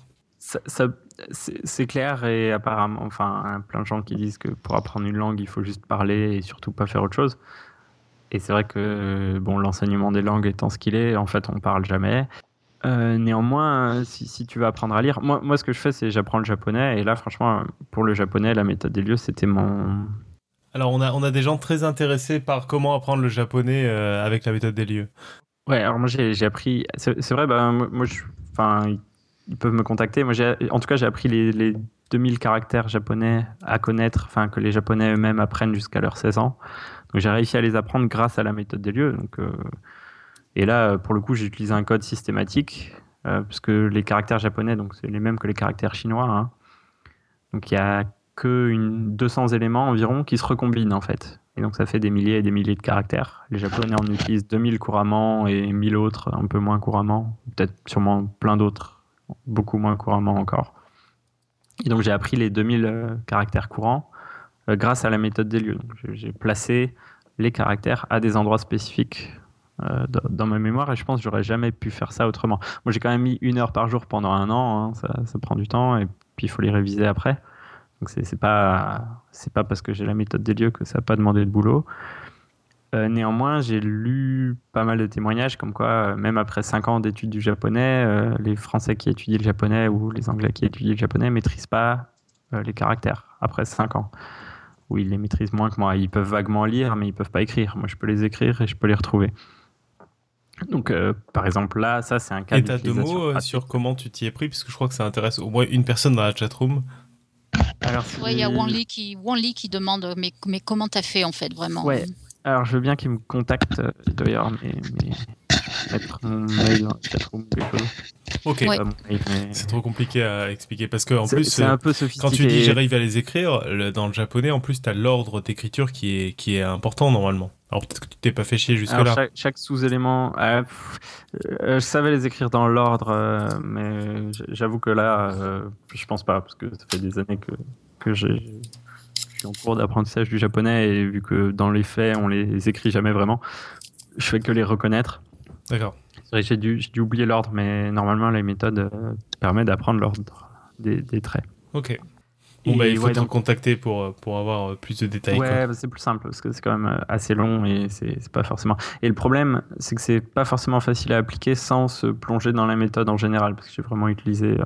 Speaker 5: C'est clair, et apparemment, enfin, plein de gens qui disent que pour apprendre une langue, il faut juste parler et surtout pas faire autre chose. Et c'est vrai que l'enseignement des langues étant ce qu'il est, en fait, on parle jamais. Néanmoins, si tu veux apprendre à lire, moi, ce que je fais, c'est j'apprends le japonais. Et là, franchement, pour le japonais, la méthode des lieux, c'était mon...
Speaker 1: Alors, on a des gens très intéressés par comment apprendre le japonais avec la méthode des lieux.
Speaker 5: Ouais, alors moi, j'ai appris... C'est vrai, moi, ils peuvent me contacter. Moi, en tout cas, j'ai appris les 2000 caractères japonais à connaître, enfin, que les Japonais eux-mêmes apprennent jusqu'à leurs 16 ans. Donc, j'ai réussi à les apprendre grâce à la méthode des lieux. Donc, et là, pour le coup, j'ai utilisé un code systématique, parce que les caractères japonais, donc, c'est les mêmes que les caractères chinois. Hein. Donc, il n'y a que 200 éléments environ qui se recombinent, en fait. Et donc, ça fait des milliers et des milliers de caractères. Les Japonais en utilisent 2000 couramment et 1000 autres un peu moins couramment. Peut-être sûrement plein d'autres beaucoup moins couramment encore. Et donc, j'ai appris les 2000 caractères courants grâce à la méthode des lieux. Donc, j'ai placé les caractères à des endroits spécifiques dans ma mémoire, et je pense que j'aurais jamais pu faire ça autrement. Moi, j'ai quand même mis 1 heure par jour pendant 1 an, hein, ça prend du temps, et puis il faut les réviser après. Donc, c'est pas parce que j'ai la méthode des lieux que ça n'a pas demandé de boulot. Néanmoins, j'ai lu pas mal de témoignages comme quoi, même après 5 ans d'études du japonais, les Français qui étudient le japonais ou les Anglais qui étudient le japonais ne maîtrisent pas les caractères après 5 ans. Ou ils les maîtrisent moins que moi. Ils peuvent vaguement lire, mais ils ne peuvent pas écrire. Moi, je peux les écrire et je peux les retrouver. Donc, par exemple, là, ça, c'est un cas d'utilisation.
Speaker 1: Et tu as 2 mots sur comment tu t'y es pris, parce que je crois que ça intéresse au moins une personne dans la chatroom.
Speaker 4: Alors, il y a Wanli qui demande mais comment tu as fait, en fait, vraiment?
Speaker 5: Ouais. Alors, je veux bien qu'il me contacte, d'ailleurs, mais je vais mettre mon mail dans la chatroom ou quelque chose.
Speaker 1: Ok, ouais. C'est trop compliqué à expliquer parce que en plus,
Speaker 5: c'est un peu sophistiqué.
Speaker 1: Quand tu dis j'arrive à les écrire, dans le japonais, en plus, tu as l'ordre d'écriture qui est important normalement. Alors peut-être que tu t'es pas fait chier jusque-là.
Speaker 5: Chaque sous-élément, je savais les écrire dans l'ordre, mais j'avoue que là, je pense pas, parce que ça fait des années que je suis en cours d'apprentissage du japonais, et vu que dans les faits, on les écrit jamais vraiment, je fais que les reconnaître.
Speaker 1: D'accord.
Speaker 5: J'ai dû oublier l'ordre, mais normalement, les méthodes permettent d'apprendre l'ordre des traits.
Speaker 1: Ok. Bon, il faut te contacter pour avoir plus de détails.
Speaker 5: Ouais, c'est plus simple, parce que c'est quand même assez long et c'est pas forcément... Et le problème, c'est que c'est pas forcément facile à appliquer sans se plonger dans la méthode en général, parce que j'ai vraiment utilisé...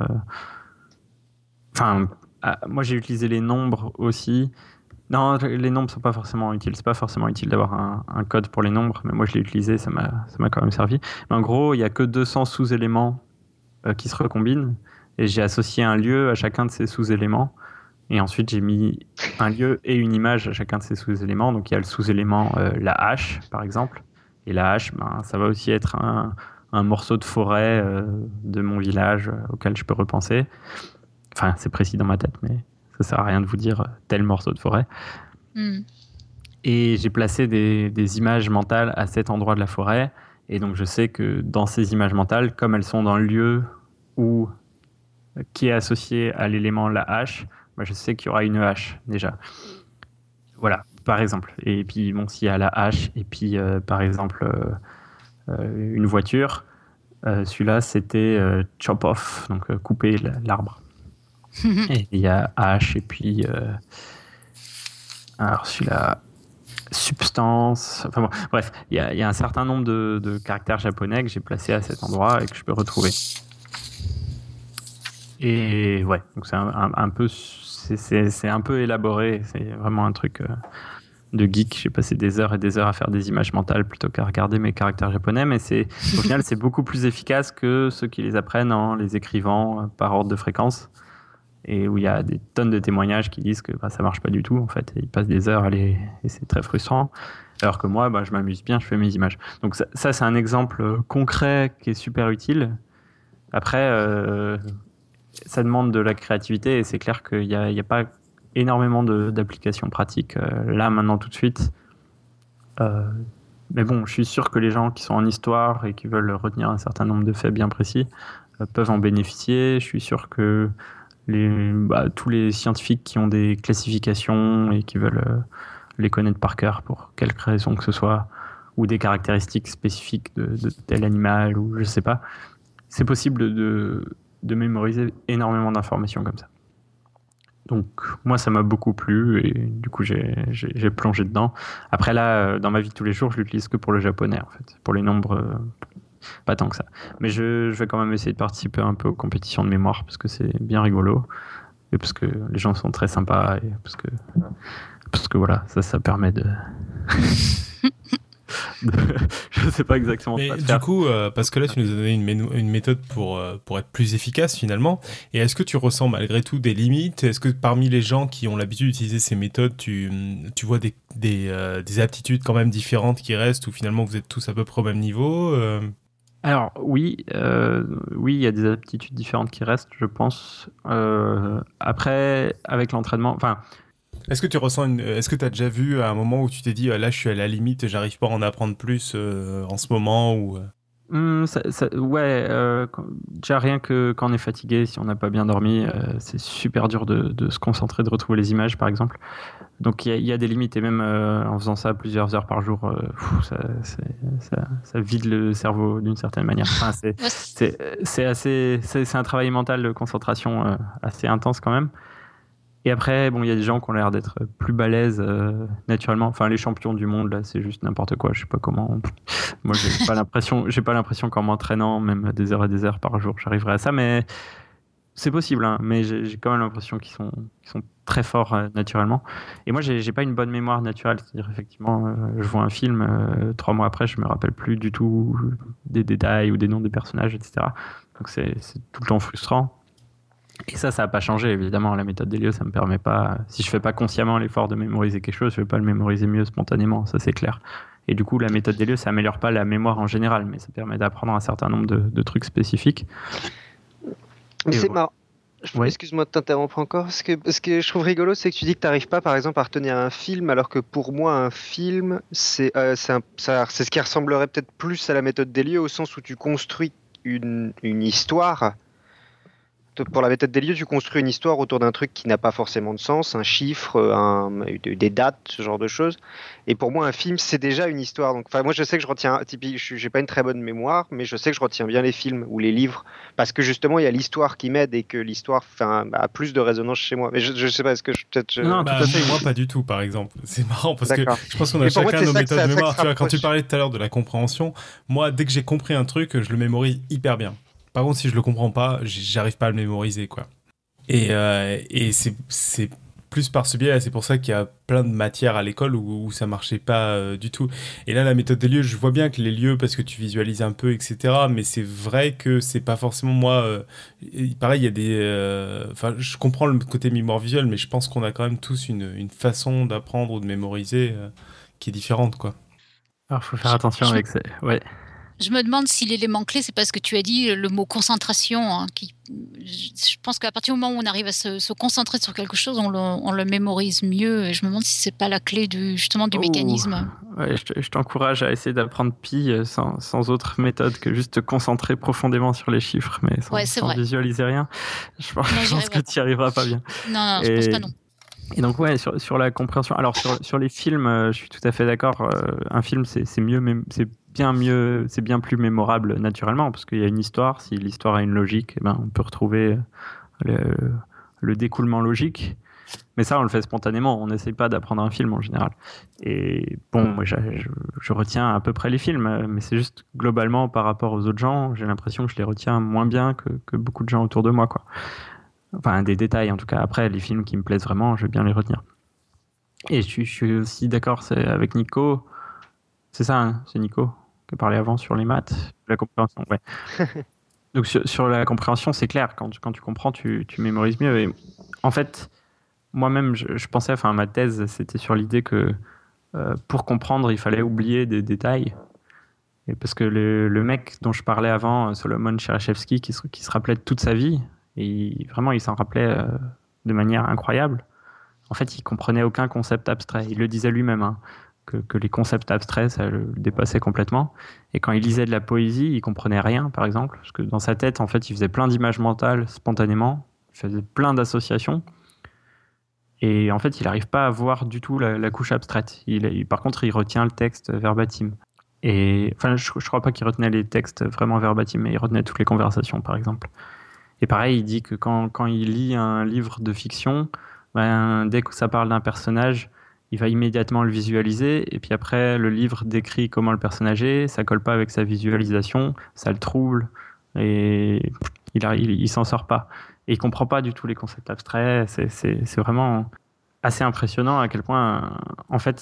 Speaker 5: moi, j'ai utilisé les nombres aussi. Non, les nombres sont pas forcément utiles. C'est pas forcément utile d'avoir un code pour les nombres, mais moi je l'ai utilisé, ça m'a quand même servi. Mais en gros, il y a que 200 sous-éléments qui se recombinent, et j'ai associé un lieu à chacun de ces sous-éléments, et ensuite j'ai mis un lieu et une image à chacun de ces sous-éléments. Donc il y a le sous-élément la hache, par exemple, et la hache, ça va aussi être un morceau de forêt de mon village auquel je peux repenser. Enfin, c'est précis dans ma tête, mais ça sert à rien de vous dire tel morceau de forêt. Et j'ai placé des images mentales à cet endroit de la forêt, et donc je sais que dans ces images mentales, comme elles sont dans le lieu qui est associé à l'élément la hache, je sais qu'il y aura une hache déjà. Voilà, par exemple. Et puis s'il y a la hache et puis par exemple une voiture, celui-là c'était chop off, donc couper l'arbre. Et il y a hache et puis alors celui-là substance, enfin bon, bref, il y a un certain nombre de caractères japonais que j'ai placés à cet endroit et que je peux retrouver. Et ouais, donc c'est un peu, c'est un peu élaboré, c'est vraiment un truc de geek. J'ai passé des heures et des heures à faire des images mentales plutôt qu'à regarder mes caractères japonais, mais au final c'est beaucoup plus efficace que ceux qui les apprennent en les écrivant par ordre de fréquence, et où il y a des tonnes de témoignages qui disent que ça marche pas du tout en fait, et ils passent des heures et c'est très frustrant, alors que moi je m'amuse bien, je fais mes images. Donc ça c'est un exemple concret qui est super utile. Après, ça demande de la créativité et c'est clair qu'il n'y a pas énormément d'applications pratiques là, maintenant, tout de suite. Mais bon, je suis sûr que les gens qui sont en histoire et qui veulent retenir un certain nombre de faits bien précis peuvent en bénéficier. Je suis sûr que tous les scientifiques qui ont des classifications et qui veulent les connaître par cœur pour quelque raison que ce soit, ou des caractéristiques spécifiques de tel animal, ou je sais pas, c'est possible de mémoriser énormément d'informations comme ça. Donc moi ça m'a beaucoup plu et du coup j'ai plongé dedans. Après là, dans ma vie de tous les jours, je l'utilise que pour le japonais en fait, pour les nombres pas tant que ça. Mais je vais quand même essayer de participer un peu aux compétitions de mémoire parce que c'est bien rigolo et parce que les gens sont très sympas et parce que voilà, ça permet de je sais pas exactement.
Speaker 1: Mais du coup, parce que là, tu nous as donné une méthode pour être plus efficace finalement. Et est-ce que tu ressens malgré tout des limites ? Est-ce que parmi les gens qui ont l'habitude d'utiliser ces méthodes, tu vois des aptitudes quand même différentes qui restent ou finalement vous êtes tous à peu près au même niveau
Speaker 5: Alors oui, il y a des aptitudes différentes qui restent, je pense. Après, avec l'entraînement,
Speaker 1: est-ce que tu ressens est-ce que tu as déjà vu à un moment où tu t'es dit là je suis à la limite, j'arrive pas à en apprendre plus en ce moment ou
Speaker 5: déjà rien quand on est fatigué, si on n'a pas bien dormi, c'est super dur de se concentrer, de retrouver les images par exemple. Donc il y a des limites et même en faisant ça plusieurs heures par jour, ça vide le cerveau d'une certaine manière. Enfin, c'est un travail mental de concentration assez intense quand même. Et après, bon, il y a des gens qui ont l'air d'être plus balèzes naturellement. Enfin, les champions du monde, là, c'est juste n'importe quoi. Je sais pas comment. Moi, j'ai pas l'impression qu'en m'entraînant, même des heures et des heures par jour, j'arriverai à ça. Mais c'est possible, hein. Mais j'ai quand même l'impression qu'ils sont très forts naturellement. Et moi, j'ai pas une bonne mémoire naturelle. C'est-à-dire, effectivement, je vois un film, 3 mois après, je me rappelle plus du tout des détails ou des noms des personnages, etc. Donc, c'est tout le temps frustrant. Et ça n'a pas changé, évidemment. La méthode d'Elio, ça me permet pas... Si je fais pas consciemment l'effort de mémoriser quelque chose, je vais pas le mémoriser mieux spontanément, ça c'est clair. Et du coup, la méthode d'Elio, ça améliore pas la mémoire en général, mais ça permet d'apprendre un certain nombre de trucs spécifiques.
Speaker 6: Mais c'est marrant. Ouais. Excuse-moi de t'interrompre encore. Ce que je trouve rigolo, c'est que tu dis que tu n'arrives pas, par exemple, à retenir un film, alors que pour moi, un film, c'est ce qui ressemblerait peut-être plus à la méthode d'Elio, au sens où tu construis une histoire. Pour la méthode d'Elio, tu construis une histoire autour d'un truc qui n'a pas forcément de sens, un chiffre, des dates, ce genre de choses. Et pour moi, un film, c'est déjà une histoire. Donc, moi, je sais que je retiens, j'ai pas une très bonne mémoire, mais je sais que je retiens bien les films ou les livres, parce que justement, il y a l'histoire qui m'aide et que l'histoire a plus de résonance chez moi. Mais je sais pas, est-ce que
Speaker 1: Non, tout à fait. Moi, pas du tout, par exemple. C'est marrant parce que je pense qu'on a chacun nos méthodes de mémoire. Tu vois, quand tu parlais tout à l'heure de la compréhension, moi, dès que j'ai compris un truc, je le mémorise hyper bien. Par contre, si je le comprends pas, j'arrive pas à le mémoriser, quoi. Et c'est plus par ce biais, c'est pour ça qu'il y a plein de matières à l'école où ça marchait pas du tout. Et là, la méthode des lieux, je vois bien que les lieux, parce que tu visualises un peu, etc. Mais c'est vrai que c'est pas forcément moi. Pareil, il y a des. Je comprends le côté mémoire visuelle, mais je pense qu'on a quand même tous une façon d'apprendre ou de mémoriser qui est différente, quoi.
Speaker 5: Alors, faut faire attention avec ça. Ouais.
Speaker 4: Je me demande si l'élément clé, c'est parce que tu as dit le mot concentration. Hein, je pense qu'à partir du moment où on arrive à se concentrer sur quelque chose, on le mémorise mieux. Et je me demande si c'est pas la clé du mécanisme.
Speaker 5: Ouais, je t'encourage à essayer d'apprendre Pi sans autre méthode que juste te concentrer profondément sur les chiffres, mais sans visualiser rien. Je pense que tu n'y arriveras pas bien.
Speaker 4: Non, je pense pas non.
Speaker 5: Et donc sur la compréhension. Alors sur les films, je suis tout à fait d'accord. Un film, c'est mieux, c'est bien plus mémorable naturellement parce qu'il y a une histoire. Si l'histoire a une logique, on peut retrouver le découlement logique. Mais ça, on le fait spontanément. On n'essaye pas d'apprendre un film en général. Et bon, moi, je retiens à peu près les films, mais c'est juste globalement par rapport aux autres gens, j'ai l'impression que je les retiens moins bien que beaucoup de gens autour de moi, quoi. Enfin, des détails en tout cas. Après, les films qui me plaisent vraiment, je vais bien les retenir. Et je suis aussi d'accord avec Nico. C'est ça, hein, c'est Nico qui a parlé avant sur les maths, la compréhension. Ouais. Donc sur la compréhension, c'est clair. Quand tu comprends, tu mémorises mieux. Et en fait, moi-même, je pensais, ma thèse, c'était sur l'idée que pour comprendre, il fallait oublier des détails. Et parce que le mec dont je parlais avant, Solomon Cherchevsky, qui se rappelait de toute sa vie, et vraiment il s'en rappelait de manière incroyable. En fait, il comprenait aucun concept abstrait. Il le disait lui-même, hein, que les concepts abstraits, ça le dépassait complètement. Et quand il lisait de la poésie, il comprenait rien, par exemple, parce que dans sa tête, en fait, il faisait plein d'images mentales spontanément, il faisait plein d'associations. Et en fait, il n'arrive pas à voir du tout la couche abstraite. Par contre, il retient le texte verbatim. Et enfin, je crois pas qu'il retenait les textes vraiment verbatim, mais il retenait toutes les conversations, par exemple. Et pareil, il dit que quand il lit un livre de fiction, dès que ça parle d'un personnage, il va immédiatement le visualiser. Et puis après, le livre décrit comment le personnage est, ça colle pas avec sa visualisation, ça le trouble, et il s'en sort pas. Et il comprend pas du tout les concepts abstraits. C'est vraiment assez impressionnant à quel point, en fait,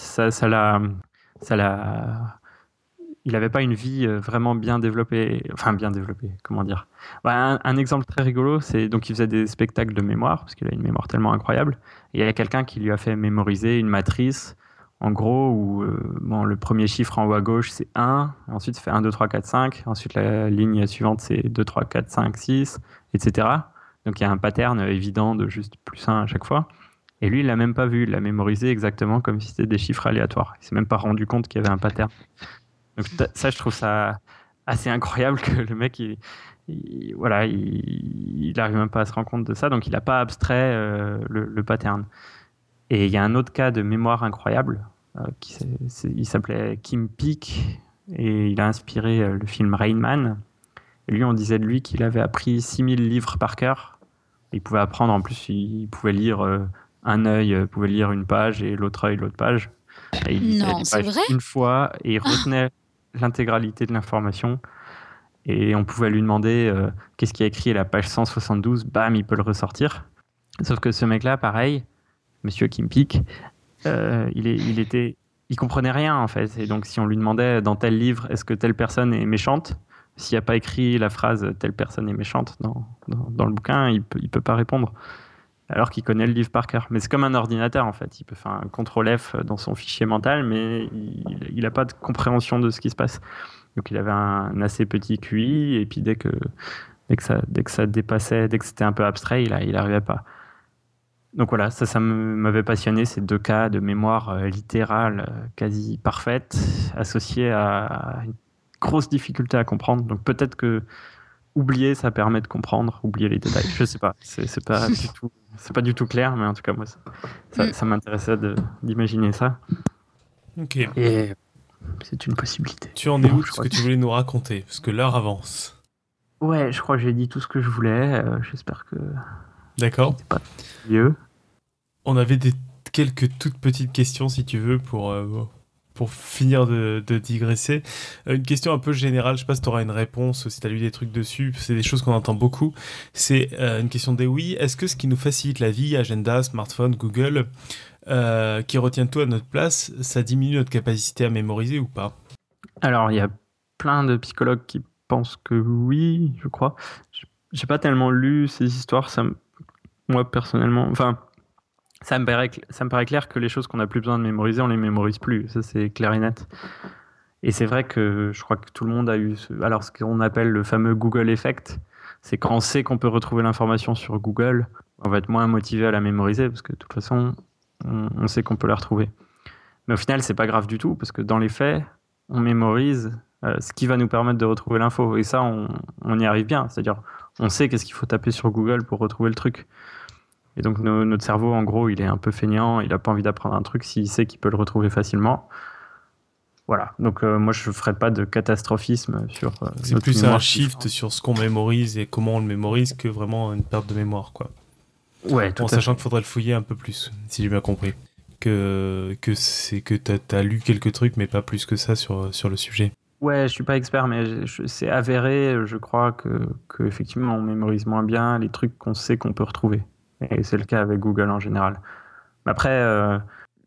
Speaker 5: il n'avait pas une vie vraiment bien développée. Enfin, bien développée, comment dire. Un exemple très rigolo, c'est donc il faisait des spectacles de mémoire, parce qu'il a une mémoire tellement incroyable. Et il y a quelqu'un qui lui a fait mémoriser une matrice, en gros, où le premier chiffre en haut à gauche, c'est 1. Ensuite, ça fait 1, 2, 3, 4, 5. Ensuite, la ligne suivante, c'est 2, 3, 4, 5, 6, etc. Donc, il y a un pattern évident de juste plus 1 à chaque fois. Et lui, il l'a même pas vu. Il l'a mémorisé exactement comme si c'était des chiffres aléatoires. Il s'est même pas rendu compte qu'il y avait un pattern. Donc ça, je trouve ça assez incroyable que le mec, il n'arrive même pas à se rendre compte de ça. Donc il n'a pas abstrait le pattern. Et il y a un autre cas de mémoire incroyable. Il s'appelait Kim Peek et il a inspiré le film Rain Man. Et lui, on disait de lui qu'il avait appris 6000 livres par cœur. Il pouvait apprendre, en plus, il pouvait lire un œil, pouvait lire une page et l'autre œil, l'autre page. Et il lisait
Speaker 4: Non, c'est vrai?
Speaker 5: une fois et il retenait l'intégralité de l'information. Et on pouvait lui demander qu'est-ce qu'il y a écrit à la page 172, bam, il peut le ressortir. Sauf que ce mec-là, pareil, Monsieur Kim Peek, il comprenait rien en fait. Et donc si on lui demandait dans tel livre, est-ce que telle personne est méchante, s'il n'y a pas écrit la phrase telle personne est méchante dans le bouquin, il peut pas répondre. Alors qu'il connaît le livre par cœur. Mais c'est comme un ordinateur en fait. Il peut faire un CTRL-F dans son fichier mental, mais il n'a pas de compréhension de ce qui se passe. Donc il avait un assez petit QI, et puis dès que ça dépassait, dès que c'était un peu abstrait, il n'arrivait pas. Donc voilà, ça m'avait passionné, ces deux cas de mémoire littérale quasi parfaite, associés à une grosse difficulté à comprendre. Donc peut-être que oublier, ça permet de comprendre, oublier les détails. Je sais pas, c'est pas du tout clair, mais en tout cas moi ça m'intéressait d'imaginer ça.
Speaker 1: Ok.
Speaker 5: Et c'est une possibilité.
Speaker 1: Tu en es où, ce que tu voulais nous raconter, parce que l'heure avance.
Speaker 5: Ouais, je crois que j'ai dit tout ce que je voulais. J'espère que.
Speaker 1: D'accord.
Speaker 5: C'est pas mieux.
Speaker 1: On avait quelques toutes petites questions, si tu veux, pour finir de digresser. Une question un peu générale, je sais pas si tu auras une réponse, si tu as lu des trucs dessus, c'est des choses qu'on entend beaucoup. C'est une question d'Ewi. Est-ce que ce qui nous facilite la vie, agenda, smartphone, Google, qui retient tout à notre place, ça diminue notre capacité à mémoriser ou pas ?
Speaker 5: Alors, il y a plein de psychologues qui pensent que oui, je crois. J'ai pas tellement lu ces histoires, moi personnellement, enfin, ça me paraît clair que les choses qu'on n'a plus besoin de mémoriser, on les mémorise plus. Ça, c'est clair et net. Et c'est vrai que je crois que tout le monde a eu alors ce qu'on appelle le fameux Google Effect, c'est quand on sait qu'on peut retrouver l'information sur Google, on va être moins motivé à la mémoriser parce que de toute façon, on sait qu'on peut la retrouver. Mais au final, c'est pas grave du tout parce que dans les faits, on mémorise ce qui va nous permettre de retrouver l'info. Et ça, on y arrive bien. C'est-à-dire, on sait qu'est-ce qu'il faut taper sur Google pour retrouver le truc. Et donc, notre cerveau, en gros, il est un peu feignant, il n'a pas envie d'apprendre un truc s'il sait qu'il peut le retrouver facilement. Voilà. Donc, moi, je ne ferai pas de catastrophisme sur.
Speaker 1: C'est plus un shift sur ce qu'on mémorise et comment on le mémorise que vraiment une perte de mémoire, quoi.
Speaker 5: Ouais, tout à fait.
Speaker 1: Sachant qu'il faudrait le fouiller un peu plus, si j'ai bien compris. Que t'as lu quelques trucs, mais pas plus que ça sur le sujet.
Speaker 5: Ouais, je suis pas expert, mais c'est avéré, je crois, que effectivement on mémorise moins bien les trucs qu'on sait qu'on peut retrouver. Et c'est le cas avec Google en général. Mais après,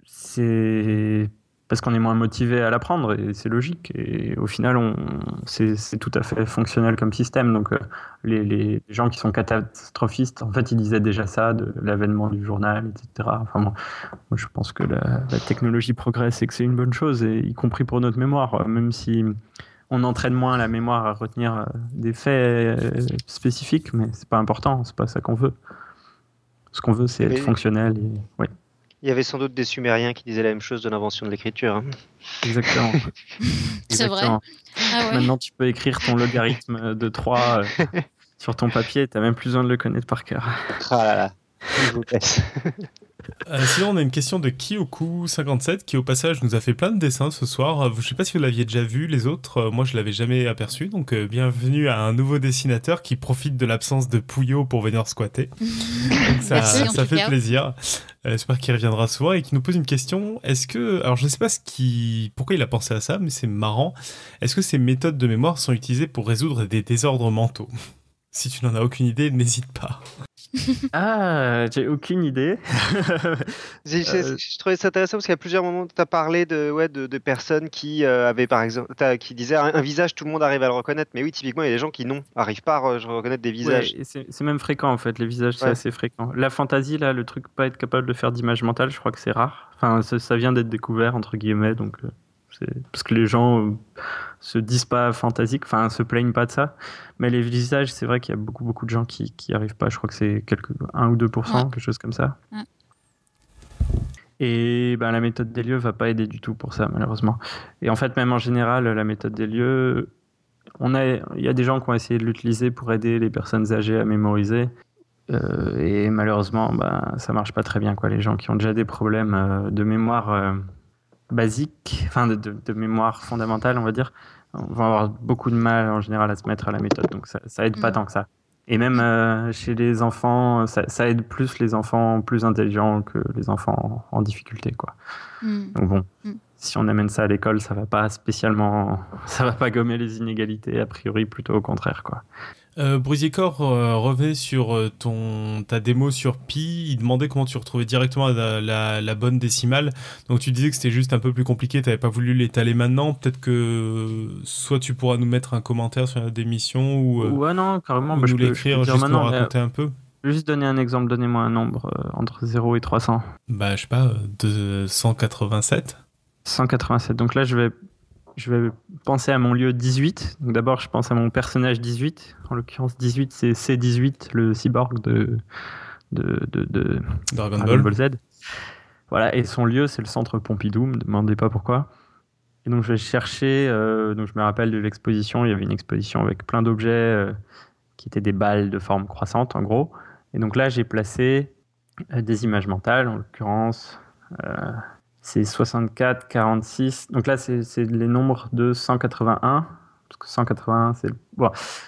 Speaker 5: c'est parce qu'on est moins motivé à l'apprendre, et c'est logique. Et au final, c'est tout à fait fonctionnel comme système. Donc les gens qui sont catastrophistes, en fait, ils disaient déjà ça de l'avènement du journal, etc. Enfin, moi, je pense que la technologie progresse et que c'est une bonne chose, et y compris pour notre mémoire. Même si on entraîne moins la mémoire à retenir des faits spécifiques, mais c'est pas important, c'est pas ça qu'on veut. Ce qu'on veut, c'est être fonctionnel. Oui.
Speaker 6: Il y avait sans doute des Sumériens qui disaient la même chose de l'invention de l'écriture. Hein.
Speaker 5: Exactement.
Speaker 4: C'est vrai.
Speaker 5: Ah ouais. Maintenant, tu peux écrire ton logarithme de 3 sur ton papier, tu n'as même plus besoin de le connaître par cœur.
Speaker 6: Ah là là.
Speaker 1: Sinon, on a une question de Kyoku57 qui, au passage, nous a fait plein de dessins ce soir. Je ne sais pas si vous l'aviez déjà vu, les autres. Moi, je ne l'avais jamais aperçu. Donc, bienvenue à un nouveau dessinateur qui profite de l'absence de Pouillot pour venir squatter. Donc, ça fait plaisir. J'espère qu'il reviendra souvent et qu'il nous pose une question. Est-ce que... Alors, je ne sais pas pourquoi il a pensé à ça, mais c'est marrant. Est-ce que ces méthodes de mémoire sont utilisées pour résoudre des désordres mentaux ? Si tu n'en as aucune idée, n'hésite pas.
Speaker 5: Ah, j'ai aucune idée.
Speaker 6: Je trouvais ça intéressant parce qu'à plusieurs moments, tu as parlé de personnes qui avaient, par exemple, qui disaient un visage, tout le monde arrive à le reconnaître. Mais oui, typiquement, il y a des gens qui n'arrivent pas à reconnaître des visages.
Speaker 5: Ouais, c'est même fréquent, en fait. Les visages, c'est assez fréquent. La fantaisie, là, le truc pas être capable de faire d'image mentale, je crois que c'est rare. Enfin, ça vient d'être découvert, entre guillemets, donc... parce que les gens se disent pas fantasiques, enfin se plaignent pas de ça. Mais les visages, c'est vrai qu'il y a beaucoup de gens qui arrivent pas. Je crois que c'est 1 ou 2%, quelque chose comme ça. Ouais. Et la méthode des lieux va pas aider du tout pour ça, malheureusement. Et en fait, même en général, la méthode des lieux, il y a des gens qui ont essayé de l'utiliser pour aider les personnes âgées à mémoriser. Et malheureusement, ça marche pas très bien, quoi. Les gens qui ont déjà des problèmes de mémoire basique, enfin de mémoire fondamentale, on va dire, on va avoir beaucoup de mal en général à se mettre à la méthode, donc ça aide pas tant que ça. Et même chez les enfants, ça aide plus les enfants plus intelligents que les enfants en difficulté, quoi. Donc bon, si on amène ça à l'école, ça va pas gommer les inégalités, a priori, plutôt au contraire, quoi.
Speaker 1: Brusier-Corps revenait sur ta démo sur Pi. Il demandait comment tu retrouvais directement la bonne décimale. Donc tu disais que c'était juste un peu plus compliqué, tu n'avais pas voulu l'étaler maintenant. Peut-être que soit tu pourras nous mettre un commentaire sur la démission ou
Speaker 5: ouais, non, carrément,
Speaker 1: nous l'écrire, juste nous raconter un peu.
Speaker 5: Je vais juste donner un exemple, donnez-moi un nombre entre 0 et 300.
Speaker 1: Je sais pas, 187.
Speaker 5: 187, donc là je vais penser à mon lieu 18. Donc d'abord, je pense à mon personnage 18. En l'occurrence, 18, c'est C18, le cyborg de
Speaker 1: Dragon
Speaker 5: Ball Z. Voilà, et son lieu, c'est le centre Pompidou. Ne me demandez pas pourquoi. Et donc, je vais chercher... donc, je me rappelle de l'exposition. Il y avait une exposition avec plein d'objets qui étaient des balles de forme croissante, en gros. Et donc là, j'ai placé des images mentales, en l'occurrence... c'est 64, 46. Donc là, c'est les nombres de 181. Parce que 181, c'est... Bon.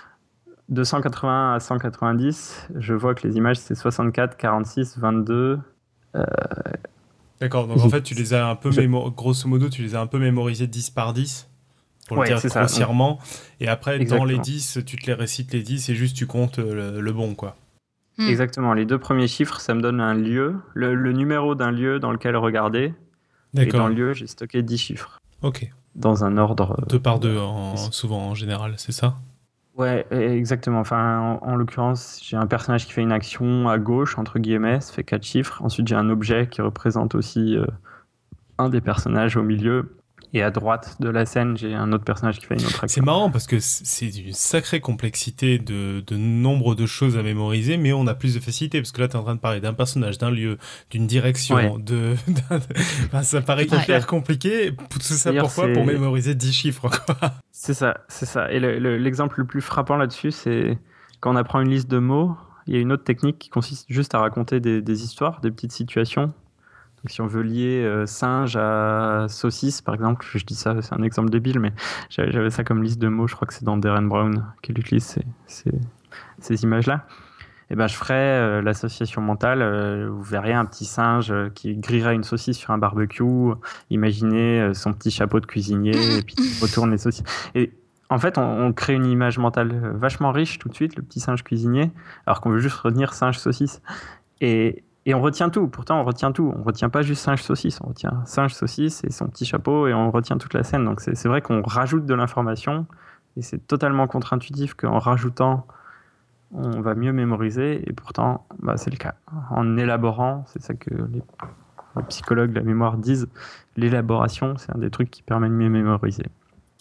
Speaker 5: De 181 à 190, je vois que les images, c'est 64, 46, 22...
Speaker 1: D'accord, donc en fait, tu les as un peu grosso modo, tu les as un peu mémorisés 10 par 10, pour le dire grossièrement. Et après, dans les 10, tu te les récites les 10 et juste tu comptes le bon, quoi.
Speaker 5: Exactement. Les 2 premiers chiffres, ça me donne un lieu, le numéro d'un lieu dans lequel regarder.
Speaker 1: D'accord.
Speaker 5: Et dans le lieu, j'ai stocké 10 chiffres.
Speaker 1: Ok.
Speaker 5: Dans un ordre...
Speaker 1: 2 par 2, souvent en général, c'est ça ?
Speaker 5: Ouais, exactement. Enfin, en l'occurrence, j'ai un personnage qui fait une action à gauche, entre guillemets, ça fait 4 chiffres. Ensuite, j'ai un objet qui représente aussi un des personnages au milieu. Et à droite de la scène, j'ai un autre personnage qui fait une autre action.
Speaker 1: C'est marrant parce que c'est une sacrée complexité de nombre de choses à mémoriser, mais on a plus de facilité parce que là, tu es en train de parler d'un personnage, d'un lieu, d'une direction, enfin, ça paraît hyper compliqué. Tout ça, pourquoi ? Pour mémoriser 10 chiffres, quoi.
Speaker 5: C'est ça. Et l'exemple le plus frappant là-dessus, c'est quand on apprend une liste de mots, il y a une autre technique qui consiste juste à raconter des histoires, des petites situations. Donc, si on veut lier singe à saucisse, par exemple, je dis ça, c'est un exemple débile, mais j'avais ça comme liste de mots, je crois que c'est dans Darren Brown qu'il utilise ces images-là. Et je ferais l'association mentale, vous verriez un petit singe qui grillerait une saucisse sur un barbecue, imaginez son petit chapeau de cuisinier, et puis il retourne les saucisses. Et en fait, on crée une image mentale vachement riche tout de suite, le petit singe cuisinier, alors qu'on veut juste retenir singe saucisse. Et on retient tout, pourtant on retient tout. On retient pas juste singe saucisse, on retient singe saucisse et son petit chapeau et on retient toute la scène. Donc c'est vrai qu'on rajoute de l'information et c'est totalement contre-intuitif qu'en rajoutant, on va mieux mémoriser et pourtant c'est le cas. En élaborant, c'est ça que les psychologues de la mémoire disent, l'élaboration c'est un des trucs qui permet de mieux mémoriser.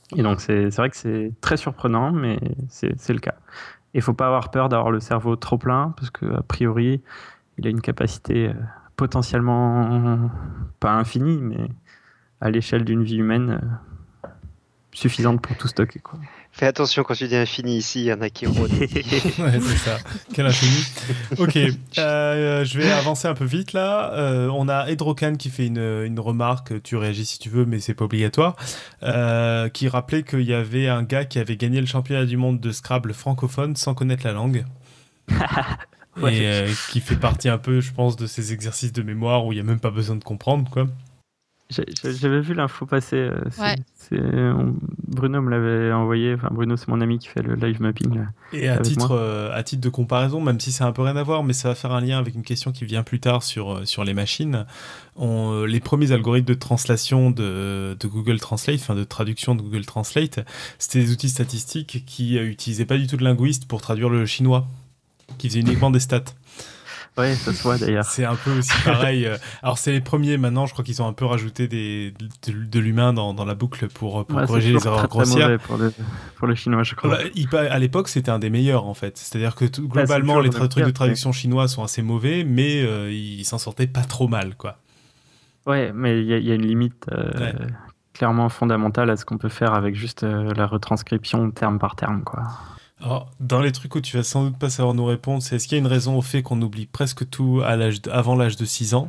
Speaker 5: Et donc, c'est vrai que c'est très surprenant, mais c'est le cas. Et il ne faut pas avoir peur d'avoir le cerveau trop plein, parce qu'a priori, il a une capacité potentiellement pas infinie, mais à l'échelle d'une vie humaine suffisante pour tout stocker, quoi.
Speaker 6: Fais attention quand tu dis infini ici, il y en a qui rôdent.
Speaker 1: Ouais, c'est ça. Quel infini. Ok, je vais avancer un peu vite là. On a Edrocan qui fait une remarque, tu réagis si tu veux, mais c'est pas obligatoire, qui rappelait qu'il y avait un gars qui avait gagné le championnat du monde de Scrabble francophone sans connaître la langue. Ouais. Et qui fait partie un peu, je pense, de ces exercices de mémoire où il n'y a même pas besoin de comprendre, quoi.
Speaker 5: J'avais vu l'info passer.
Speaker 4: Ouais.
Speaker 5: Bruno me l'avait envoyé. Enfin, Bruno, c'est mon ami qui fait le live mapping. Là,
Speaker 1: et à titre de comparaison, même si ça n'a un peu rien à voir, mais ça va faire un lien avec une question qui vient plus tard sur les machines. Les premiers algorithmes de translation de Google Translate, enfin de traduction de Google Translate, c'était des outils statistiques qui n'utilisaient pas du tout de linguiste pour traduire le chinois, qui faisaient uniquement des stats.
Speaker 5: Ouais, ça se voit d'ailleurs.
Speaker 1: C'est un peu aussi pareil. Alors, c'est les premiers maintenant, je crois qu'ils ont un peu rajouté de l'humain dans la boucle pour corriger les erreurs grossières.
Speaker 5: Pour le chinois, je crois.
Speaker 1: À l'époque, c'était un des meilleurs en fait. C'est-à-dire que globalement, les trucs de traduction chinois sont assez mauvais, mais ils s'en sortaient pas trop mal, quoi.
Speaker 5: Ouais, mais il y a une limite clairement fondamentale à ce qu'on peut faire avec juste la retranscription terme par terme, quoi.
Speaker 1: Alors, dans les trucs où tu vas sans doute pas savoir nous répondre, c'est est-ce qu'il y a une raison au fait qu'on oublie presque tout avant l'âge de 6 ans ?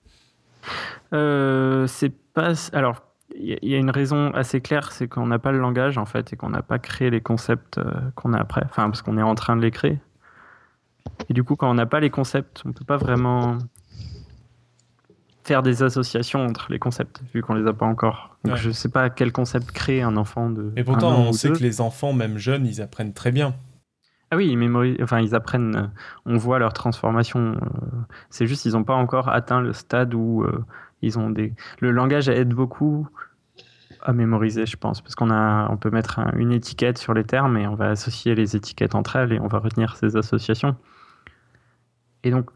Speaker 5: C'est pas... Alors, il y a une raison assez claire, c'est qu'on n'a pas le langage, en fait, et qu'on n'a pas créé les concepts qu'on a après. Enfin, parce qu'on est en train de les créer. Et du coup, quand on n'a pas les concepts, on peut pas vraiment faire des associations entre les concepts, vu qu'on les a pas encore. Donc, je sais pas quel concept crée un enfant de...
Speaker 1: Et pourtant, on sait que les enfants, même jeunes, ils apprennent très bien.
Speaker 5: Ah oui, ils apprennent, on voit leur transformation. C'est juste, ils n'ont pas encore atteint le stade où ils ont des... Le langage aide beaucoup à mémoriser, je pense, parce on peut mettre une étiquette sur les termes et on va associer les étiquettes entre elles et on va retenir ces associations. Et donc,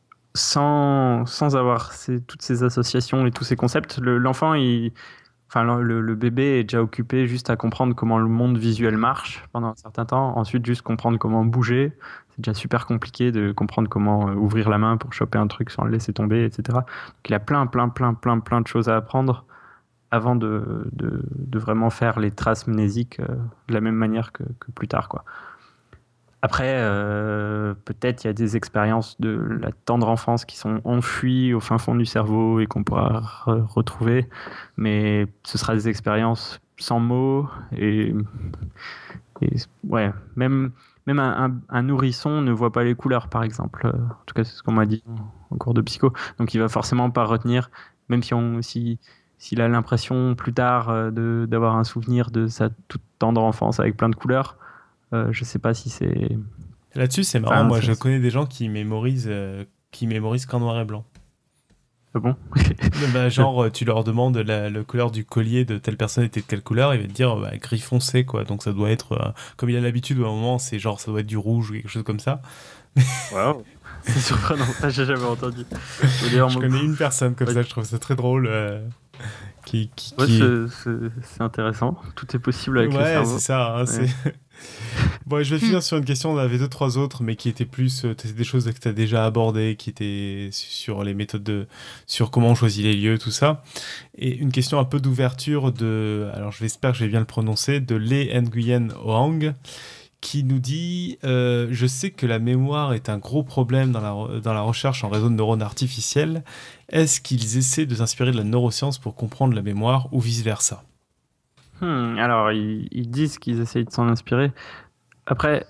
Speaker 5: sans avoir toutes ces associations et tous ces concepts, l'enfant, le bébé est déjà occupé juste à comprendre comment le monde visuel marche pendant un certain temps. Ensuite, juste comprendre comment bouger. C'est déjà super compliqué de comprendre comment ouvrir la main pour choper un truc sans le laisser tomber, etc. Donc, il a plein de choses à apprendre avant de vraiment faire les traces mnésiques de la même manière que plus tard, quoi. Après, peut-être il y a des expériences de la tendre enfance qui sont enfouies au fin fond du cerveau et qu'on pourra retrouver, mais ce sera des expériences sans mots et ouais, même un nourrisson ne voit pas les couleurs, par exemple. En tout cas, c'est ce qu'on m'a dit en cours de psycho. Donc, il va forcément pas retenir, même s'il a l'impression plus tard d'avoir un souvenir de sa toute tendre enfance avec plein de couleurs. Je sais pas si c'est...
Speaker 1: Là-dessus, c'est marrant. Moi, je connais des gens qui mémorisent qu'en noir et blanc.
Speaker 5: Ah bon?
Speaker 1: Genre, tu leur demandes la couleur du collier de telle personne était de quelle couleur, il va te dire gris foncé, quoi. Donc ça doit être, comme il a l'habitude, au moment, c'est genre, ça doit être du rouge ou quelque chose comme ça.
Speaker 5: Waouh! C'est surprenant, ça j'ai jamais entendu.
Speaker 1: Je connais une personne comme ça, je trouve ça très drôle.
Speaker 5: C'est intéressant, tout est possible avec le cerveau.
Speaker 1: Ouais, c'est ça. Hein, c'est... Bon, je vais finir sur une question, on avait 2-3 autres, mais qui étaient plus des choses que tu as déjà abordées, qui étaient sur les méthodes sur comment on choisit les lieux, tout ça. Et une question un peu d'ouverture alors j'espère que je vais bien le prononcer, de Lê Nguyen Hoang, qui nous dit je sais que la mémoire est un gros problème dans la recherche en réseau de neurones artificiels. Est-ce qu'ils essaient de s'inspirer de la neuroscience pour comprendre la mémoire ou vice-versa?
Speaker 5: Alors, ils disent qu'ils essayent de s'en inspirer. Après,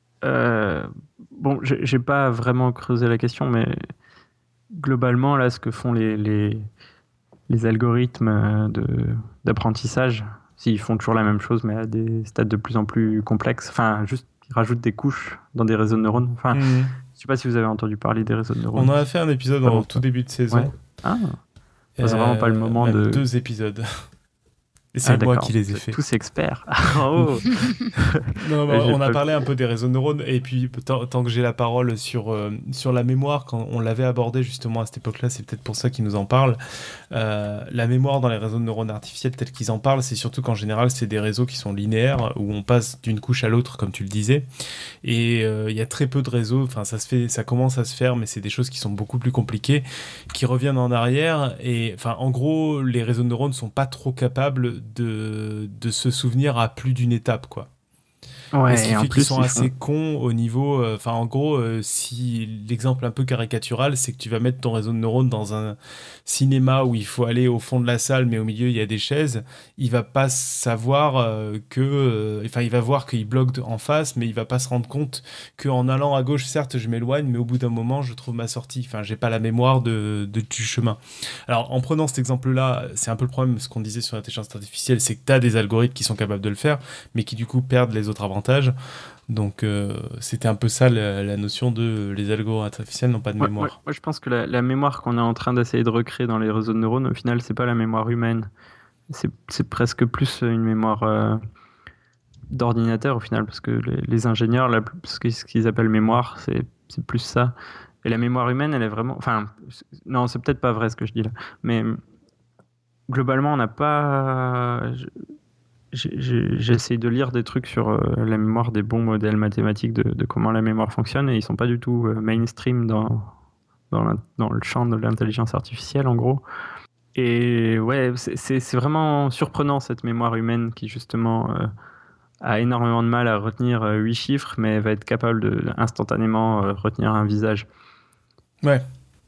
Speaker 5: j'ai pas vraiment creusé la question, mais globalement, là, ce que font les algorithmes d'apprentissage, s'ils font toujours la même chose, mais à des stades de plus en plus complexes, enfin, juste, ils rajoutent des couches dans des réseaux de neurones. Enfin, je sais pas si vous avez entendu parler des réseaux de neurones.
Speaker 1: On en a fait un épisode en tout début de saison.
Speaker 5: Ouais. Ah, c'est vraiment pas le moment de...
Speaker 1: 2 épisodes. Et c'est moi qui les ai fait.
Speaker 5: Tous experts. Oh.
Speaker 1: Non, on a parlé un peu des réseaux de neurones, et puis tant que j'ai la parole sur la mémoire, quand on l'avait abordé justement à cette époque-là, c'est peut-être pour ça qu'ils nous en parlent. La mémoire dans les réseaux de neurones artificiels, tels qu'ils en parlent, c'est surtout qu'en général, c'est des réseaux qui sont linéaires, où on passe d'une couche à l'autre, comme tu le disais. Et il y a très peu de réseaux, enfin ça commence à se faire, mais c'est des choses qui sont beaucoup plus compliquées, qui reviennent en arrière. Et enfin, en gros, les réseaux de neurones sont pas trop capables de se souvenir à plus d'une étape, quoi.
Speaker 5: Ouais,
Speaker 1: et ce qui fait qu'ils sont assez cons au niveau... Enfin, en gros, si l'exemple un peu caricatural, c'est que tu vas mettre ton réseau de neurones dans un cinéma où il faut aller au fond de la salle, mais au milieu, il y a des chaises, il va pas savoir Enfin, il va voir qu'il bloque en face, mais il va pas se rendre compte qu'en allant à gauche, certes, je m'éloigne, mais au bout d'un moment, je trouve ma sortie. Enfin, j'ai pas la mémoire du chemin. Alors, en prenant cet exemple-là, c'est un peu le problème, ce qu'on disait sur l'intelligence artificielle, c'est que tu as des algorithmes qui sont capables de le faire, mais qui, du coup, perdent les autres avantages. Donc c'était un peu ça la notion de les algorithmes artificiels n'ont pas de mémoire.
Speaker 5: Moi je pense que la mémoire qu'on est en train d'essayer de recréer dans les réseaux de neurones, au final c'est pas la mémoire humaine, c'est presque plus une mémoire d'ordinateur au final, parce que les ingénieurs, ce qu'ils appellent mémoire, c'est plus ça. Et la mémoire humaine, elle est vraiment... Enfin, non, c'est peut-être pas vrai ce que je dis là, mais globalement on n'a pas... J'ai essayé de lire des trucs sur la mémoire, des bons modèles mathématiques de comment la mémoire fonctionne, et ils sont pas du tout mainstream dans le champ de l'intelligence artificielle, en gros. Et ouais, c'est vraiment surprenant, cette mémoire humaine qui, justement, a énormément de mal à retenir 8 chiffres, mais va être capable de instantanément retenir un visage.
Speaker 1: Ouais.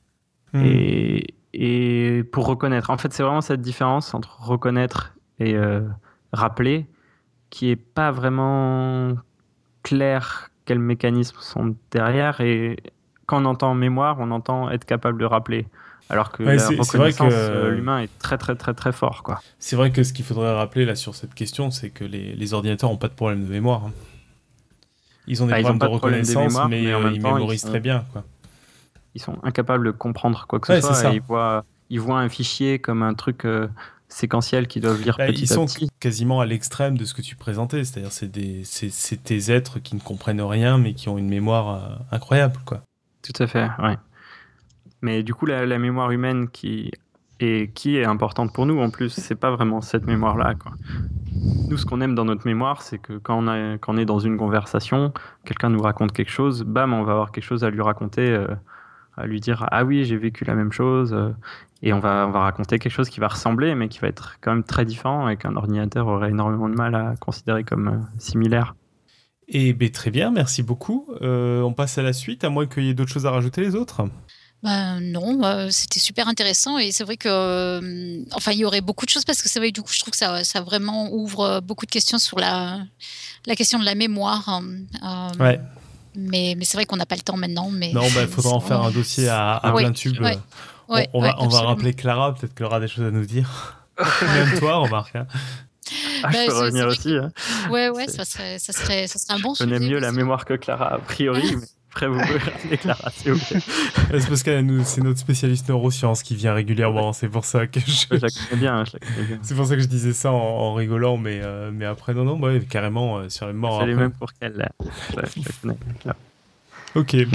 Speaker 5: Et pour reconnaître, en fait, c'est vraiment cette différence entre reconnaître et... rappeler, qui est pas vraiment clair quels mécanismes sont derrière, et quand on entend mémoire, on entend être capable de rappeler, alors que la reconnaissance, l'humain est très très très très fort, quoi.
Speaker 1: C'est vrai que ce qu'il faudrait rappeler là sur cette question, c'est que les ordinateurs n'ont pas de problème de mémoire. Hein. Ils ont des problèmes de reconnaissance, mais en même temps, ils mémorisent très bien, quoi.
Speaker 5: Ils sont incapables de comprendre quoi que ce soit, et ils voient un fichier comme un truc... séquentiels qui doivent lire petit à petit.
Speaker 1: Ils sont quasiment à l'extrême de ce que tu présentais, c'est-à-dire c'est des êtres qui ne comprennent rien mais qui ont une mémoire incroyable, quoi.
Speaker 5: Tout à fait, ouais. Mais du coup, la mémoire humaine qui est importante pour nous, en plus, c'est pas vraiment cette mémoire-là, quoi. Nous, ce qu'on aime dans notre mémoire, c'est que quand on est dans une conversation, quelqu'un nous raconte quelque chose, bam, on va avoir quelque chose à lui raconter, à lui dire « Ah oui, j'ai vécu la même chose », et on va raconter quelque chose qui va ressembler, mais qui va être quand même très différent, et qu'un ordinateur aurait énormément de mal à considérer comme similaire.
Speaker 1: Et très bien, merci beaucoup. On passe à la suite, à moins qu'il y ait d'autres choses à rajouter, les autres.
Speaker 4: Non, c'était super intéressant, et c'est vrai que il y aurait beaucoup de choses, parce que c'est vrai, du coup, je trouve que ça vraiment ouvre beaucoup de questions sur la question de la mémoire.
Speaker 1: Ouais.
Speaker 4: Mais c'est vrai qu'on n'a pas le temps maintenant. Mais
Speaker 1: non, il faudra en faire un dossier à plein tube.
Speaker 4: Ouais,
Speaker 1: on va rappeler Clara, peut-être qu'elle aura des choses à nous dire. Même toi, remarque. Hein.
Speaker 5: Je peux revenir aussi. Hein.
Speaker 4: Ouais, ça serait un bon sujet.
Speaker 5: Je connais mieux la mémoire que Clara, a priori, mais après, vous pouvez ramener Clara, s'il vous plaît.
Speaker 1: C'est parce que c'est notre spécialiste neurosciences qui vient régulièrement, c'est pour ça que
Speaker 5: je la connais bien.
Speaker 1: C'est pour ça que je disais ça en rigolant, mais après, non, carrément, sur les morts.
Speaker 5: C'est les mêmes pour qu'elle, je la connais.
Speaker 1: Ok. Ouais.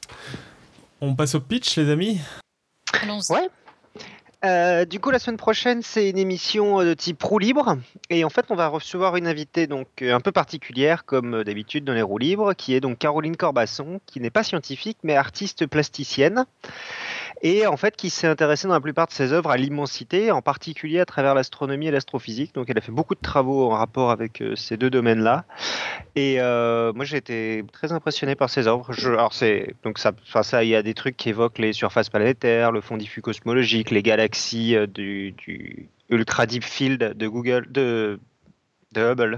Speaker 1: On passe au pitch, les amis.
Speaker 4: Allons-y.
Speaker 6: Ouais. Du coup, la semaine prochaine, c'est une émission de type roue libre. Et en fait, on va recevoir une invitée donc un peu particulière, comme d'habitude dans les roues libres, qui est donc Caroline Corbasson, qui n'est pas scientifique, mais artiste plasticienne. Et en fait, qui s'est intéressée dans la plupart de ses œuvres à l'immensité, en particulier à travers l'astronomie et l'astrophysique. Donc, elle a fait beaucoup de travaux en rapport avec ces deux domaines-là. Et moi, j'ai été très impressionné par ses œuvres. Il y a des trucs qui évoquent les surfaces planétaires, le fond diffus cosmologique, les galaxies du Ultra Deep Field de Google, de Hubble.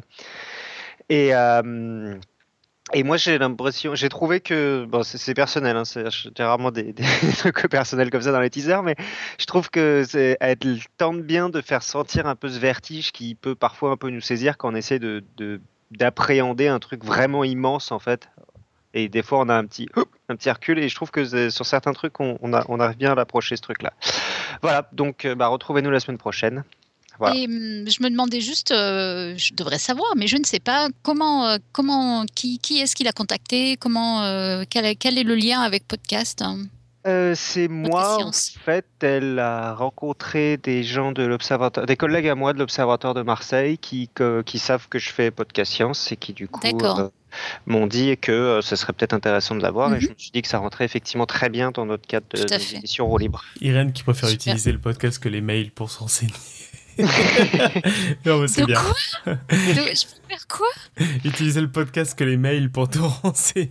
Speaker 6: Et moi, j'ai trouvé que, c'est personnel, hein, j'ai rarement des trucs personnels comme ça dans les teasers, mais je trouve que elle tente bien de faire sentir un peu ce vertige qui peut parfois un peu nous saisir quand on essaie d'appréhender un truc vraiment immense, en fait. Et des fois, on a un petit recul, et je trouve que sur certains trucs, on arrive bien à l'approcher, ce truc-là. Voilà, donc retrouvez-nous la semaine prochaine. Voilà.
Speaker 4: Et je me demandais juste, je devrais savoir, mais je ne sais pas qui est-ce qui l'a contacté, quel est le lien avec podcast,
Speaker 6: C'est moi, en
Speaker 4: Science.
Speaker 6: fait, elle a rencontré des gens de l'Observatoire, des collègues à moi de l'Observatoire de Marseille qui savent que je fais Podcast Science et qui du coup
Speaker 4: D'accord.
Speaker 6: m'ont dit que ce serait peut-être intéressant de l'avoir et
Speaker 4: Mhm.
Speaker 6: je me suis dit que ça rentrait effectivement très bien dans notre cadre
Speaker 4: Tout à fait.
Speaker 6: d'émission Roue Libre.
Speaker 1: Irène qui préfère
Speaker 4: Super.
Speaker 1: utiliser le podcast que les mails pour se renseigner. Non, mais c'est
Speaker 4: De
Speaker 1: bien.
Speaker 4: quoi Je peux faire quoi
Speaker 1: Utiliser le podcast que les mails pour te renseigner.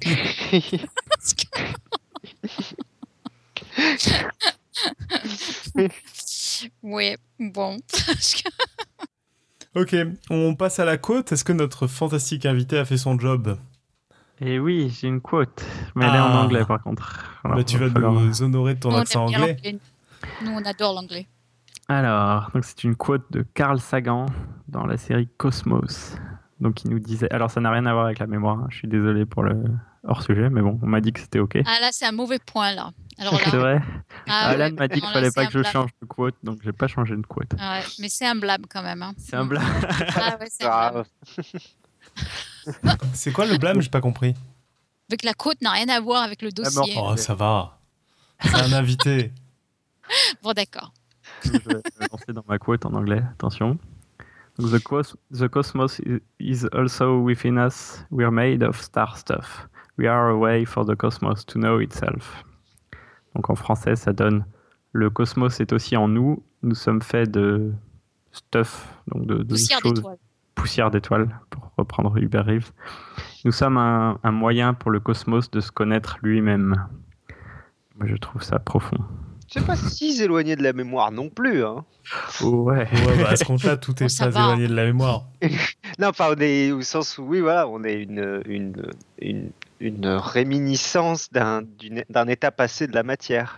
Speaker 4: Oui, bon.
Speaker 1: Ok, on passe à la côte. Est-ce que notre fantastique invité a fait son job?
Speaker 5: Et oui, j'ai une quote, mais elle est en
Speaker 1: Ah.
Speaker 5: anglais par contre. Alors,
Speaker 1: Bah, tu vas nous honorer de ton
Speaker 4: Nous, on
Speaker 1: accent
Speaker 4: aime bien
Speaker 1: anglais.
Speaker 4: l'anglais. Nous, on adore l'anglais.
Speaker 5: Alors, donc c'est une quote de Carl Sagan dans la série Cosmos. Donc il nous disait, alors ça n'a rien à voir avec la mémoire, hein. Je suis désolé pour le hors-sujet, mais bon, on m'a dit que c'était ok.
Speaker 4: Ah là, c'est un mauvais point, là. Alors
Speaker 5: C'est
Speaker 4: là,
Speaker 5: vrai. Alan
Speaker 4: ouais,
Speaker 5: m'a dit qu'il
Speaker 4: non, là,
Speaker 5: fallait
Speaker 4: c'est
Speaker 5: pas
Speaker 4: un
Speaker 5: que je
Speaker 4: blâme.
Speaker 5: change de quote, donc j'ai pas changé de quote.
Speaker 4: Ouais, mais c'est un blâme quand même. Hein.
Speaker 5: C'est un blâme.
Speaker 4: Ah ouais, c'est un blâme.
Speaker 1: C'est quoi le blâme? J'ai pas compris.
Speaker 4: Avec la côte n'a rien à voir avec le dossier.
Speaker 1: Oh, ça va. C'est un invité.
Speaker 4: Bon, d'accord.
Speaker 5: Je vais lancer dans ma quote en anglais, attention. Donc, the cosmos is also within us. We are made of star stuff. We are a way for the cosmos to know itself. Donc en français, ça donne le cosmos est aussi en nous. Nous sommes faits de stuff, donc de
Speaker 4: Poussière
Speaker 5: choses,
Speaker 4: d'étoiles.
Speaker 5: poussière d'étoiles, pour reprendre Hubert Reeves. Nous sommes un moyen pour le cosmos de se connaître lui-même. Moi, je trouve ça profond.
Speaker 6: C'est pas si éloigné de la mémoire non plus. Hein.
Speaker 5: Ouais.
Speaker 1: Ouais, bah, à ce compte-là, tout est
Speaker 4: ça
Speaker 1: pas
Speaker 4: va.
Speaker 1: éloigné de la mémoire.
Speaker 6: Non, enfin, on est au sens où, oui, voilà, on est une réminiscence d'un état passé de la matière.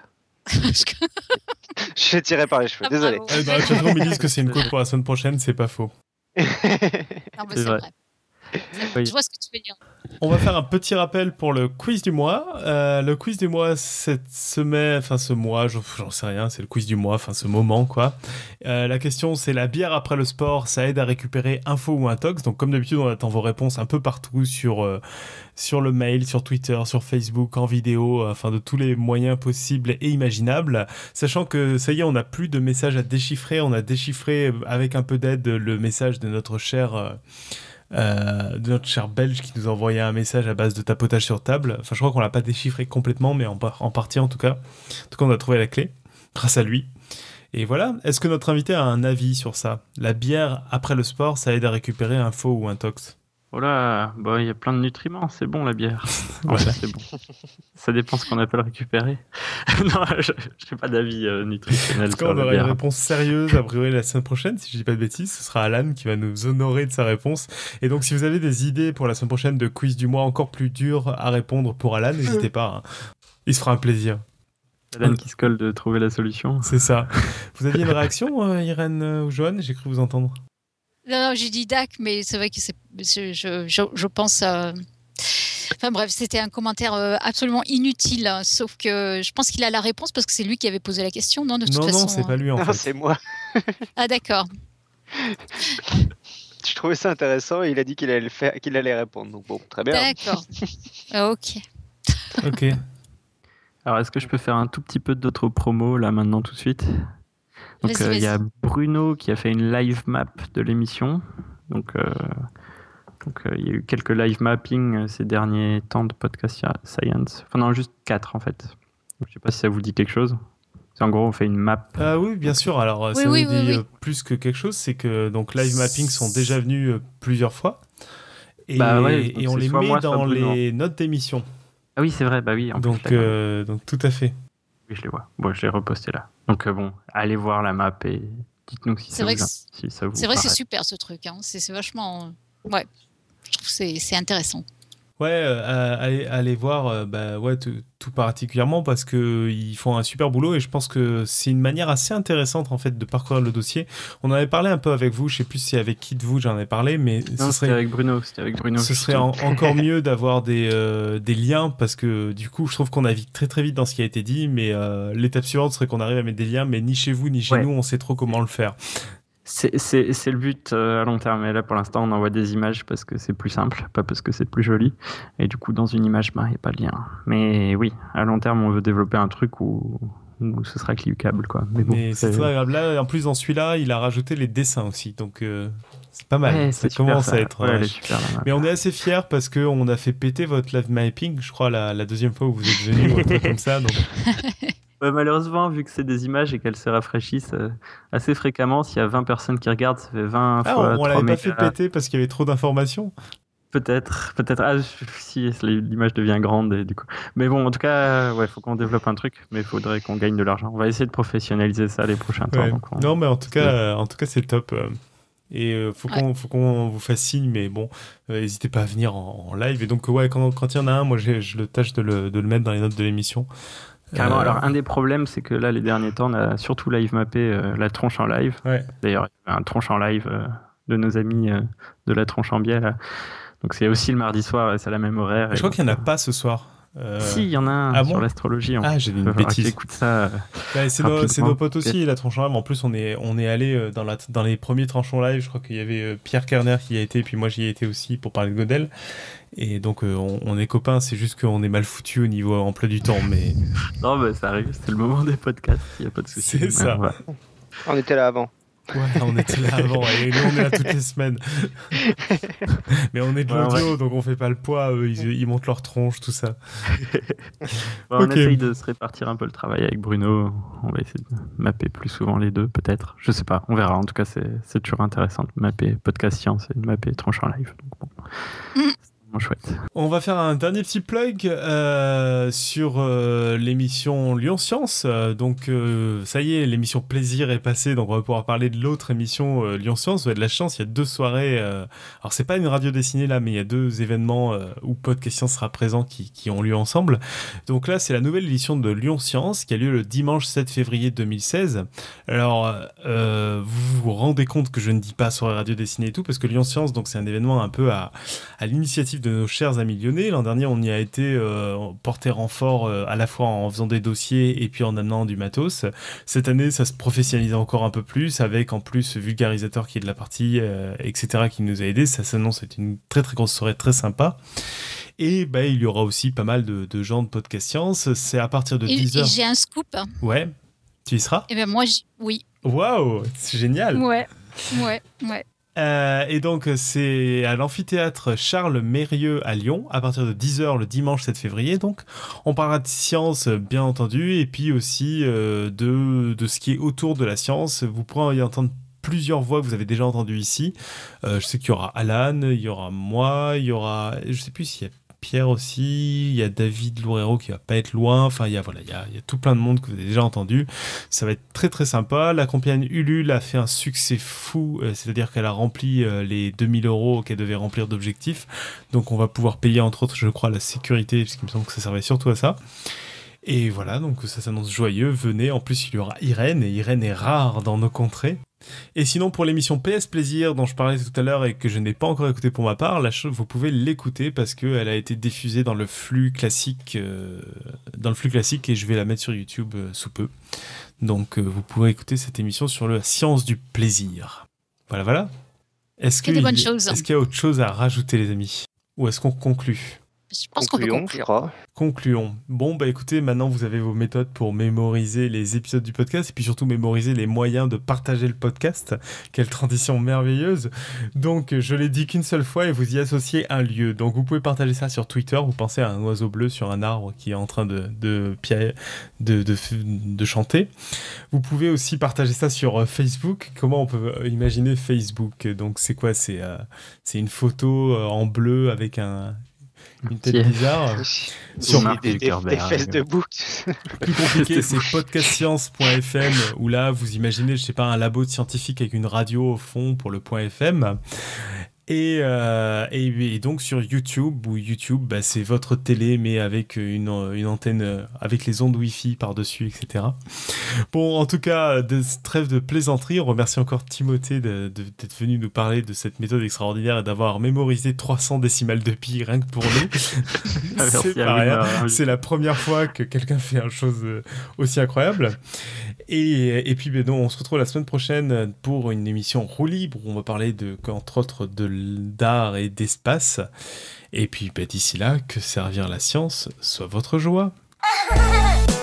Speaker 6: Je suis tiré par les cheveux,
Speaker 4: Ah,
Speaker 6: désolé.
Speaker 4: bravo.
Speaker 1: Dans la chatroom, ils disent que c'est une quote pour la semaine prochaine, c'est pas faux.
Speaker 4: Non, mais
Speaker 5: C'est
Speaker 4: c'est
Speaker 5: vrai.
Speaker 4: vrai.
Speaker 5: Oui.
Speaker 4: Je vois ce que tu veux dire.
Speaker 1: On va faire un petit rappel pour le quiz du mois. Le quiz du mois cette semaine, enfin ce mois, j'en sais rien, c'est le quiz du mois, enfin ce moment quoi. La question c'est la bière après le sport, ça aide à récupérer info ou intox. Donc comme d'habitude on attend vos réponses un peu partout sur le mail, sur Twitter, sur Facebook, en vidéo, enfin de tous les moyens possibles et imaginables. Sachant que ça y est, on n'a plus de messages à déchiffrer, on a déchiffré avec un peu d'aide le message de notre cher Belge qui nous a envoyé un message à base de tapotage sur table. Enfin, je crois qu'on l'a pas déchiffré complètement, mais en partie en tout cas. En tout cas, on a trouvé la clé grâce à lui. Et voilà. Est-ce que notre invité a un avis sur ça? La bière après le sport, ça aide à récupérer un faux ou un tox?
Speaker 5: Oh là, bah, il y a plein de nutriments, c'est bon la bière.
Speaker 1: Ouais.
Speaker 5: Ouais, c'est bon. Ça dépend ce qu'on appelle récupérer. Non, je n'ai pas d'avis nutritionnel
Speaker 1: En tout cas,
Speaker 5: sur
Speaker 1: on
Speaker 5: la
Speaker 1: aura une
Speaker 5: bière.
Speaker 1: réponse sérieuse a priori la semaine prochaine, si je dis pas de bêtises. Ce sera Alan qui va nous honorer de sa réponse. Et donc, si vous avez des idées pour la semaine prochaine de quiz du mois encore plus dur à répondre pour Alan, n'hésitez pas. Hein. Il se fera un plaisir.
Speaker 5: Alan qui se colle de trouver la solution.
Speaker 1: C'est ça. Vous aviez une réaction, Irène ou Joanne? J'ai cru vous entendre.
Speaker 4: Non, j'ai dit DAC, mais c'est vrai que je pense. Enfin bref, c'était un commentaire absolument inutile, hein, sauf que je pense qu'il a la réponse parce que c'est lui qui avait posé la question, non? De toute façon.
Speaker 1: Non, c'est pas lui en
Speaker 6: Non,
Speaker 1: fait.
Speaker 6: c'est moi.
Speaker 4: Ah d'accord.
Speaker 6: Je trouvais ça intéressant et il a dit qu'il allait le faire, qu'il allait répondre. Donc bon, très bien.
Speaker 4: D'accord. Ok.
Speaker 1: Ok.
Speaker 5: Alors, est-ce que je peux faire un tout petit peu d'autres promos là maintenant tout de suite? Donc,
Speaker 4: Vas-y,
Speaker 5: il y a
Speaker 4: vas-y.
Speaker 5: Bruno qui a fait une live map de l'émission. Donc, il y a eu quelques live mapping ces derniers temps de Podcast Science. Enfin, non, juste 4 en fait. Donc, je sais pas si ça vous dit quelque chose. En gros, on fait une map.
Speaker 1: Oui, bien sûr. Alors, ça
Speaker 4: Oui,
Speaker 1: nous
Speaker 4: oui,
Speaker 1: dit
Speaker 4: oui.
Speaker 1: plus que quelque chose. C'est que donc live mapping sont déjà venus plusieurs fois. Et,
Speaker 5: Bah ouais, donc
Speaker 1: et on
Speaker 5: c'est
Speaker 1: les
Speaker 5: soit
Speaker 1: met
Speaker 5: moi, soit
Speaker 1: dans
Speaker 5: Bruno.
Speaker 1: les notes d'émission.
Speaker 5: Ah oui, c'est vrai, bah oui. En plus,
Speaker 1: Donc,
Speaker 5: je l'ai-
Speaker 1: donc, tout à fait.
Speaker 5: Oui, je les vois. Bon, je l'ai reposté là. Donc, bon, allez voir la map et dites-nous si
Speaker 4: C'est
Speaker 5: ça
Speaker 4: vrai
Speaker 5: vous,
Speaker 4: que
Speaker 5: si ça vous
Speaker 4: C'est vrai que c'est
Speaker 5: paraît.
Speaker 4: super ce truc. Hein. C'est vachement. Ouais. Je trouve que c'est intéressant.
Speaker 1: Ouais, allez voir, ouais, tout particulièrement parce que ils font un super boulot et je pense que c'est une manière assez intéressante en fait de parcourir le dossier. On en avait parlé un peu avec vous, je sais plus si avec qui de vous j'en ai parlé, mais
Speaker 5: Non, c'était avec Bruno. C'était avec Bruno.
Speaker 1: ce serait encore mieux d'avoir des liens parce que du coup je trouve qu'on navigue très très vite dans ce qui a été dit, mais l'étape suivante serait qu'on arrive à mettre des liens, mais ni chez vous ni chez
Speaker 5: Ouais.
Speaker 1: nous on sait trop comment le faire.
Speaker 5: C'est le but à long terme. Et là, pour l'instant, on envoie des images parce que c'est plus simple, pas parce que c'est plus joli. Et du coup, dans une image, il n'y a pas de lien. Mais oui, à long terme, on veut développer un truc où ce sera cliquable, quoi. Mais bon,
Speaker 1: c'est très agréable. Là, en plus, dans celui-là, il a rajouté les dessins aussi. Donc, c'est pas mal.
Speaker 5: Ouais,
Speaker 1: ça commence à être...
Speaker 5: Ouais, super,
Speaker 1: mais on est assez fiers parce qu'on a fait péter votre live mapping, je crois, la deuxième fois où vous êtes venu ou un truc comme ça. Donc...
Speaker 5: Ouais, malheureusement, vu que c'est des images et qu'elles se rafraîchissent assez fréquemment, s'il y a 20 personnes qui regardent, ça fait 20 fois 3
Speaker 1: on l'avait
Speaker 5: mégas.
Speaker 1: pas fait péter parce qu'il y avait trop d'informations.
Speaker 5: Peut-être. Ah, si l'image devient grande et du coup. Mais bon, en tout cas, ouais, faut qu'on développe un truc, mais il faudrait qu'on gagne de l'argent. On va essayer de professionnaliser ça les prochains temps. Donc
Speaker 1: Non, mais en tout cas, c'est top. Et faut qu'on vous fasse signe, mais bon, n'hésitez pas à venir en live. Et donc, quand il y en a un, moi, je le tâche de le mettre dans les notes de l'émission.
Speaker 5: Carrément. Alors, un des problèmes, c'est que là, les derniers temps, on a surtout live mappé la tronche en live.
Speaker 1: Ouais.
Speaker 5: D'ailleurs, il y avait un tronche en live de nos amis de la tronche en biais. Là. Donc, c'est aussi le mardi soir, et c'est la même horaire.
Speaker 1: Je crois qu'il n'y en a pas ce soir.
Speaker 5: Si, il y en a un sur l'astrologie.
Speaker 1: J'ai dit une bêtise.
Speaker 5: Écoute ça.
Speaker 1: C'est nos potes aussi, la tronche en live. En plus, on est allé dans les premiers tranchons live. Je crois qu'il y avait Pierre Kerner qui y a été, puis moi j'y ai été aussi pour parler de Godel. Et donc, on est copains, c'est juste qu'on est mal foutus au niveau emploi du temps. Mais...
Speaker 5: non, mais ça arrive, c'est le moment des podcasts, il n'y a pas de souci.
Speaker 1: C'est ça.
Speaker 6: Ouais. On était là avant.
Speaker 1: Ouais, on était là avant et nous on est là toutes les semaines. Mais on est de l'audio, donc on fait pas le poids. Eux, ils montent leur tronche, tout ça.
Speaker 5: On essaye de se répartir un peu le travail avec Bruno. On va essayer de mapper plus souvent les deux, peut-être. Je sais pas, on verra. En tout cas, c'est toujours intéressant de mapper podcast science et de mapper tronche en live. Donc bon. Chouette.
Speaker 1: On va faire un dernier petit plug sur l'émission Lyon Science. Donc ça y est, l'émission Plaisir est passée, donc on va pouvoir parler de l'autre émission Lyon Science. Vous avez de la chance, il y a 2 soirées. Alors c'est pas une radio dessinée là, mais il y a 2 événements où Podcast Science sera présent qui ont lieu ensemble. Donc là, c'est la nouvelle édition de Lyon Science qui a lieu le dimanche 7 février 2016. Alors vous vous rendez compte que je ne dis pas soirée radio dessinée et tout, parce que Lyon Science, donc c'est un événement un peu à l'initiative de nos chers amis lyonnais. L'an dernier, on y a été porté renfort à la fois en faisant des dossiers et puis en amenant du matos. Cette année, ça se professionnalise encore un peu plus, avec en plus Vulgarisateur qui est de la partie, etc., qui nous a aidés. Ça s'annonce être une très très grosse soirée, très sympa. Et il y aura aussi pas mal de gens de Podcast Science. C'est à partir de 10h.
Speaker 4: Et j'ai un scoop.
Speaker 1: Ouais, tu y seras ?
Speaker 4: Et ben moi, oui.
Speaker 1: Waouh, c'est génial.
Speaker 4: Ouais.
Speaker 1: Et donc, c'est à l'amphithéâtre Charles Mérieux à Lyon, à partir de 10h le dimanche 7 février. Donc, on parlera de science, bien entendu, et puis aussi de ce qui est autour de la science. Vous pourrez y entendre plusieurs voix que vous avez déjà entendues ici. Je sais qu'il y aura Alan, il y aura moi, il y aura... Je sais plus s'il y a Pierre aussi, il y a David Loureiro qui va pas être loin, enfin il y a tout plein de monde que vous avez déjà entendu. Ça va être très très sympa. La compagne Ulule a fait un succès fou, c'est-à-dire qu'elle a rempli les 2000 € qu'elle devait remplir d'objectifs, donc on va pouvoir payer entre autres, je crois, la sécurité, parce qu'il me semble que ça servait surtout à ça. Et voilà, donc ça s'annonce joyeux, venez. En plus il y aura Irène, et Irène est rare dans nos contrées. Et sinon, pour l'émission PS Plaisir dont je parlais tout à l'heure et que je n'ai pas encore écouté pour ma part, vous pouvez l'écouter parce qu'elle a été diffusée dans le flux classique, et je vais la mettre sur YouTube sous peu. Donc vous pourrez écouter cette émission sur la science du plaisir. Voilà. Est-ce qu'il y a autre chose à rajouter, les amis ? Ou est-ce qu'on conclut ?
Speaker 4: Je pense qu'on peut conclure.
Speaker 1: Concluons. Bon, écoutez, maintenant vous avez vos méthodes pour mémoriser les épisodes du podcast et puis surtout mémoriser les moyens de partager le podcast. Quelle transition merveilleuse. Donc, je l'ai dit qu'une seule fois et vous y associez un lieu. Donc, vous pouvez partager ça sur Twitter. Vous pensez à un oiseau bleu sur un arbre qui est en train de chanter. Vous pouvez aussi partager ça sur Facebook. Comment on peut imaginer Facebook ? Donc, c'est quoi ? C'est une photo en bleu avec une tête bizarre.
Speaker 6: Sur des fesses de bouc.
Speaker 1: Plus compliqué, c'est podcastscience.fm où là, vous imaginez, je sais pas, un labo de scientifique avec une radio au fond pour le .fm. Et donc sur YouTube, où YouTube, c'est votre télé, mais avec une antenne, avec les ondes Wi-Fi par-dessus, etc. Bon, en tout cas, trêve de plaisanterie. On remercie encore Timothée d'être venu nous parler de cette méthode extraordinaire et d'avoir mémorisé 300 décimales de pi rien que pour nous. C'est pas rien. C'est la première fois que quelqu'un fait une chose aussi incroyable. Et puis, on se retrouve la semaine prochaine pour une émission roue libre où on va parler entre autres d'art et d'espace. Et puis d'ici là, que servir la science soit votre joie.